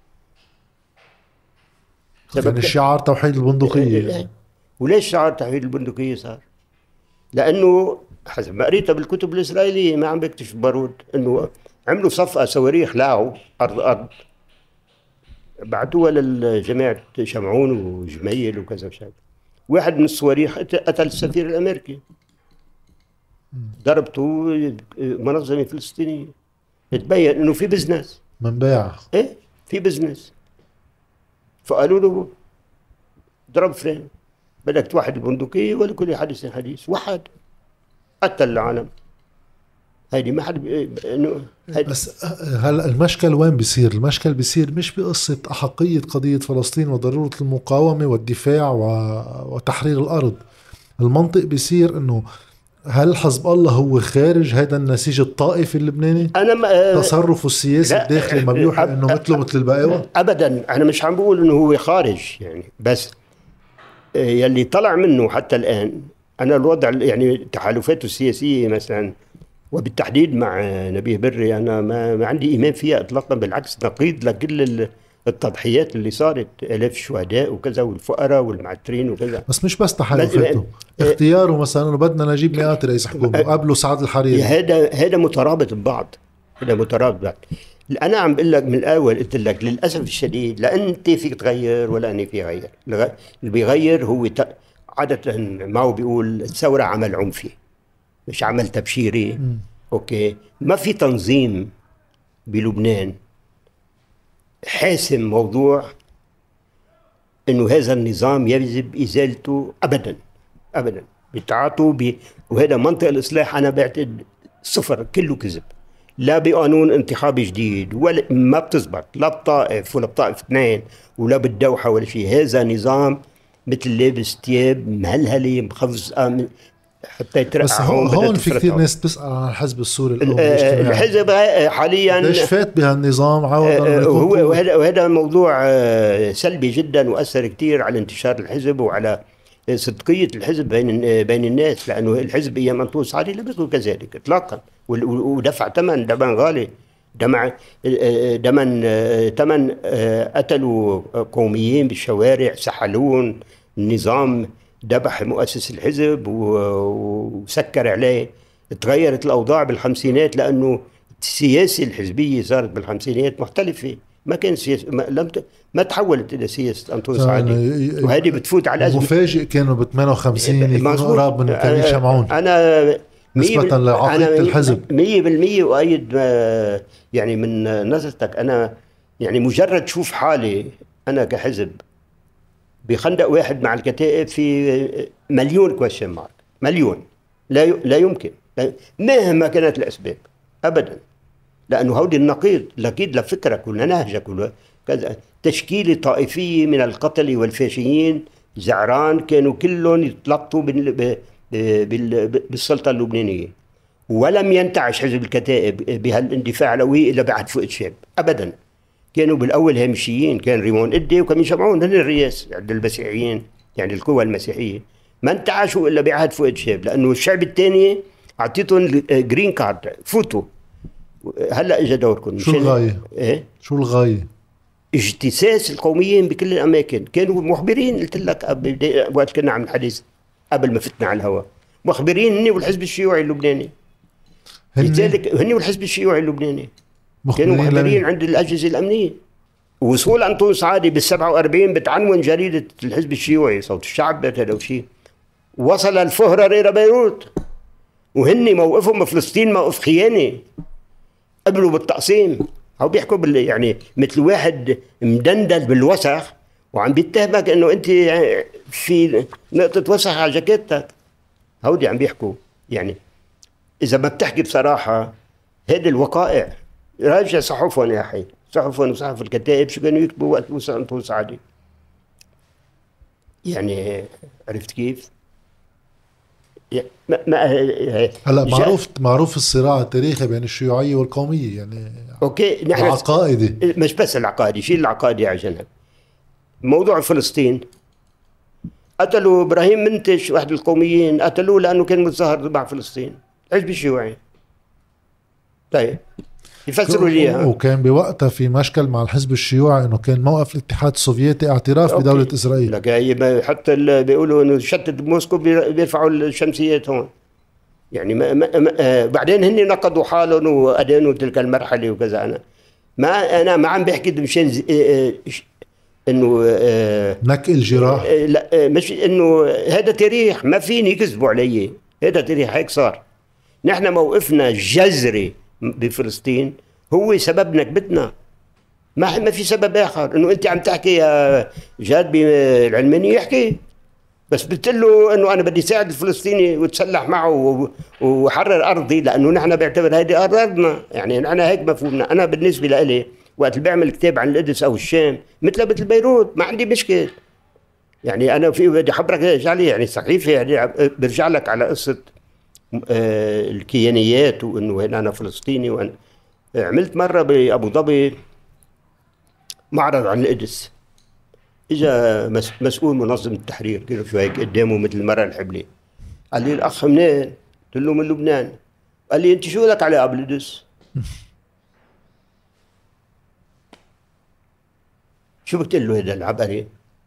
يعني الشعار توحيد البندقيه. وليش شعار توحيد البندقيه صار؟ لانه حسب ما قريتها بالكتب الاسرائيليه، ما عم بيكتشف بارود، انه عملوا صفقه صواريخ لاعوا ارض بعتوها للجماعه شمعون وجميل وكذا وشيء. واحد من الصواريخ قتل السفير الامريكي، ضربته منظمه فلسطينيه. تبين انه في بزنس منباع. ايه في بزنس. فقالوا له ضرب فرين، بدك توحد البندقيه ولا كل حديث حديث وحد قتل العالم. هيدي ما حد انه بس هلا المشكل وين بيصير؟ المشكل بيصير مش بقصة أحقية قضية فلسطين وضرورة المقاومة والدفاع وتحرير الأرض. المنطق بيصير إنه هل حزب الله هو خارج هذا النسيج الطائفي اللبناني؟ تصرفه السياسي الداخلي ما بيوحي إنه مثله مثل البقاوة؟ أبدا، أنا مش عم بقول إنه هو خارج يعني، بس يلي طلع منه حتى الآن أنا الوضع يعني تحالفاته السياسية مثلا وبالتحديد مع نبيه بري، أنا ما عندي إيمان فيها إطلاقا، بالعكس نقيض لكل التضحيات اللي صارت، آلاف الشهداء وكذا والفقراء والمعترين وكذا. بس مش بس تحالفاته، اختياره مثلا إنه بدنا نجيب مئات رئيس حكومة وقبله سعد الحريري. هذا مترابط ببعض، هذا مترابط ببعض. أنا عم بقول لك من الأول، قلت لك للأسف الشديد لا أنت فيك تغير ولا أنا فيك غير. اللي بيغير هو عادة ما هو بيقول الثورة عمل عنفي مش عمل تبشيري. أوكي، ما في تنظيم بلبنان حاسم موضوع إنه هذا النظام يجب إزالته أبدا أبدا بالتعاطوا وهذا منطق الإصلاح أنا بعتقد صفر، كله كذب. لا بقانون انتخابي جديد ولا ما بتزبط، لا بطائف ولا بطائف اثنين ولا بالدوحة ولا شيء. هذا نظام مثل لابس ثياب مهلهلة مخفز حتى يترقع. بس هون في كثير ناس بتسأل عن الحزب السوري الحزب حاليا ليش فات بهالنظام وهذا موضوع سلبي جدا وأثر كثير على انتشار الحزب وعلى صدقية الحزب بين الناس، لأنه الحزب أيام أنطون سعدي لم يكن كذلك إطلاقا، ودفع ثمن غالي، ثمن قتلوا قوميين بالشوارع، سحلون النظام، ذبح مؤسس الحزب وسكر عليه. تغيرت الأوضاع بالخمسينات لأنه السياسة الحزبية صارت بالخمسينات مختلفة، ما كان سياسة ما تحولت إلى سياسة أنطون سعدي، وهذه بتفوت على الأزمة. مفاجئ كانوا ب 58 يكونوا قراب من كريم شمعون. أنا نسبة لعقيدة الحزب 100% وأيد يعني من نظرتك. أنا يعني مجرد شوف حالي أنا كحزب بخندق واحد مع الكتائب في مليون كويشن مارك، مليون لا يمكن مهما كانت الأسباب أبدا، لأنه هودي النقيض لقيد لفكرك ولا نهجك ولا كذا. تشكيلة طائفية من القتل والفاشيين زعران كانوا كلهم يتلقطوا بالسلطة اللبنانية، ولم ينتعش حزب الكتائب بهالاندفاع القوي إلا بعد فؤاد شاب أبدا. كانوا بالأول هامشيين، كان ريمون إدي وكان يشمعون هن الرئاس عند المسيحيين، يعني القوى المسيحية ما انتعشوا إلا بعهد فؤاد شاب، لأنه الشعب الثاني أعطيتهم جرين كارد فوتوا. هلا اجى دوركم. شو الغاية؟ إيه؟ شو الغاية؟ اجتساس القوميين بكل الأماكن. كانوا مخبرين، قلت لك وقت كنا عم الحديث قبل ما فتنا على الهواء، مخبرين هني والحزب الشيوعي اللبناني، لذلك هني والحزب الشيوعي اللبناني كانوا مخبرين عند الأجهزة الأمنية. وصول أنطون سعادي بال47 بتعنون جريدة الحزب الشيوعي صوت الشعب هذا شيء، وصل الفهرر إلى بيروت، وهني موقفهم فلسطين موقف خيانة، قبلوا بالتقسيم. أو بيحكوا يعني مثل واحد مدندل بالوسخ وعم بيتهمك إنه أنت في نقطة وسخ على جاكيتك. هودي عم بيحكوا يعني إذا ما بتحكي بصراحة هيدي الوقائع. راجع صحفهم يا أخي، صحفهم وصحف الكتائب شو كانوا يكتبوا وقت موسى أنطونس عادي. يعني عرفت كيف؟ هلا معروف الصراع التاريخي بين الشيوعية والقومية يعني. اوكي نحن العقائدي مش بس العقائدي، شيل العقائدي على جنب. موضوع فلسطين قتلوا ابراهيم منتش واحد القوميين، قتلوه لانه كان متظاهر مع فلسطين. الحزب الشيوعي طيب يفسروا لي اياها. وكان بوقتها في مشكل مع الحزب الشيوعي انه كان موقف الاتحاد السوفيتي اعتراف بدولة اسرائيل. لك حتى بيقولوا انه شتت بموسكو بيرفعوا الشمسيات هون. يعني بعدين هن نقضوا حالهم وادانوا تلك المرحله وكذا. انا ما عم بحكي مشان انه نك الجراح. لا مش انه هذا تاريخ ما فيني يكذبوا علي، هذا تاريخ هيك صار. نحن موقفنا الجذري بفلسطين هو سبب نكبتنا، ما في سبب اخر. انه انت عم تحكي يا جاد بالعلماني يحكي، بس بتقول له انه انا بدي ساعد الفلسطيني وتسلح معه وحرر ارضي، لانه نحن بعتبر هذه ارضنا. يعني نحن هيك مفهومنا. انا بالنسبه لي وقت اللي بعمل كتاب عن القدس او الشام مثل بيروت ما عندي مشكله. يعني انا في بدي اخبرك عليه يعني صحيفه يعني برجع لك على قصه الكيانيات وانه انا فلسطيني. وانا عملت مره بابو ظبي معرض عن القدس، اجا مسؤول منظم التحرير كده شو هيك قدامه مثل المرأة الحبلي، قال لي الاخ منين؟ قلت له من لبنان. قال لي انت شو لك علاقه بالقدس؟ شو بتقول له هذا العبقري؟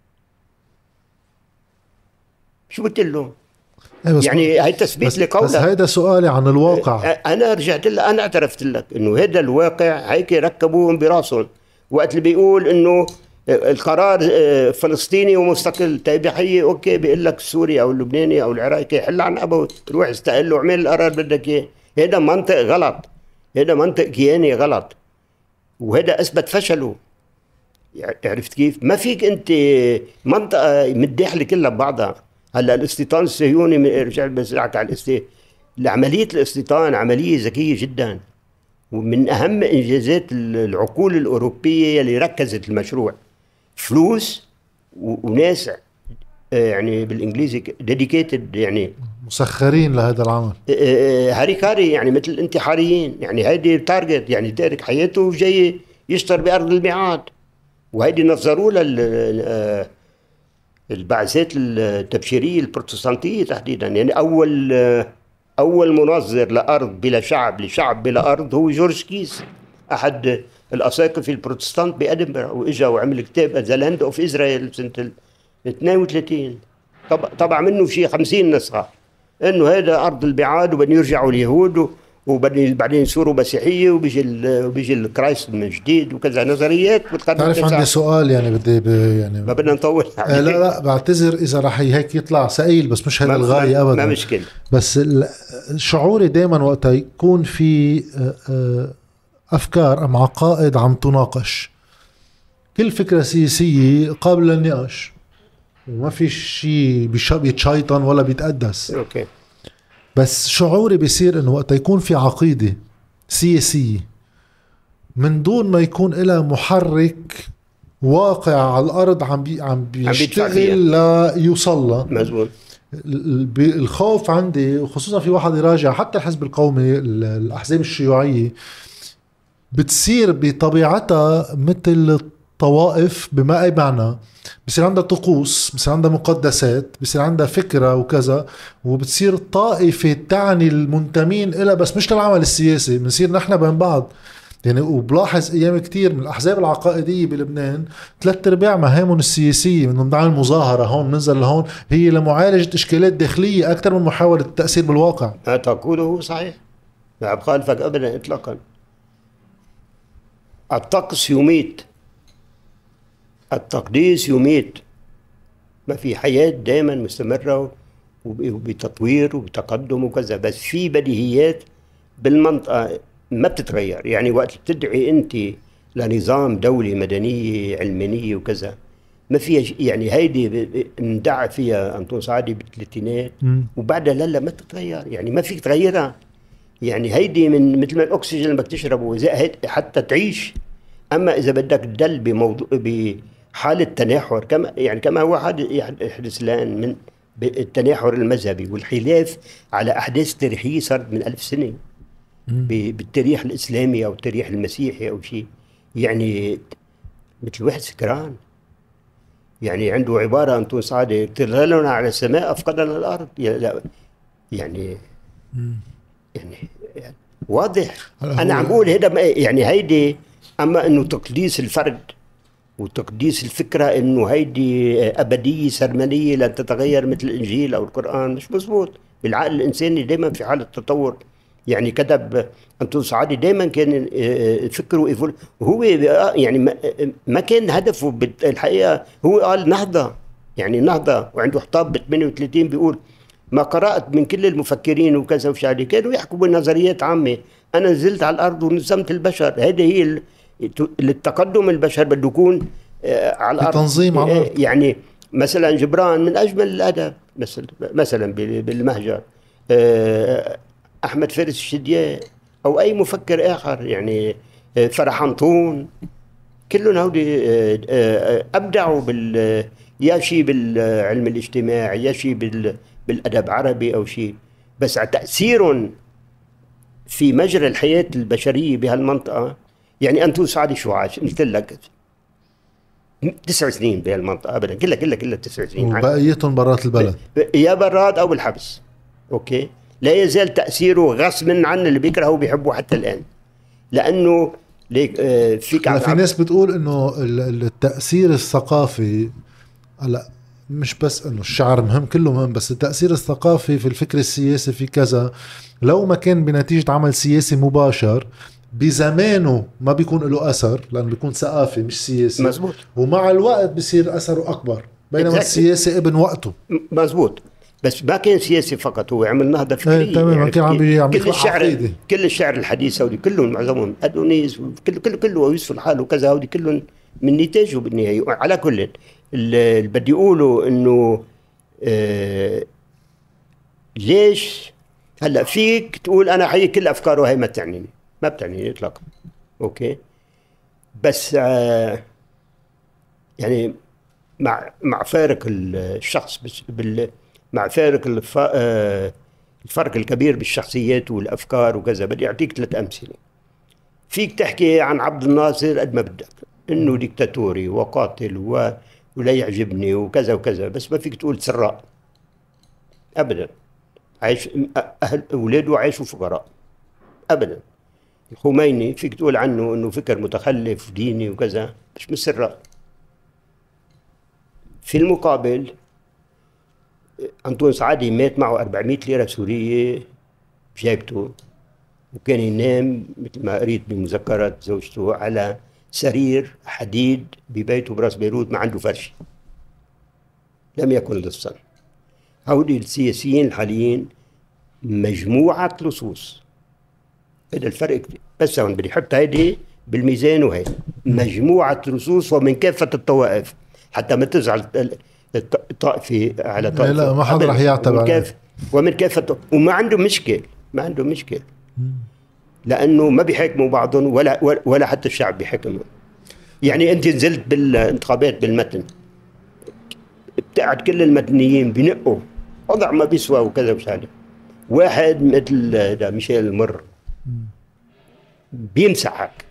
شو بتقول له؟ يعني هي تثبيت لقولك. بس هيدا سؤالي عن الواقع. انا رجعت لك، انا اعترفت لك انه هذا الواقع هيك ركبوهم براسهم. وقت اللي بيقول انه القرار فلسطيني ومستقل، طيب حي اوكي بيقول لك السوري او اللبناني او العراقي حل عن ابوت، روح استقل واعمل القرار بدك اياه. هذا منطق غلط، هذا منطق كياني غلط، وهذا اثبت فشله. عرفت كيف؟ ما فيك انت منطقه متداخله كلها ببعضها. هلا الاستيطان الصهيوني، رجعت بسالك على عمليه الاستيطان عمليه ذكيه جدا، ومن اهم انجازات العقول الاوروبيه اللي ركزت المشروع. فلوس وناس يعني بالانجليزي ديديكيتد، يعني مسخرين لهذا العمل، هاريكاري يعني مثل الانتحاريين. يعني هيدي تارجت، يعني تارك حياته وجاي يشتر بارض الميعاد. وهيدي نظروا لها البعثات التبشيريه البروتستانتيه تحديدا. يعني اول منظر لارض بلا شعب، لشعب بلا ارض، هو جورج كيس، احد الاساقفه البروتستانت بادنبرا، واجا وعمل كتاب ذا لاند اوف اسرائيل سنه 32. طبع منه شيء 50 نسخه، انه هذا ارض البعاد وبدهم يرجعوا اليهود وبعدين يصيروا مسيحيه وبيجي الكرايست من جديد وكذا نظريات. تعرف عندي سؤال يعني بدي يعني ما بدنا نطول. لا بعتذر اذا رح هيك يطلع سئيل، بس مش هذا الغاية ابدا. ما مشكله. بس شعوري دائما وقتها يكون في افكار ام عقائد عم تناقش، كل فكره سياسيه قابله للنقاش وما في شيء بيتشيطن ولا بيتقدس. اوكي. بس شعوري بيصير انه وقت يكون في عقيدة سياسية من دون ما يكون لها محرك واقع على الارض عم بيشتغل ليوصل. مزبوط. الخوف عندي، وخصوصا في واحد يراجع حتى الحزب القومي، الاحزاب الشيوعية بتصير بطبيعتها مثل الطوائف بما اي معنى. بصير عندها طقوس، بصير عندها مقدسات، بصير عندها فكرة وكذا، وبتصير طائفة تعني المنتمين إلها بس مش للعمل السياسي. بنصير نحن بين بعض يعني. وبلاحظ أيام كتير من الأحزاب العقائدية بلبنان 3/4 مهامهم السياسية، منهم نعمل مظاهرة هون ننزل لهون، هي لمعالجة إشكالات داخلية أكثر من محاولة التأثير بالواقع. ما تقوله صحيح، لا بخالفك أبدا إطلاقا. الطقس يميت، التقديس يميت. ما في حياة دائما مستمرة وبتطوير وبتقدم وكذا، بس في بديهيات بالمنطقة ما بتتغير. يعني وقت بتدعي أنت لنظام دولي مدنية علمانية وكذا، ما فيها يعني هيدي اندعى فيها أنطون سعادي بالثلاثينات وبعدها لا ما تتغير، يعني ما فيك تغيرها. يعني هيدي من مثل ما الأكسجين اللي بدك تشربه حتى تعيش. أما إذا بدك تدل بموضوع بحالة تناحر كما هو يحدث الآن من التناحر المذهبي والخلاف على أحداث تاريخية صارت من 1000 سنة بالتاريخ الإسلامي أو التاريخ المسيحي أو شيء، يعني مثل واحد سكران. يعني عنده عبارة أنطون سعادي: تظللنا على السماء أفقدنا الأرض. يعني واضح. أنا عم بقول هذا يعني هيدي. أما إنه تقديس الفرد وتقديس الفكرة إنه هيدي أبدية سرمدية لن تتغير مثل الإنجيل أو القرآن مش مزبوط. بالعقل الإنساني دائما في حالة تطور. يعني كتب أنطون سعادي دائما كان فكره وهو يعني ما كان هدفه بالحقيقة. هو قال نهضة، يعني نهضة. وعنده خطاب ب 38 بيقول: ما قرأت من كل المفكرين وكذا وشعلي كانوا يحكوا بنظريات عامة، أنا نزلت على الأرض ونظمت البشر. هذه هي للتقدم. البشر بده يكون على الأرض تنظيم على الأرض. يعني مثلا جبران من أجمل الأدب مثلا بالمهجر، أحمد فارس الشديان أو أي مفكر آخر، يعني فرح أنطون، كلهم هودي أبدعوا يا شيء بالعلم الاجتماع يا شيء بالأدب عربي أو شيء، بس تأثير في مجرى الحياة البشرية بهالمنطقة. يعني أنطون سعادي شو عاش؟ قلت لك 9 سنين بهالمنطقة أبدا، كلها 9 سنين، وبقيتهم برات البلد، يا براد أو بالحبس. أوكي، لا يزال تأثيره غصبا عن اللي بيكرهه وبيحبه حتى الآن، لأنه فيك في ناس بتقول إنه التأثير الثقافي، لا مش بس إنه الشعر مهم، كله مهم، بس التأثير الثقافي في الفكر السياسي في كذا لو ما كان بنتيجة عمل سياسي مباشر بزمانه ما بيكون له أثر، لأنه بيكون ثقافي مش سياسي. مزبوط. ومع الوقت بيصير أثره أكبر، بينما السياسي ابن وقته. مزبوط. بس ما كان سياسي فقط، هو عمل نهضة فكرية. يعني كل الشعر الحديث هودي كلهم معظمهم أدونيس كله ويوسف الحال وكذا، هودي كلهم من نتاجه بالنهاية. على كل اللي بدي يقولوا إنه ليش هلا فيك تقول أنا حي كل أفكاره هاي ما بتعنيني إطلاقا. أوكي، بس يعني مع فارق الشخص، بس مع فارق الفرق الكبير بالشخصيات والأفكار وكذا، بدي أعطيك 3 أمثلة. فيك تحكي عن عبد الناصر قد ما بدك إنه ديكتاتوري وقاتل ولا يعجبني وكذا وكذا، بس ما فيك تقول سراء أبدا، عايش أهل أولاده عايشوا فقراء أبدا. الخميني فيك تقول عنه إنه فكر متخلف ديني وكذا، مش سراء. في المقابل أنطون سعادي مات معه 400 ليرة سورية بجيبته، وكان ينام مثل ما قريت بمذكرات زوجته على سرير حديد ببيته براس بيروت، ما عنده فرش، لم يكن لصا. هؤلاء السياسيين الحاليين مجموعة لصوص. هذا الفرق، بس هون بدي احط هيدي بالميزان، وهي مجموعة لصوص ومن كافة الطوائف، حتى ما تزعل طائفي على طائفة. لا ما حدا رح يعتبر. ومن كافة، وما عنده مشكل لأنه ما بيحكموا بعضهم ولا حتى الشعب بيحكموا. يعني أنت نزلت بالانتخابات بالمتن، بتقعد كل المدنيين بنقوا وضع ما بيسوى وكذا وشالي. واحد مثل ميشيل المر بيمسحك.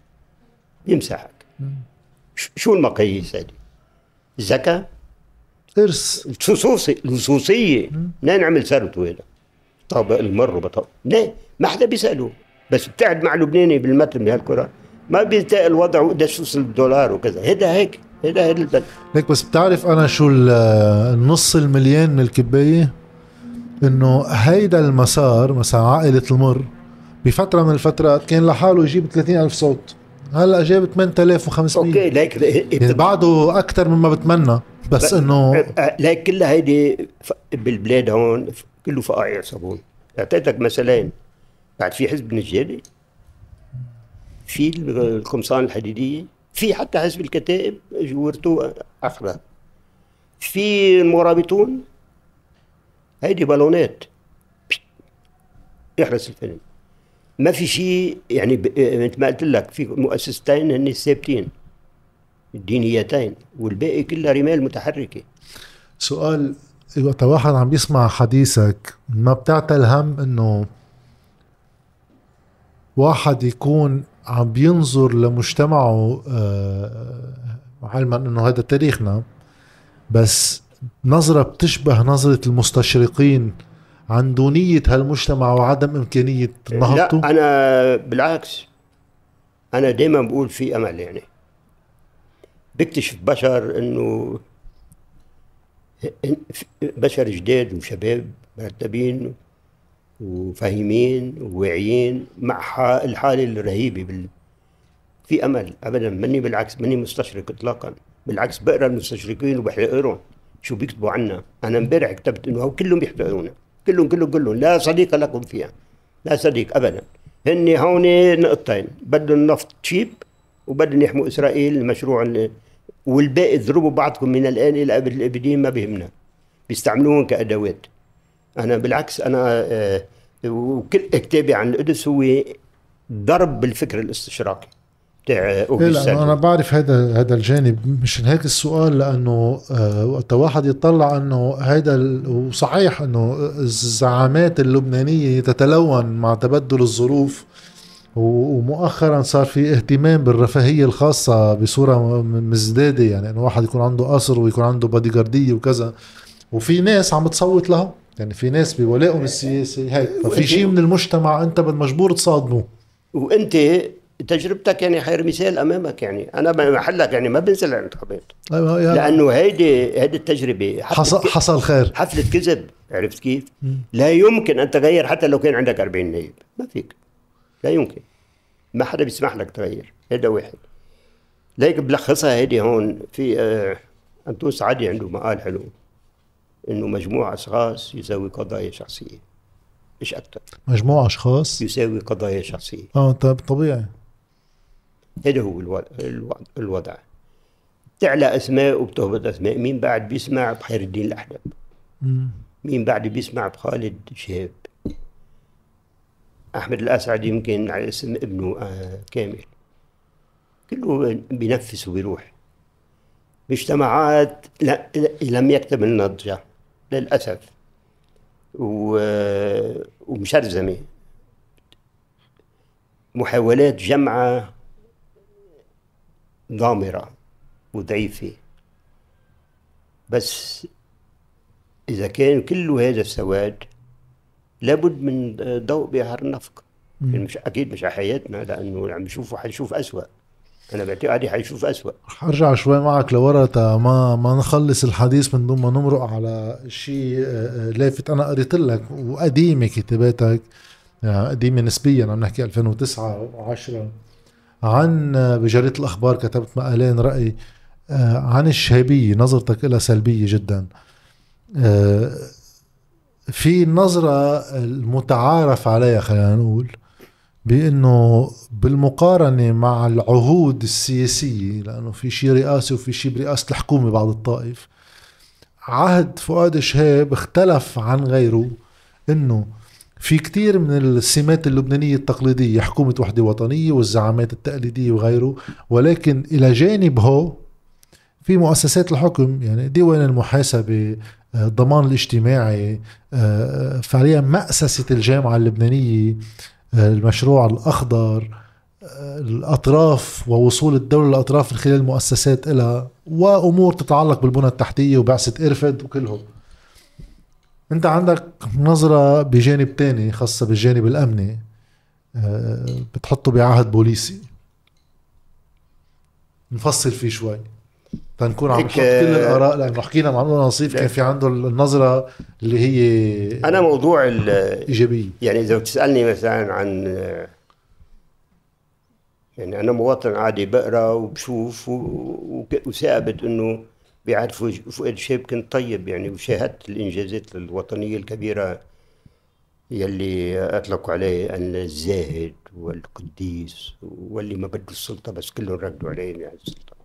شو المقاييس هذه؟ الذكاء، إرث، لصوصية. لا نعمل ثروته هذا طابق المر وبطاق، لا ما حدا بيسأله. بس بتقعد مع لبناني بالمتن بهالكرة ما بيلتقي الوضع وقديش وصل الدولار وكذا. هذا البلد ليك. بس بتعرف أنا شو النص المليان من الكباية؟ إنه هيدا المسار مثلا عائلة المر بفترة من الفترات كان لحاله يجيب 30,000 صوت، هلا جاب 8500. اوكي، ليك يعني بعده اكثر مما بتمنى. بس انه ليك كلها هيدي بالبلاد هون كله فقاعي صابون. اعطيتك مثلين. بعد في حزب النجاري، في القمصان الحديدية، في حتى حزب الكتائب جورتو اخرى، في المرابطون هيدي بالونات يحرس الفيلم. ما في شيء يعني مثل ما قلت لك، في مؤسستين هن الثابتين الدينيتين، والباقي كلها رمال متحركه. سؤال، وقت واحد عم بيسمع حديثك ما بتعتل هم انه واحد يكون عم بينظر لمجتمعه علما انه هذا تاريخنا، بس نظرة بتشبه نظرة المستشرقين عن دونية هالمجتمع وعدم إمكانية نهضته؟ لا أنا بالعكس، أنا دايما بقول في أمل. يعني بكتشف بشر إنه بشر جداد وشباب مرتبين وفاهمين وواعيين مع الحالة الرهيبة في أمل أبدا. مني بالعكس، مني مستشرق إطلاقا، بالعكس بقرأ المستشرقين وبحتقرهم شو بيكتبوا عنا. أنا امبارح كتبت إنه كلهم بيحتقرونا، كلهم لا صديق لكم فيها، لا صديق أبدا. هن هون نقطتين، بدهم النفط تشيب وبدهم يحموا إسرائيل المشروع، والباقي اضربوا بعضكم من الآن إلى أبد الأبدين، ما بيهمنا، بيستعملوهم كأدوات. أنا بالعكس، أنا وكل كتابي عن القدس هو ضرب بالفكر الاستشراقي تاع لا أنا بعرف هذا الجانب، مش هيك السؤال، لأنه وقت واحد يطلع أنه وصحيح أنه الزعامات اللبنانية تتلون مع تبدل الظروف، ومؤخرا صار في اهتمام بالرفاهية الخاصة بصورة مزدادة، يعني أنه واحد يكون عنده قصر ويكون عنده باديجاردية وكذا، وفي ناس عم بتصوت له، يعني في ناس بولائهم السياسي هيك، ففي شيء من المجتمع أنت مجبور تصادمه. وأنت تجربتك يعني خير مثال امامك. يعني انا بمحلك يعني ما بنزل الانتخابات، لانه هيدي التجربه حصل خير، حفله كذب. عرفت كيف؟ لا يمكن ان تغير حتى لو كان عندك 40 نائب، ما فيك، لا يمكن، ما حدا بيسمح لك تغير. هذا واحد. ليك بلخصها هيدي هون في أنطونيوس سعدي عنده مقال حلو، انه مجموع اشخاص يساوي قضايا شخصيه، مش اكثر. مجموع اشخاص يساوي قضايا شخصيه. طيب طبيعي. هذا هو الوضع. تعلى أسماء وبتهبط أسماء. مين بعد بيسمع بخير الدين الأحدب؟ مين بعد بيسمع بخالد شهاب؟ أحمد الأسعد يمكن على اسم ابنه كامل. كله بينفس وبيروح. مجتمعات لم يكتمل النضجة للأسف، ومشرذمة. محاولات جمعة ضامرة وضعيفة. بس إذا كان كل هذا السواد لابد من ضوء بحر النفق. يعني مش أكيد مش على حياتنا، لأنه عم نشوفه حيشوف أسوأ. أنا بعتقد حيشوف أسوأ. رح أرجع شوي معك لورا ما نخلص الحديث من دون ما نمرق على شيء لافت. أنا قريت لك وقديمة كتاباتك، يعني قديمة نسبيا، عم نحكي 2009 و10، عن بجريدة الأخبار كتبت مقالين رأي عن الشهابية، نظرتك إلى سلبية جدا. في النظرة المتعارف عليها خلينا نقول بأنه بالمقارنة مع العهود السياسية، لأنه في شيء رئاسي وفي شيء برئاسة الحكومة بعض الطائف، عهد فؤاد شهاب اختلف عن غيره، أنه في كتير من السمات اللبنانية التقليدية، حكومة وحدة وطنية والزعامات التقليدية وغيره، ولكن إلى جانبه في مؤسسات الحكم، يعني ديوان المحاسبة، الضمان الاجتماعي، فعليا مأسسة الجامعة اللبنانية، المشروع الأخضر، الأطراف ووصول الدولة للأطراف من خلال المؤسسات إلها، وأمور تتعلق بالبنى التحتية وبعثة إرفد وكلهم. أنت عندك نظرة بجانب تاني خاصة بالجانب الأمني، بتحطه بعهد بوليسي، نفصل فيه شوي تنكون عم نحط كل الآراء، لأنه حكينا مع نصيف كان في عنده النظرة اللي هي أنا موضوع إيجابية. يعني إذا بتسألني مثلا عن، يعني أنا مواطن عادي بقرأ وبشوف وثابت إنه بيعرفوا فؤاد شهاب كنت طيب يعني، وشاهدت الإنجازات الوطنية الكبيرة يلي أطلقوا عليه الزاهد والقديس واللي ما بده السلطة، بس كلهم ردوا عليه يعني السلطة.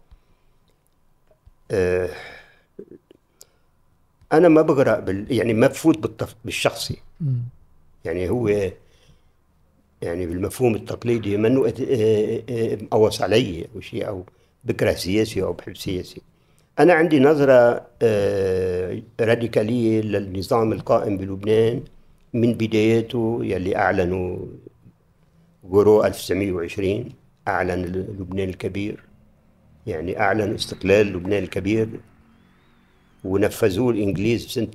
أنا ما بقرأ يعني ما بفوت بالشخصي. يعني هو يعني بالمفهوم التقليدي منه قوص علي أو شيء، أو بكره سياسي أو بحب سياسي. أنا عندي نظرة راديكالية للنظام القائم بلبنان من بداياته، يلي أعلنوا غورو 1920 أعلن لبنان الكبير، يعني أعلن استقلال لبنان الكبير، ونفذوه الإنجليز بسنة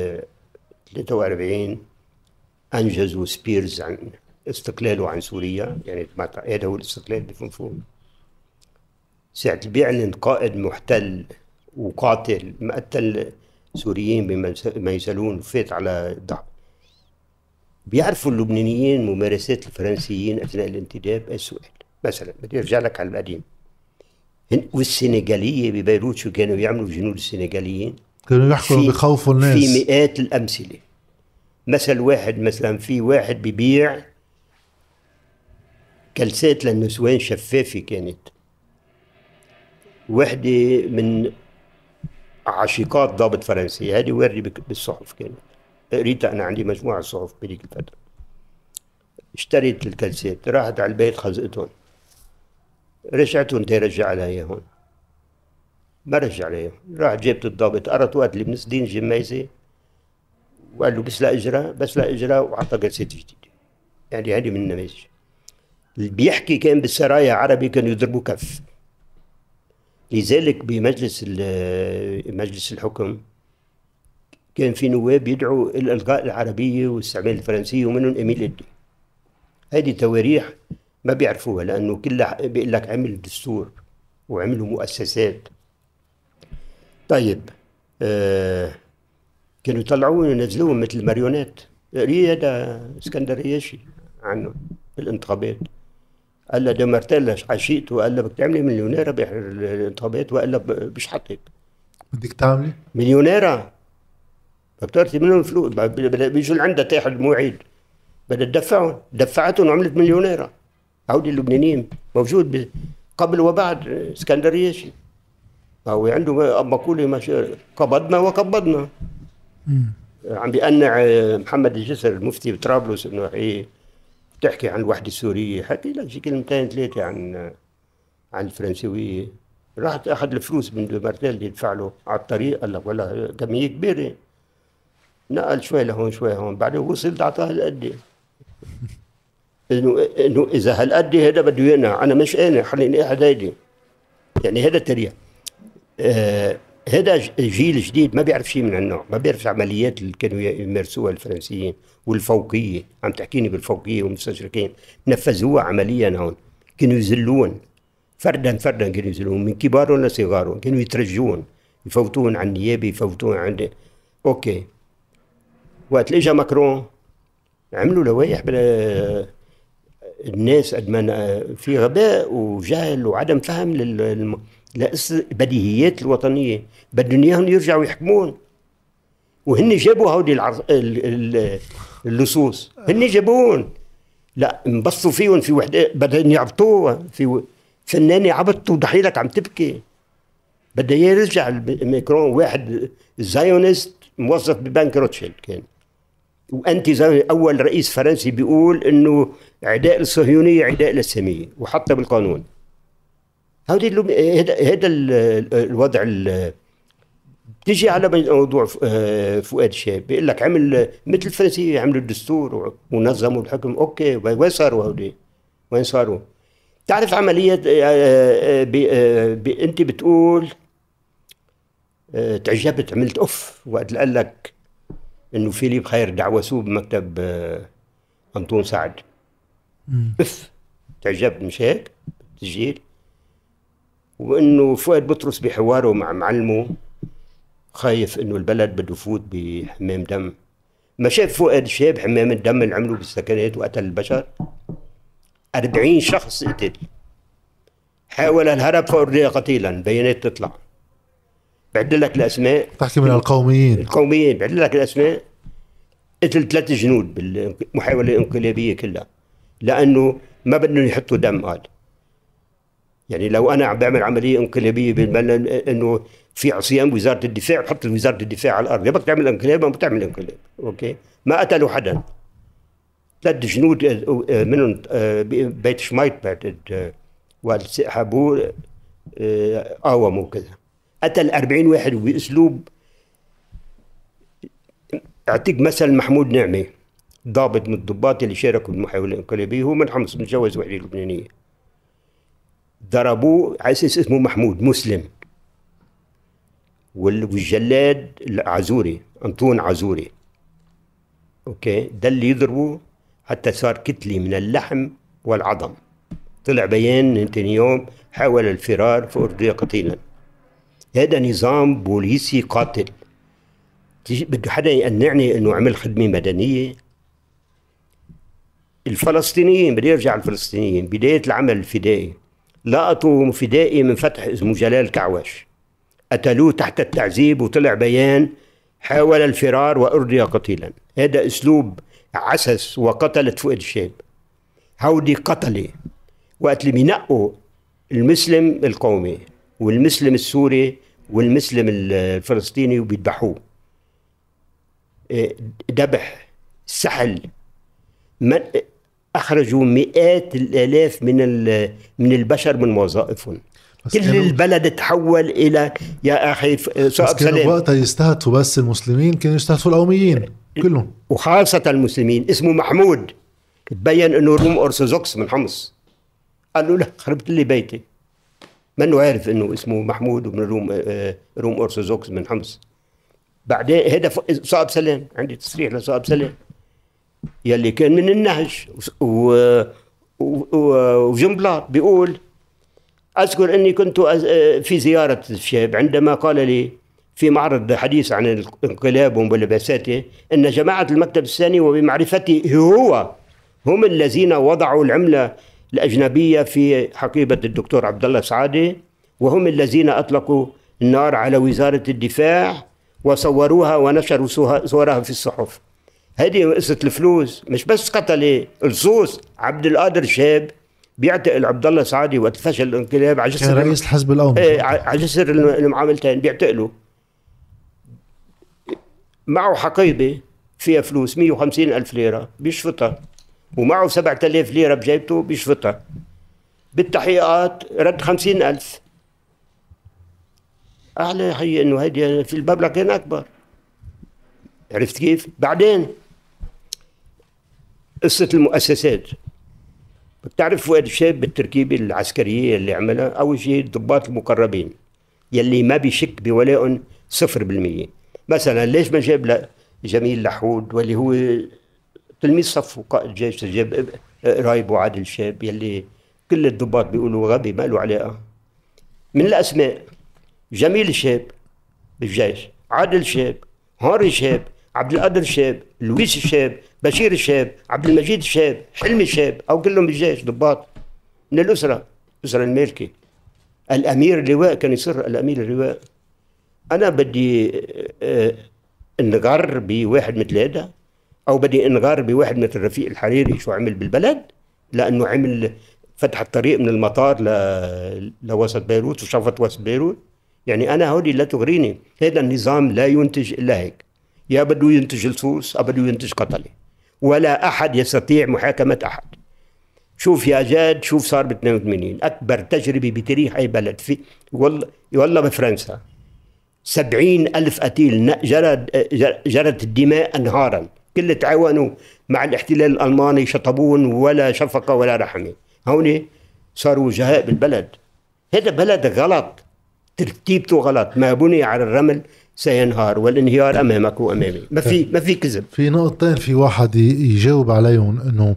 43. أنجزوا سبيرز عن استقلاله عن سوريا، يعني هذا هو الاستقلال بمفهوم. ساعة اللي بيعلن قائد محتل وقاتل مقتل سوريين بما يسالون فات على ضعف، بيعرفوا اللبنانيين ممارسات الفرنسيين أثناء الانتداب. السؤال مثلا بدي أرجع لك على القديم، والسنغالية ببيروت شو كانوا يعملوا الجنود السنغاليين؟ كانوا يحكوا بخوفوا الناس في مئات الأمثلة. مثل واحد، مثلا في واحد بيبيع كلسات للنسوان شفافة، كانت وحدة من عشيقات ضابط فرنسي، هذه وردي بالصحف، كانت قريتها أنا، عندي مجموعة صحف بهذيك الفترة. اشتريت الكلسات، راحت على البيت خزقتهم، رجعتهم ترجع لها هون، ما رجع لها. راح جابت الضابط، قرأت وقت اللي بنسدين جميزة، وقال له بس لا إجراء، بس لا إجراء، وعطى جلسات جديدة. يعني هذه من النماذج. اللي بيحكي كان بالسرايا عربي كانوا يضربوا كف. لذلك بمجلس مجلس الحكم كان في نواب يدعوا إلى إلغاء العربية واستعمال الفرنسية، ومنهم إميل إدي. هذه تواريخ ما بيعرفوها، لأنه كلها بيقول لك عمل دستور وعملوا مؤسسات. طيب كانوا يطلعون ينزلوهم مثل ماريونات. هذا اسكندر رياشي عنه بالانتخابات، قال له دمرتلش عشيقته، وقال له بدك تعملي مليونيرة بالانتخابات، وقال له بشحطك. بدك تعملي مليونيرة، فكرتي منهم فلوس، بيجوا لعندها تاح المواعيد، بدها تدفعهم، دفعتهم وعملت مليونيرة. عودي اللبنانيين موجود قبل وبعد اسكندر رياشي، هو عنده مقولة قبضنا وقبضنا. عم بيقنع محمد الجسر المفتي بطرابلس انه تحكي عن الوحدة السورية، حكي لك شي كلمتين ثلاثة عن الفرنسوية. راحت اخذ الفلوس من مارتيل اللي يدفع له على الطريق، قال لك والله كمية كبيرة، نقل شوي لهون شوي هون، بعدين وصل اعطاه هالقد. انه اذا هالقد هذا بده يقنع، انا مش قانع، خليني احد هيدي. يعني هذا التاريخ. هذا جيل جديد ما بيعرف شيء من النوع، ما بيعرف العمليات اللي كانوا يمارسوها الفرنسيين، والفوقية. عم تحكيني بالفوقية والمستشرقين، نفذوها عمليا هون. كانوا يزلون فردا فردا، كانوا يزلون من كبارهم لصغارهم، كانوا يترجون، يفوتون عن النيابة، يفوتون عن اوكي. وقت اللي اجى ماكرون عملوا لوائح الناس قد ما في غباء وجهل وعدم فهم بديهيات الوطنية، بدهم اياهم يرجعوا يحكمون. وهن جابوا هودي اللصوص، هن جابوهم، لا انبسطوا فيهم. في وحده بدهم يعبطوها، في فنانة عبطوا ضحيلك عم تبكي، بده يرجع ماكرون. واحد زايونست موظف ببنك روتشيلد كان، وانتي زايونست، اول رئيس فرنسي بيقول انه عداء الصهيونية عداء للسامية، وحطها بالقانون. هذا الوضع. تيجي على موضوع فؤاد الشاب، بيقول لك عمل مثل الفرنسيين، عملوا الدستور ونظموا الحكم. اوكي، وين صاروا هودي؟ وين صاروا؟ تعرف عملية انت بتقول تعجبت، عملت اوف وقت قال لك انه فيليب خير دعوسوه بمكتب انطون سعد. اف تعجبت، مش هيك تسجيل؟ وانه فؤاد بطرس بحواره مع معلمه خايف انه البلد بده يفوت بحمام دم. ما شاف فؤاد شاب حمام الدم اللي عملوا بالسكنات وقتل البشر؟ 40 شخص قتل. حاول الهرب فأرضي قتيلا، بيانات تطلع. بعد لك الاسماء، تحكي من القوميين بعد لك الاسماء. قتل 3 جنود بالمحاولة الانقلابية كلها، لأنه ما بدهم يحطوا دم. قال يعني لو أنا عم بعمل عملية انقلابية إنه في عصيان بوزارة الدفاع، بحط وزارة الدفاع على الأرض، يا بدك تعمل انقلاب ما بتعمل انقلاب. أوكي، ما قتلوا حدا. 3 جنود منهم بيت شمايت بعد وحبوه قاوموا كذا. قتل 40 واحد بأسلوب. أعطيك مثل محمود نعمة، ضابط من الضباط اللي شاركوا بالمحاولة الانقلابية، هو من حمص، متجوز وحدة لبنانية. ضربوه على أساس اسمه محمود مسلم، والجلاد عزوري، أنطون عزوري. أوكي، ده اللي يضربه حتى صار كتلة من اللحم والعظم. طلع بيان من تاني يوم: حاول الفرار فأرضي قتيلا. هذا نظام بوليسي قاتل. بده حدا يقنعني انه عمل خدمة مدنية. الفلسطينيين، بدي ارجع الفلسطينيين، بداية العمل الفدائي لقطوا فدائي من فتح اسمه جلال كعوش، قتلوه تحت التعذيب، وطلع بيان: حاول الفرار وأرضي قتيلا. هذا اسلوب عسس وقتلت فؤاد الشاب. هودي قتلة وقت اللي بينقوا المسلم القومي والمسلم السوري والمسلم الفلسطيني وبيذبحوه. ذبح، سحل، أخرجوا مئات الآلاف من البشر من وظائفهم. كل البلد تحول إلى يا أخي صعب سلام. كانوا وقتها يستهدفوا بس المسلمين، كانوا يستهدفوا القوميين كلهم، وخاصة المسلمين. اسمه محمود، تبين إنه روم أرثوذكس من حمص. قالوا له خربت لي بيتي، منه عارف إنه اسمه محمود ومن روم أرثوذكس من حمص. بعدين هذا صعب سلام، عندي تصريح لصعب سلام يلي كان من النهج وجنبلاط. بيقول: أذكر أني كنت في زيارة الشاب عندما قال لي في معرض حديث عن الانقلاب وملابساته أن جماعة المكتب الثاني وبمعرفتي هم الذين وضعوا العملة الأجنبية في حقيبة الدكتور عبد الله سعادة، وهم الذين أطلقوا النار على وزارة الدفاع وصوروها ونشروا صورها في الصحف. هذه قصة الفلوس. مش بس قتل اللصوص. عبد القادر شاب بيعتقل عبد الله سعادة وقت فشل الانقلاب على جسر رئيس الحزب القومي، على جسر المعاملتين بيعتقلوا. معه حقيبة فيها فلوس 150,000 ليرة بيشفطها، ومعه 7,000 ليرة بجيبته بيشفطها. بالتحقيقات رد 50,000. أعلى حقيقة إنه هيدي في المبلغ كان أكبر. عرفت كيف؟ بعدين قصة المؤسسات. بتعرف فؤاد الشاب بالتركيبة العسكرية اللي عملها؟ أول شيء الضباط المقربين يلي ما بيشك بولائهم 0%. مثلا ليش ما جاب جميل لحود واللي هو تلميذ صف وقائد الجيش، جاب رايبو عادل شاب يلي كل الضباط بيقولوا غبي ما له علاقة. من الأسماء: جميل الشاب بالجيش، عادل الشاب، هاري الشاب، عبد القادر الشاب، لويس الشاب، بشير الشاب، عبد المجيد الشاب، حلمي الشاب، أو كلهم بالجيش ضباط من الأسرة المالكي. الأمير اللواء كان يصر الأمير اللواء. أنا بدي انغار بواحد مثل هذا، أو بدي انغار بواحد مثل رفيق الحريري شو عمل بالبلد، لأنه عمل فتح الطريق من المطار لوسط بيروت وشفط وسط بيروت. يعني أنا هودي لا تغريني. هذا النظام لا ينتج إلا هيك، يا بده ينتج لصوص أو بده ينتج قتلة، ولا أحد يستطيع محاكمة أحد. شوف يا جاد، شوف صار ب 82 أكبر تجربة بتاريخ أي بلد في والله بفرنسا. 70,000 قتيل، جرت الدماء أنهارا. كل تعاونوا مع الاحتلال الألماني، شطبون ولا شفقة ولا رحمة. هون صاروا وجهاء بالبلد. هذا بلد غلط، ترتيبته غلط. ما بني على الرمل سينهار، والانهيار أمامك وأمامي. ما في كذب. في نقطتين في واحد يجاوب عليهم، إنه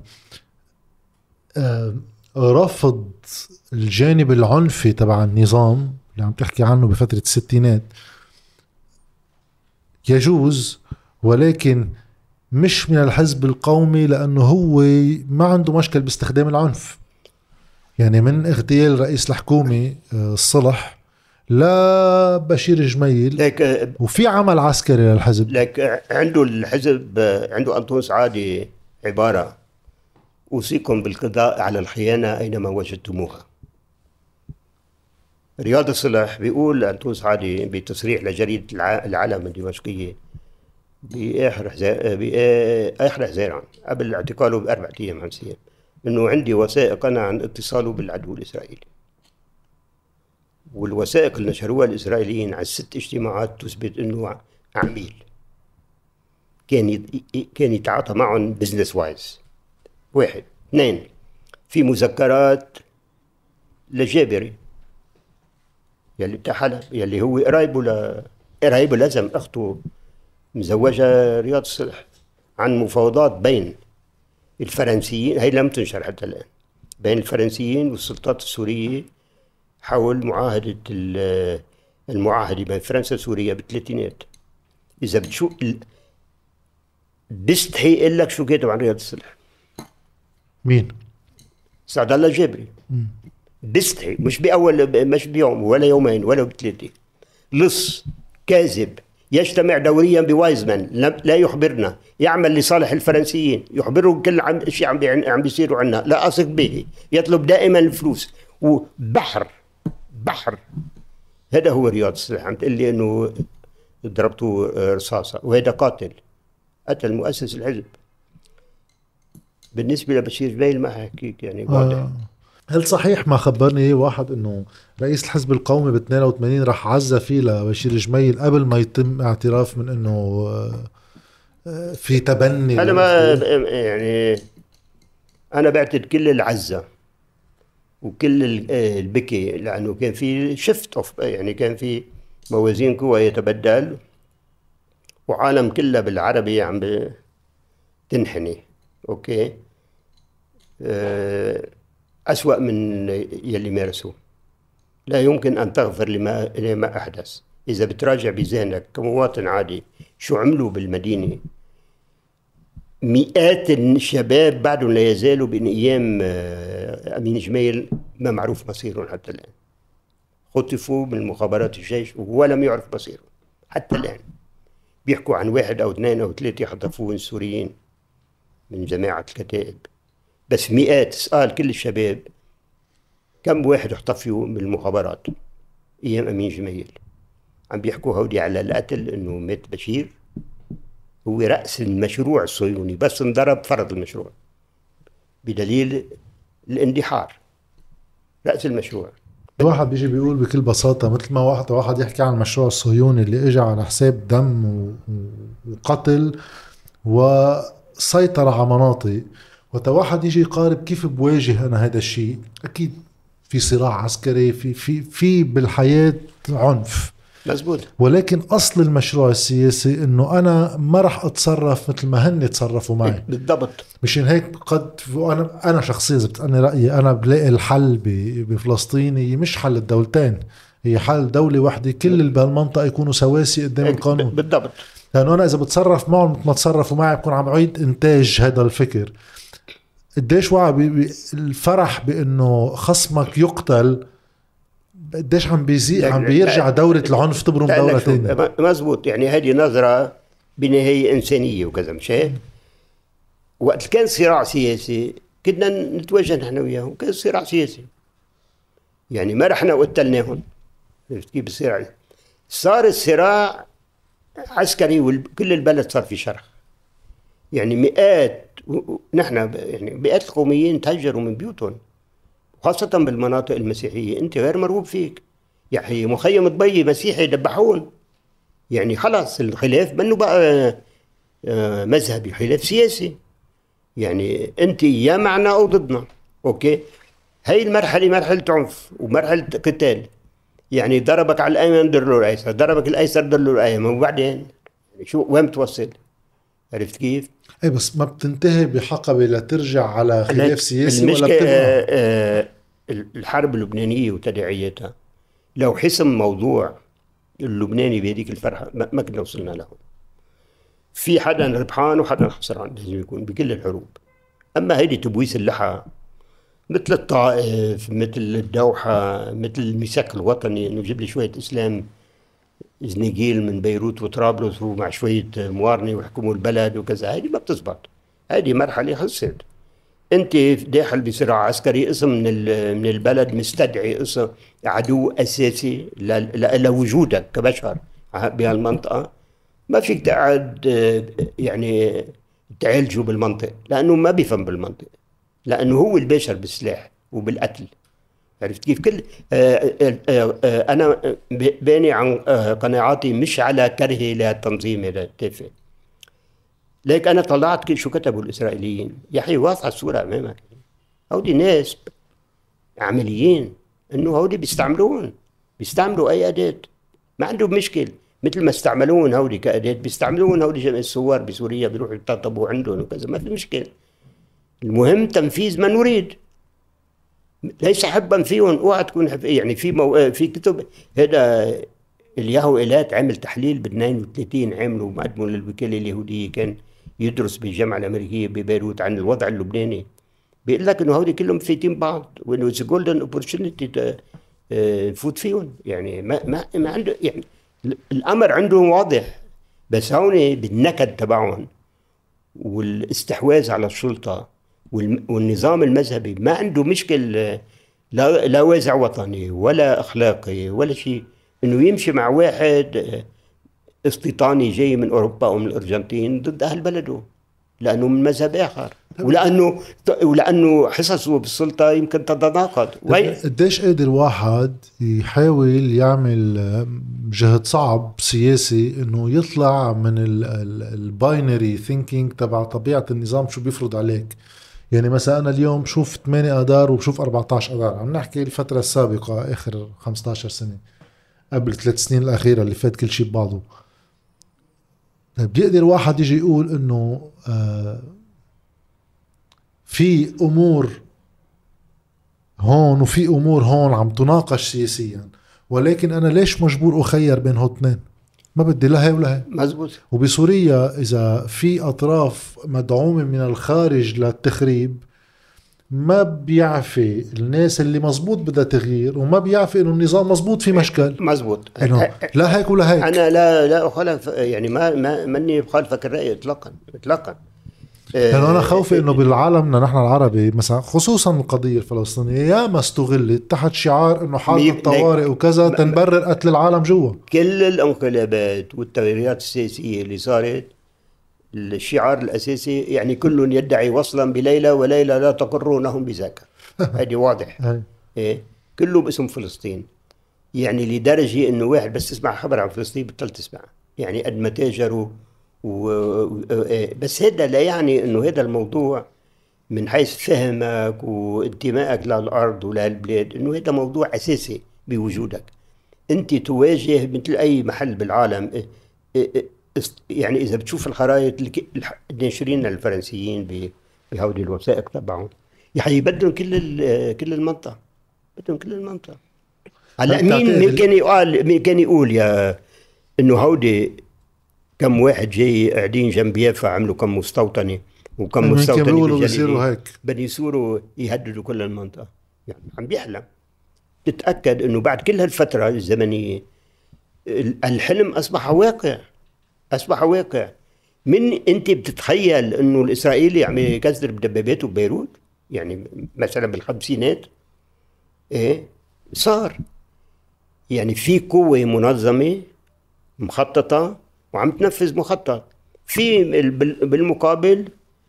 رفض الجانب العنفي تبع النظام اللي عم تحكي عنه بفترة الستينات يجوز، ولكن مش من الحزب القومي، لأنه هو ما عنده مشكل باستخدام العنف. يعني من اغتيال رئيس الحكومة الصلح لبشير جميل، لك وفي عمل عسكري للحزب. لك عنده الحزب، عنده أنطون سعادي عبارة: أوصيكم بالقضاء على الخيانة أينما وجدتموها. رياض الصلح بيقول أنطون سعادي بتصريح لجريدة العالم الدمشقية بآخر حزيران قبل اعتقاله ب4 أيام 5 أيام، إنه عندي وثائق أنا عن اتصاله بالعدو الإسرائيلي، والوثائق اللي نشروها الإسرائيليين على 6 اجتماعات تثبت إنه عميل كان يتعاطى معهم بزنس وايز. 1. 2. في مذكرات لجابري يلي بتاع حلب، يلي هو قرايبه لازم أخته مزوجة رياض الصلح، عن مفاوضات بين الفرنسيين، هي لم تنشر حتى الآن، بين الفرنسيين والسلطات السورية حول المعاهدة بين فرنسا وسوريا بالثلاثينات. إذا بتشوف بيستحي يقول لك شو كاتب عن رياض الصلح. مين؟ سعد الله الجابري. بيستحي، مش بيوم ولا يومين ولا ب3، لص كاذب يجتمع دوريا بوايزمان، لا يخبرنا، يعمل لصالح الفرنسيين، يخبروا كل شيء عم بيصيروا عنا، لا أثق به، يطلب دائما الفلوس، وبحر بحر. هذا هو رياض الصلح. عم تقول لي انه ضربته رصاصة، وهذا قتل مؤسس الحزب. بالنسبة لبشير جميل ما حكيك يعني واضح. هل صحيح ما خبرني واحد انه رئيس الحزب القومي ب 82 راح عزى فيه لبشير جميل قبل ما يتم اعتراف من انه في تبني؟ انا ما يعني انا بعتد كل العزة وكل البكي، لانه كان في شفت اوف، يعني كان في موازين قوى يتبدل، وعالم كله بالعربي عم تنحني. اوكي، أسوأ من يلي مارسوه. لا يمكن أن تغفر لما أحدث. إذا بتراجع بذهنك كمواطن عادي شو عملوا بالمدينة، مئات الشباب بعدهم لا يزالوا بين أيام أمين جميل ما معروف مصيرهم حتى الآن، خطفوا من مخابرات الجيش وهو لم يعرف مصيرهم حتى الآن. بيحكوا عن 1 أو 2 أو 3 خطفوهم السوريين من جماعة الكتائب، بس مئات. سأل كل الشباب كم واحد اختفوا من المخابرات ايام امين جميل. عم بيحكوا هودي على القتل، انه مات بشير هو رأس المشروع الصهيوني، بس انضرب فرض المشروع بدليل الاندحار. رأس المشروع. واحد بيجي بيقول بكل بساطة مثل ما واحد يحكي عن المشروع الصهيوني اللي اجى على حساب دم وقتل وسيطر على مناطق، وتواحد يجي يقارب كيف بواجه أنا هذا الشيء. أكيد في صراع عسكري، في بالحياة عنف، مزبوط، ولكن أصل المشروع السياسي إنه أنا ما رح أتصرف مثل ما هن تصرفوا معي. بالضبط. مشان هيك أنا شخصيا إذا بتسألني رأيي، أنا بلاقي الحل بفلسطين هي مش حل الدولتين، هي حل دولة واحدة، كل بهالمنطقة يكونوا سواسي قدام القانون. بالضبط. لأنه أنا إذا بتصرف معهم ما تصرفوا معي بكون عم أعيد إنتاج هذا الفكر. قديش وعى الفرح بأنه خصمك يقتل، قديش عم بيزيد، عم بيرجع دورة العنف تبرم دورة ثانية. مزبوط. يعني هذه نظرة بنهاية إنسانية وكذا، مش هيك؟ وقت كان صراع سياسي كنا نتواجه نحن وياهم، كان صراع سياسي، يعني ما رحنا وقتلناهم. عرفت كيف الصراع؟ صار الصراع عسكري وكل البلد صار في شرخ. يعني مئات، نحن يعني مئات القوميين تهجروا من بيوتهم، خاصة بالمناطق المسيحية. انت غير مرغوب فيك، يعني مخيم طبي مسيحي دبحون. يعني خلاص الخلاف منه بقى مذهبي، خلاف سياسي. يعني انت يا معنا او ضدنا. اوكي، هاي المرحلة مرحلة عنف ومرحلة قتال. يعني ضربك على الايمن دلوا الايسر، ضربك الايسر دلوا الايمن، وبعدين يعني شو وين بتوصل؟ عرفت كيف؟ اي بس ما بتنتهي بحقبة لترجع على خلاف سياسي ولا بتبقى الحرب اللبنانية وتداعياتها. لو حسم موضوع اللبناني بهذيك الفرحة ما كنا وصلنا له. في حدا ربحان وحدا خسران لازم يكون بكل الحروب. أما هيدي تبويس اللحى مثل الطائف، مثل الدوحة، مثل الميثاق الوطني، انه يجيب لي شوية اسلام زنيجيل من بيروت وطرابلس ومع شوية موارني ويحكموا البلد وكذا. هذه ما بتزبط، هذه مرحلة خلصت. انت داخل بصراع عسكري، اسم من البلد مستدعي اسم عدو اساسي لوجودك كبشر بهالمنطقة. ما فيك تقعد يعني تعالجه بالمنطق، لانه ما بيفهم بالمنطق، لانه هو البشر بالسلاح وبالقتل. عرفت كيف؟ كل انا باني عن قناعاتي مش على كرهي للتنظيم التافه. ليك انا طلعت شو كتبوا الاسرائيليين، يا اخي واضحه الصوره امامك. هودي ناس عمليين، انه هودي بيستعملوا اي اداه، ما عندهم مشكل. مثل ما استعملون هودي كاداه، بيستعملون هودي جميع الثوار بسوريا، بيروحوا يطبطبوا عندهم وكذا، ما في مشكل. المهم تنفيذ ما نريد، ليس حبا فيهم. اوعى تكون يعني في كتب هذا الياهو إيلات عمل تحليل ب 32 عملوا مقدمه للوكاله اليهوديه، كان يدرس بالجامعه الامريكيه ببيروت عن الوضع اللبناني. بيقول لك انه هودي كلهم فايتين بعض، وانه اتس جولدن اوبورتونيتي نفوت فيهم. يعني ما عنده، يعني الامر عندهم واضح، بس هون بالنكد تبعهم والاستحواذ على السلطه والنظام المذهبي ما عنده مشكل. لا وازع وطني ولا اخلاقي ولا شيء، انه يمشي مع واحد استيطاني جاي من اوروبا او من الارجنتين ضد اهل بلده، لانه من مذهب اخر، ولانه حصصه بالسلطه يمكن تتناقض. قديش قادر واحد يحاول يعمل جهد صعب سياسي انه يطلع من الباينري ثينكينج تبع طبيعه النظام شو بيفرض عليك؟ يعني مثلا انا اليوم بشوف 8 اذار وبشوف 14 اذار، عم نحكي الفتره السابقه اخر 15 سنه، قبل 3 سنين الاخيره اللي فات كل شيء ببعضه. بيقدر واحد يجي يقول انه في امور هون وفي امور هون عم تناقش سياسيا، ولكن انا ليش مجبور اخير بين هو اثنين؟ ما بدي لا هي ولا هي. مزبوط. وبسوريا اذا في اطراف مدعومه من الخارج للتخريب، ما بيعفي الناس اللي مزبوط بدها تغيير، وما بيعفي انه النظام مزبوط في مشكل. مزبوط. لا هيك ولا هيك. انا لا اخالف، يعني ماني بخالفك الراي اطلاقا اطلاقا. لأنه أنا خوفي إنه بالعالمنا نحن العربي مثلا، خصوصا القضية الفلسطينية، يا ما استغلت تحت شعار إنه حالة الطوارئ وكذا تنبرر قتل العالم جوا. كل الانقلابات والتغييرات السياسية اللي صارت، الشعار الأساسي يعني كل يدعي وصلا بليلى وليلى لا تقرونهم بذاك. هذه واضح. إيه؟ كله باسم فلسطين. يعني لدرجة إنه واحد بس تسمع خبر عن فلسطين بطل تسمع، يعني قد ما تاجروا بس هذا لا يعني انه هذا الموضوع من حيث فهمك وانتمائك للارض وللبلاد انه هذا موضوع اساسي بوجودك. انت تواجه مثل اي محل بالعالم. يعني اذا بتشوف الخرائط الناشرين الفرنسيين بهودي الوثائق تبعهم، يعني بدهم كل المنطقه، بدهم كل المنطقه. هلا مين كان يقول يا انه هودي كم واحد جاي قاعدين جنب يافا عملوا كم مستوطنة وكم مستوطنة بجليل بدي يصوروا يهددوا كل المنطقة. يعني عم بيحلم. تتأكد انه بعد كل هالفترة الزمنية الحلم اصبح واقع. من انت بتتخيل انه الاسرائيلي عم يكسر بدباباته ببيروت؟ يعني مثلا بالخمسينات ايه صار. يعني في قوة منظمة مخططة وعم تنفذ مخطط، في بالمقابل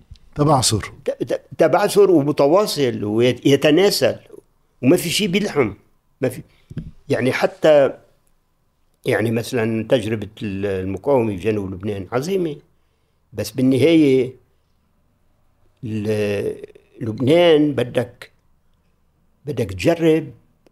تبعثر ومتواصل ويتناسل، وما في شيء بيلحم. ما في يعني حتى يعني مثلا تجربة المقاومة في جنوب لبنان عظيمة، بس بالنهاية لبنان بدك تجرب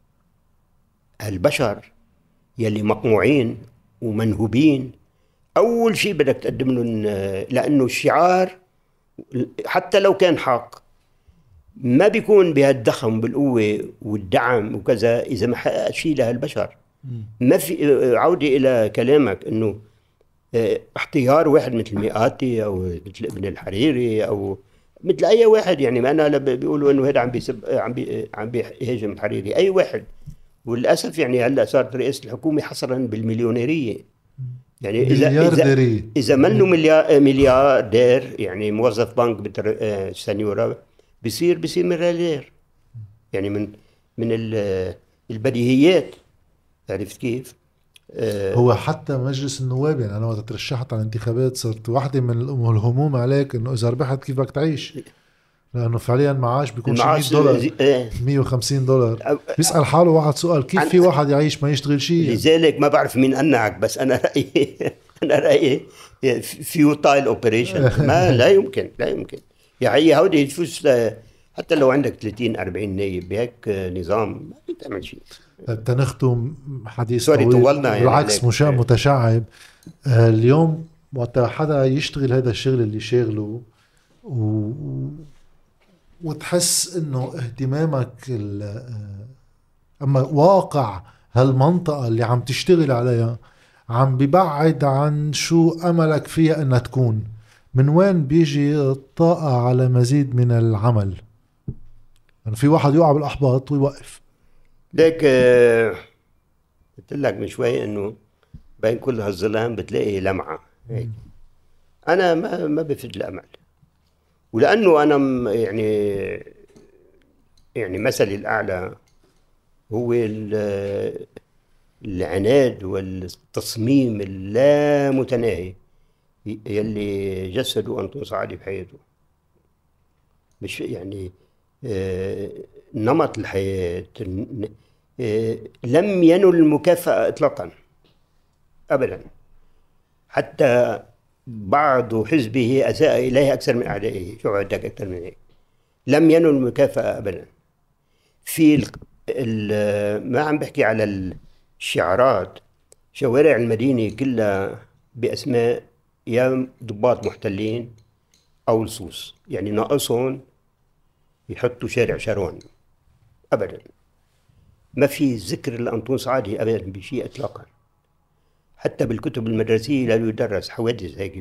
هالبشر يلي مقموعين ومنهوبين. أول شيء بدك تقدم لهم، لأنه الشعار حتى لو كان حق ما بيكون بهالضخم بالقوة والدعم وكذا إذا ما حقق شيء لهالبشر. ما في عودة إلى كلامك إنه احتيار واحد مثل مئاتي أو مثل ابن الحريري أو مثل اي واحد يعني. ما انا بيقولوا انه هذا عم بيهاجم الحريري، اي واحد. وللاسف يعني هلا صارت رئاسه الحكومه حصرا بالمليونيريه. يعني اذا منه ملياردير يعني موظف بنك سنيورة بصير ملياردير يعني من البديهيات. عرفت كيف؟ هو حتى مجلس النواب يعني انا وقت ترشحت على الانتخابات صرت واحدة من الهموم عليك انه اذا ربحت كيف بدك تعيش، لانه فعليا معاش بيكون شي $100 $150. بيسأل حاله واحد سؤال كيف في واحد يعيش ما يشتغل شيء؟ لذلك ما بعرف مين أنعك، بس أنا رأيي أنا رأيي فيوتايل اوبريشن. ما لا يمكن يعني هودي يفوز حتى لو عندك 30-40 نايب بهيك نظام ما بتعمل شيء. تنختم حديث طولنا يعني بالعكس متشعب. اليوم وقت حدا يشتغل هذا الشغل اللي شاغله وتحس انه اهتمامك اما واقع هالمنطقة اللي عم تشتغل عليها عم ببعد عن شو املك فيها انها تكون، من وين بيجي الطاقة على مزيد من العمل؟ يعني في واحد يقع بالاحباط ويوقف. ليك قلت لك من شوي انه بين كل هالظلام بتلاقي لمعة هيك. انا ما بفد الامل، ولانه انا يعني مثلي الاعلى هو العناد والتصميم اللامتناهي يلي جسده أنطون سعادي بحياته. مش يعني نمط الحياة لم ينل المكافأة إطلاقا أبدا، حتى بعض حزبه أساء إليه أكثر من أعدائه. شو عندك أكثر من هيك؟ لم ينل المكافأة أبدا. في ما عم بحكي على الشعارات، شوارع المدينة كلها بأسماء يا ضباط محتلين أو لصوص، يعني ناقصهم يحطوا شارع شارون. أبدا ما في ذكر لأنطون سعادي أبدا بشيء إطلاقا. حتى بالكتب المدرسية لا يدرس حوادث هيك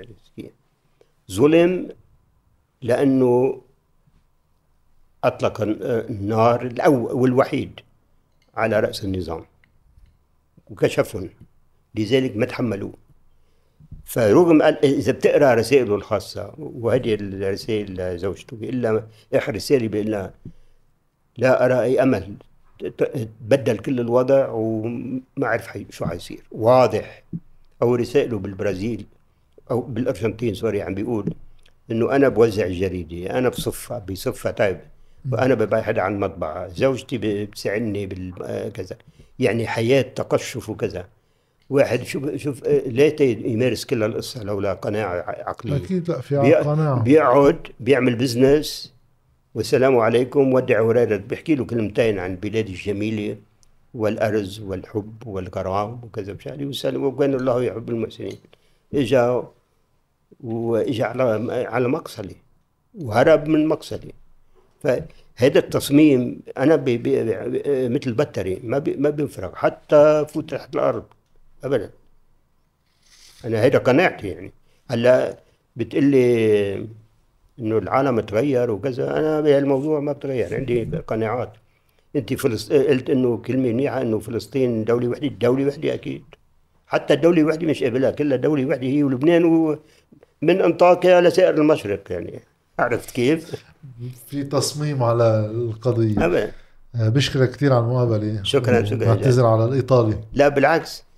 ظلم، لأنه أطلق النار الأول والوحيد على رأس النظام وكشفهم، لذلك ما تحملوه. فرغم إذا بتقرأ رسائله الخاصة، وهذه الرسائل لزوجته بيقول لها آخر رسالة بيقول لها لا أرى أي أمل، تبدل كل الوضع وما أعرف شو حيصير. واضح. أو رسائله بالبرازيل أو بالأرجنتين سوري عم بيقول إنه أنا بوزع الجريدة، أنا بصفها طيب، وأنا ببيع حدا عن المطبعة، زوجتي بتساعدني بالكذا. يعني حياة تقشف وكذا. واحد شوف ليه يمارس كل القصة لولا قناعة عقلية؟ أكيد لا في قناعة. بيقعد بيعمل بزنس والسلام عليكم ودع ورادة، بيحكي له كلمتين عن بلاد الجميلة والأرز والحب والغرام وكذا بشالي وسلم، وكان الله يحب المحسنين. إجا على مقصلي وهرب من مقصلي. فهذا التصميم أنا مثل بطري ما بينفرق حتى فوت تحت الأرض أبدا. أنا هذا قناعتي يعني. هلا بتقلي إنه العالم تغير وكذا، أنا بهالموضوع ما بتغير، عندي قناعات. أنت قلت إنه كلمة منيحة إنه فلسطين دولة وحدة. الدولة وحدة أكيد، حتى الدولة وحدة مش قابلها، كلها دولة وحدة هي ولبنان، ومن أنطاكيا لسائر المشرق. يعني عرفت كيف؟ في تصميم على القضية. أبدا. بشكرك كثير على المقابلة. شكرا. بعتذر على الإيطالي. لا بالعكس.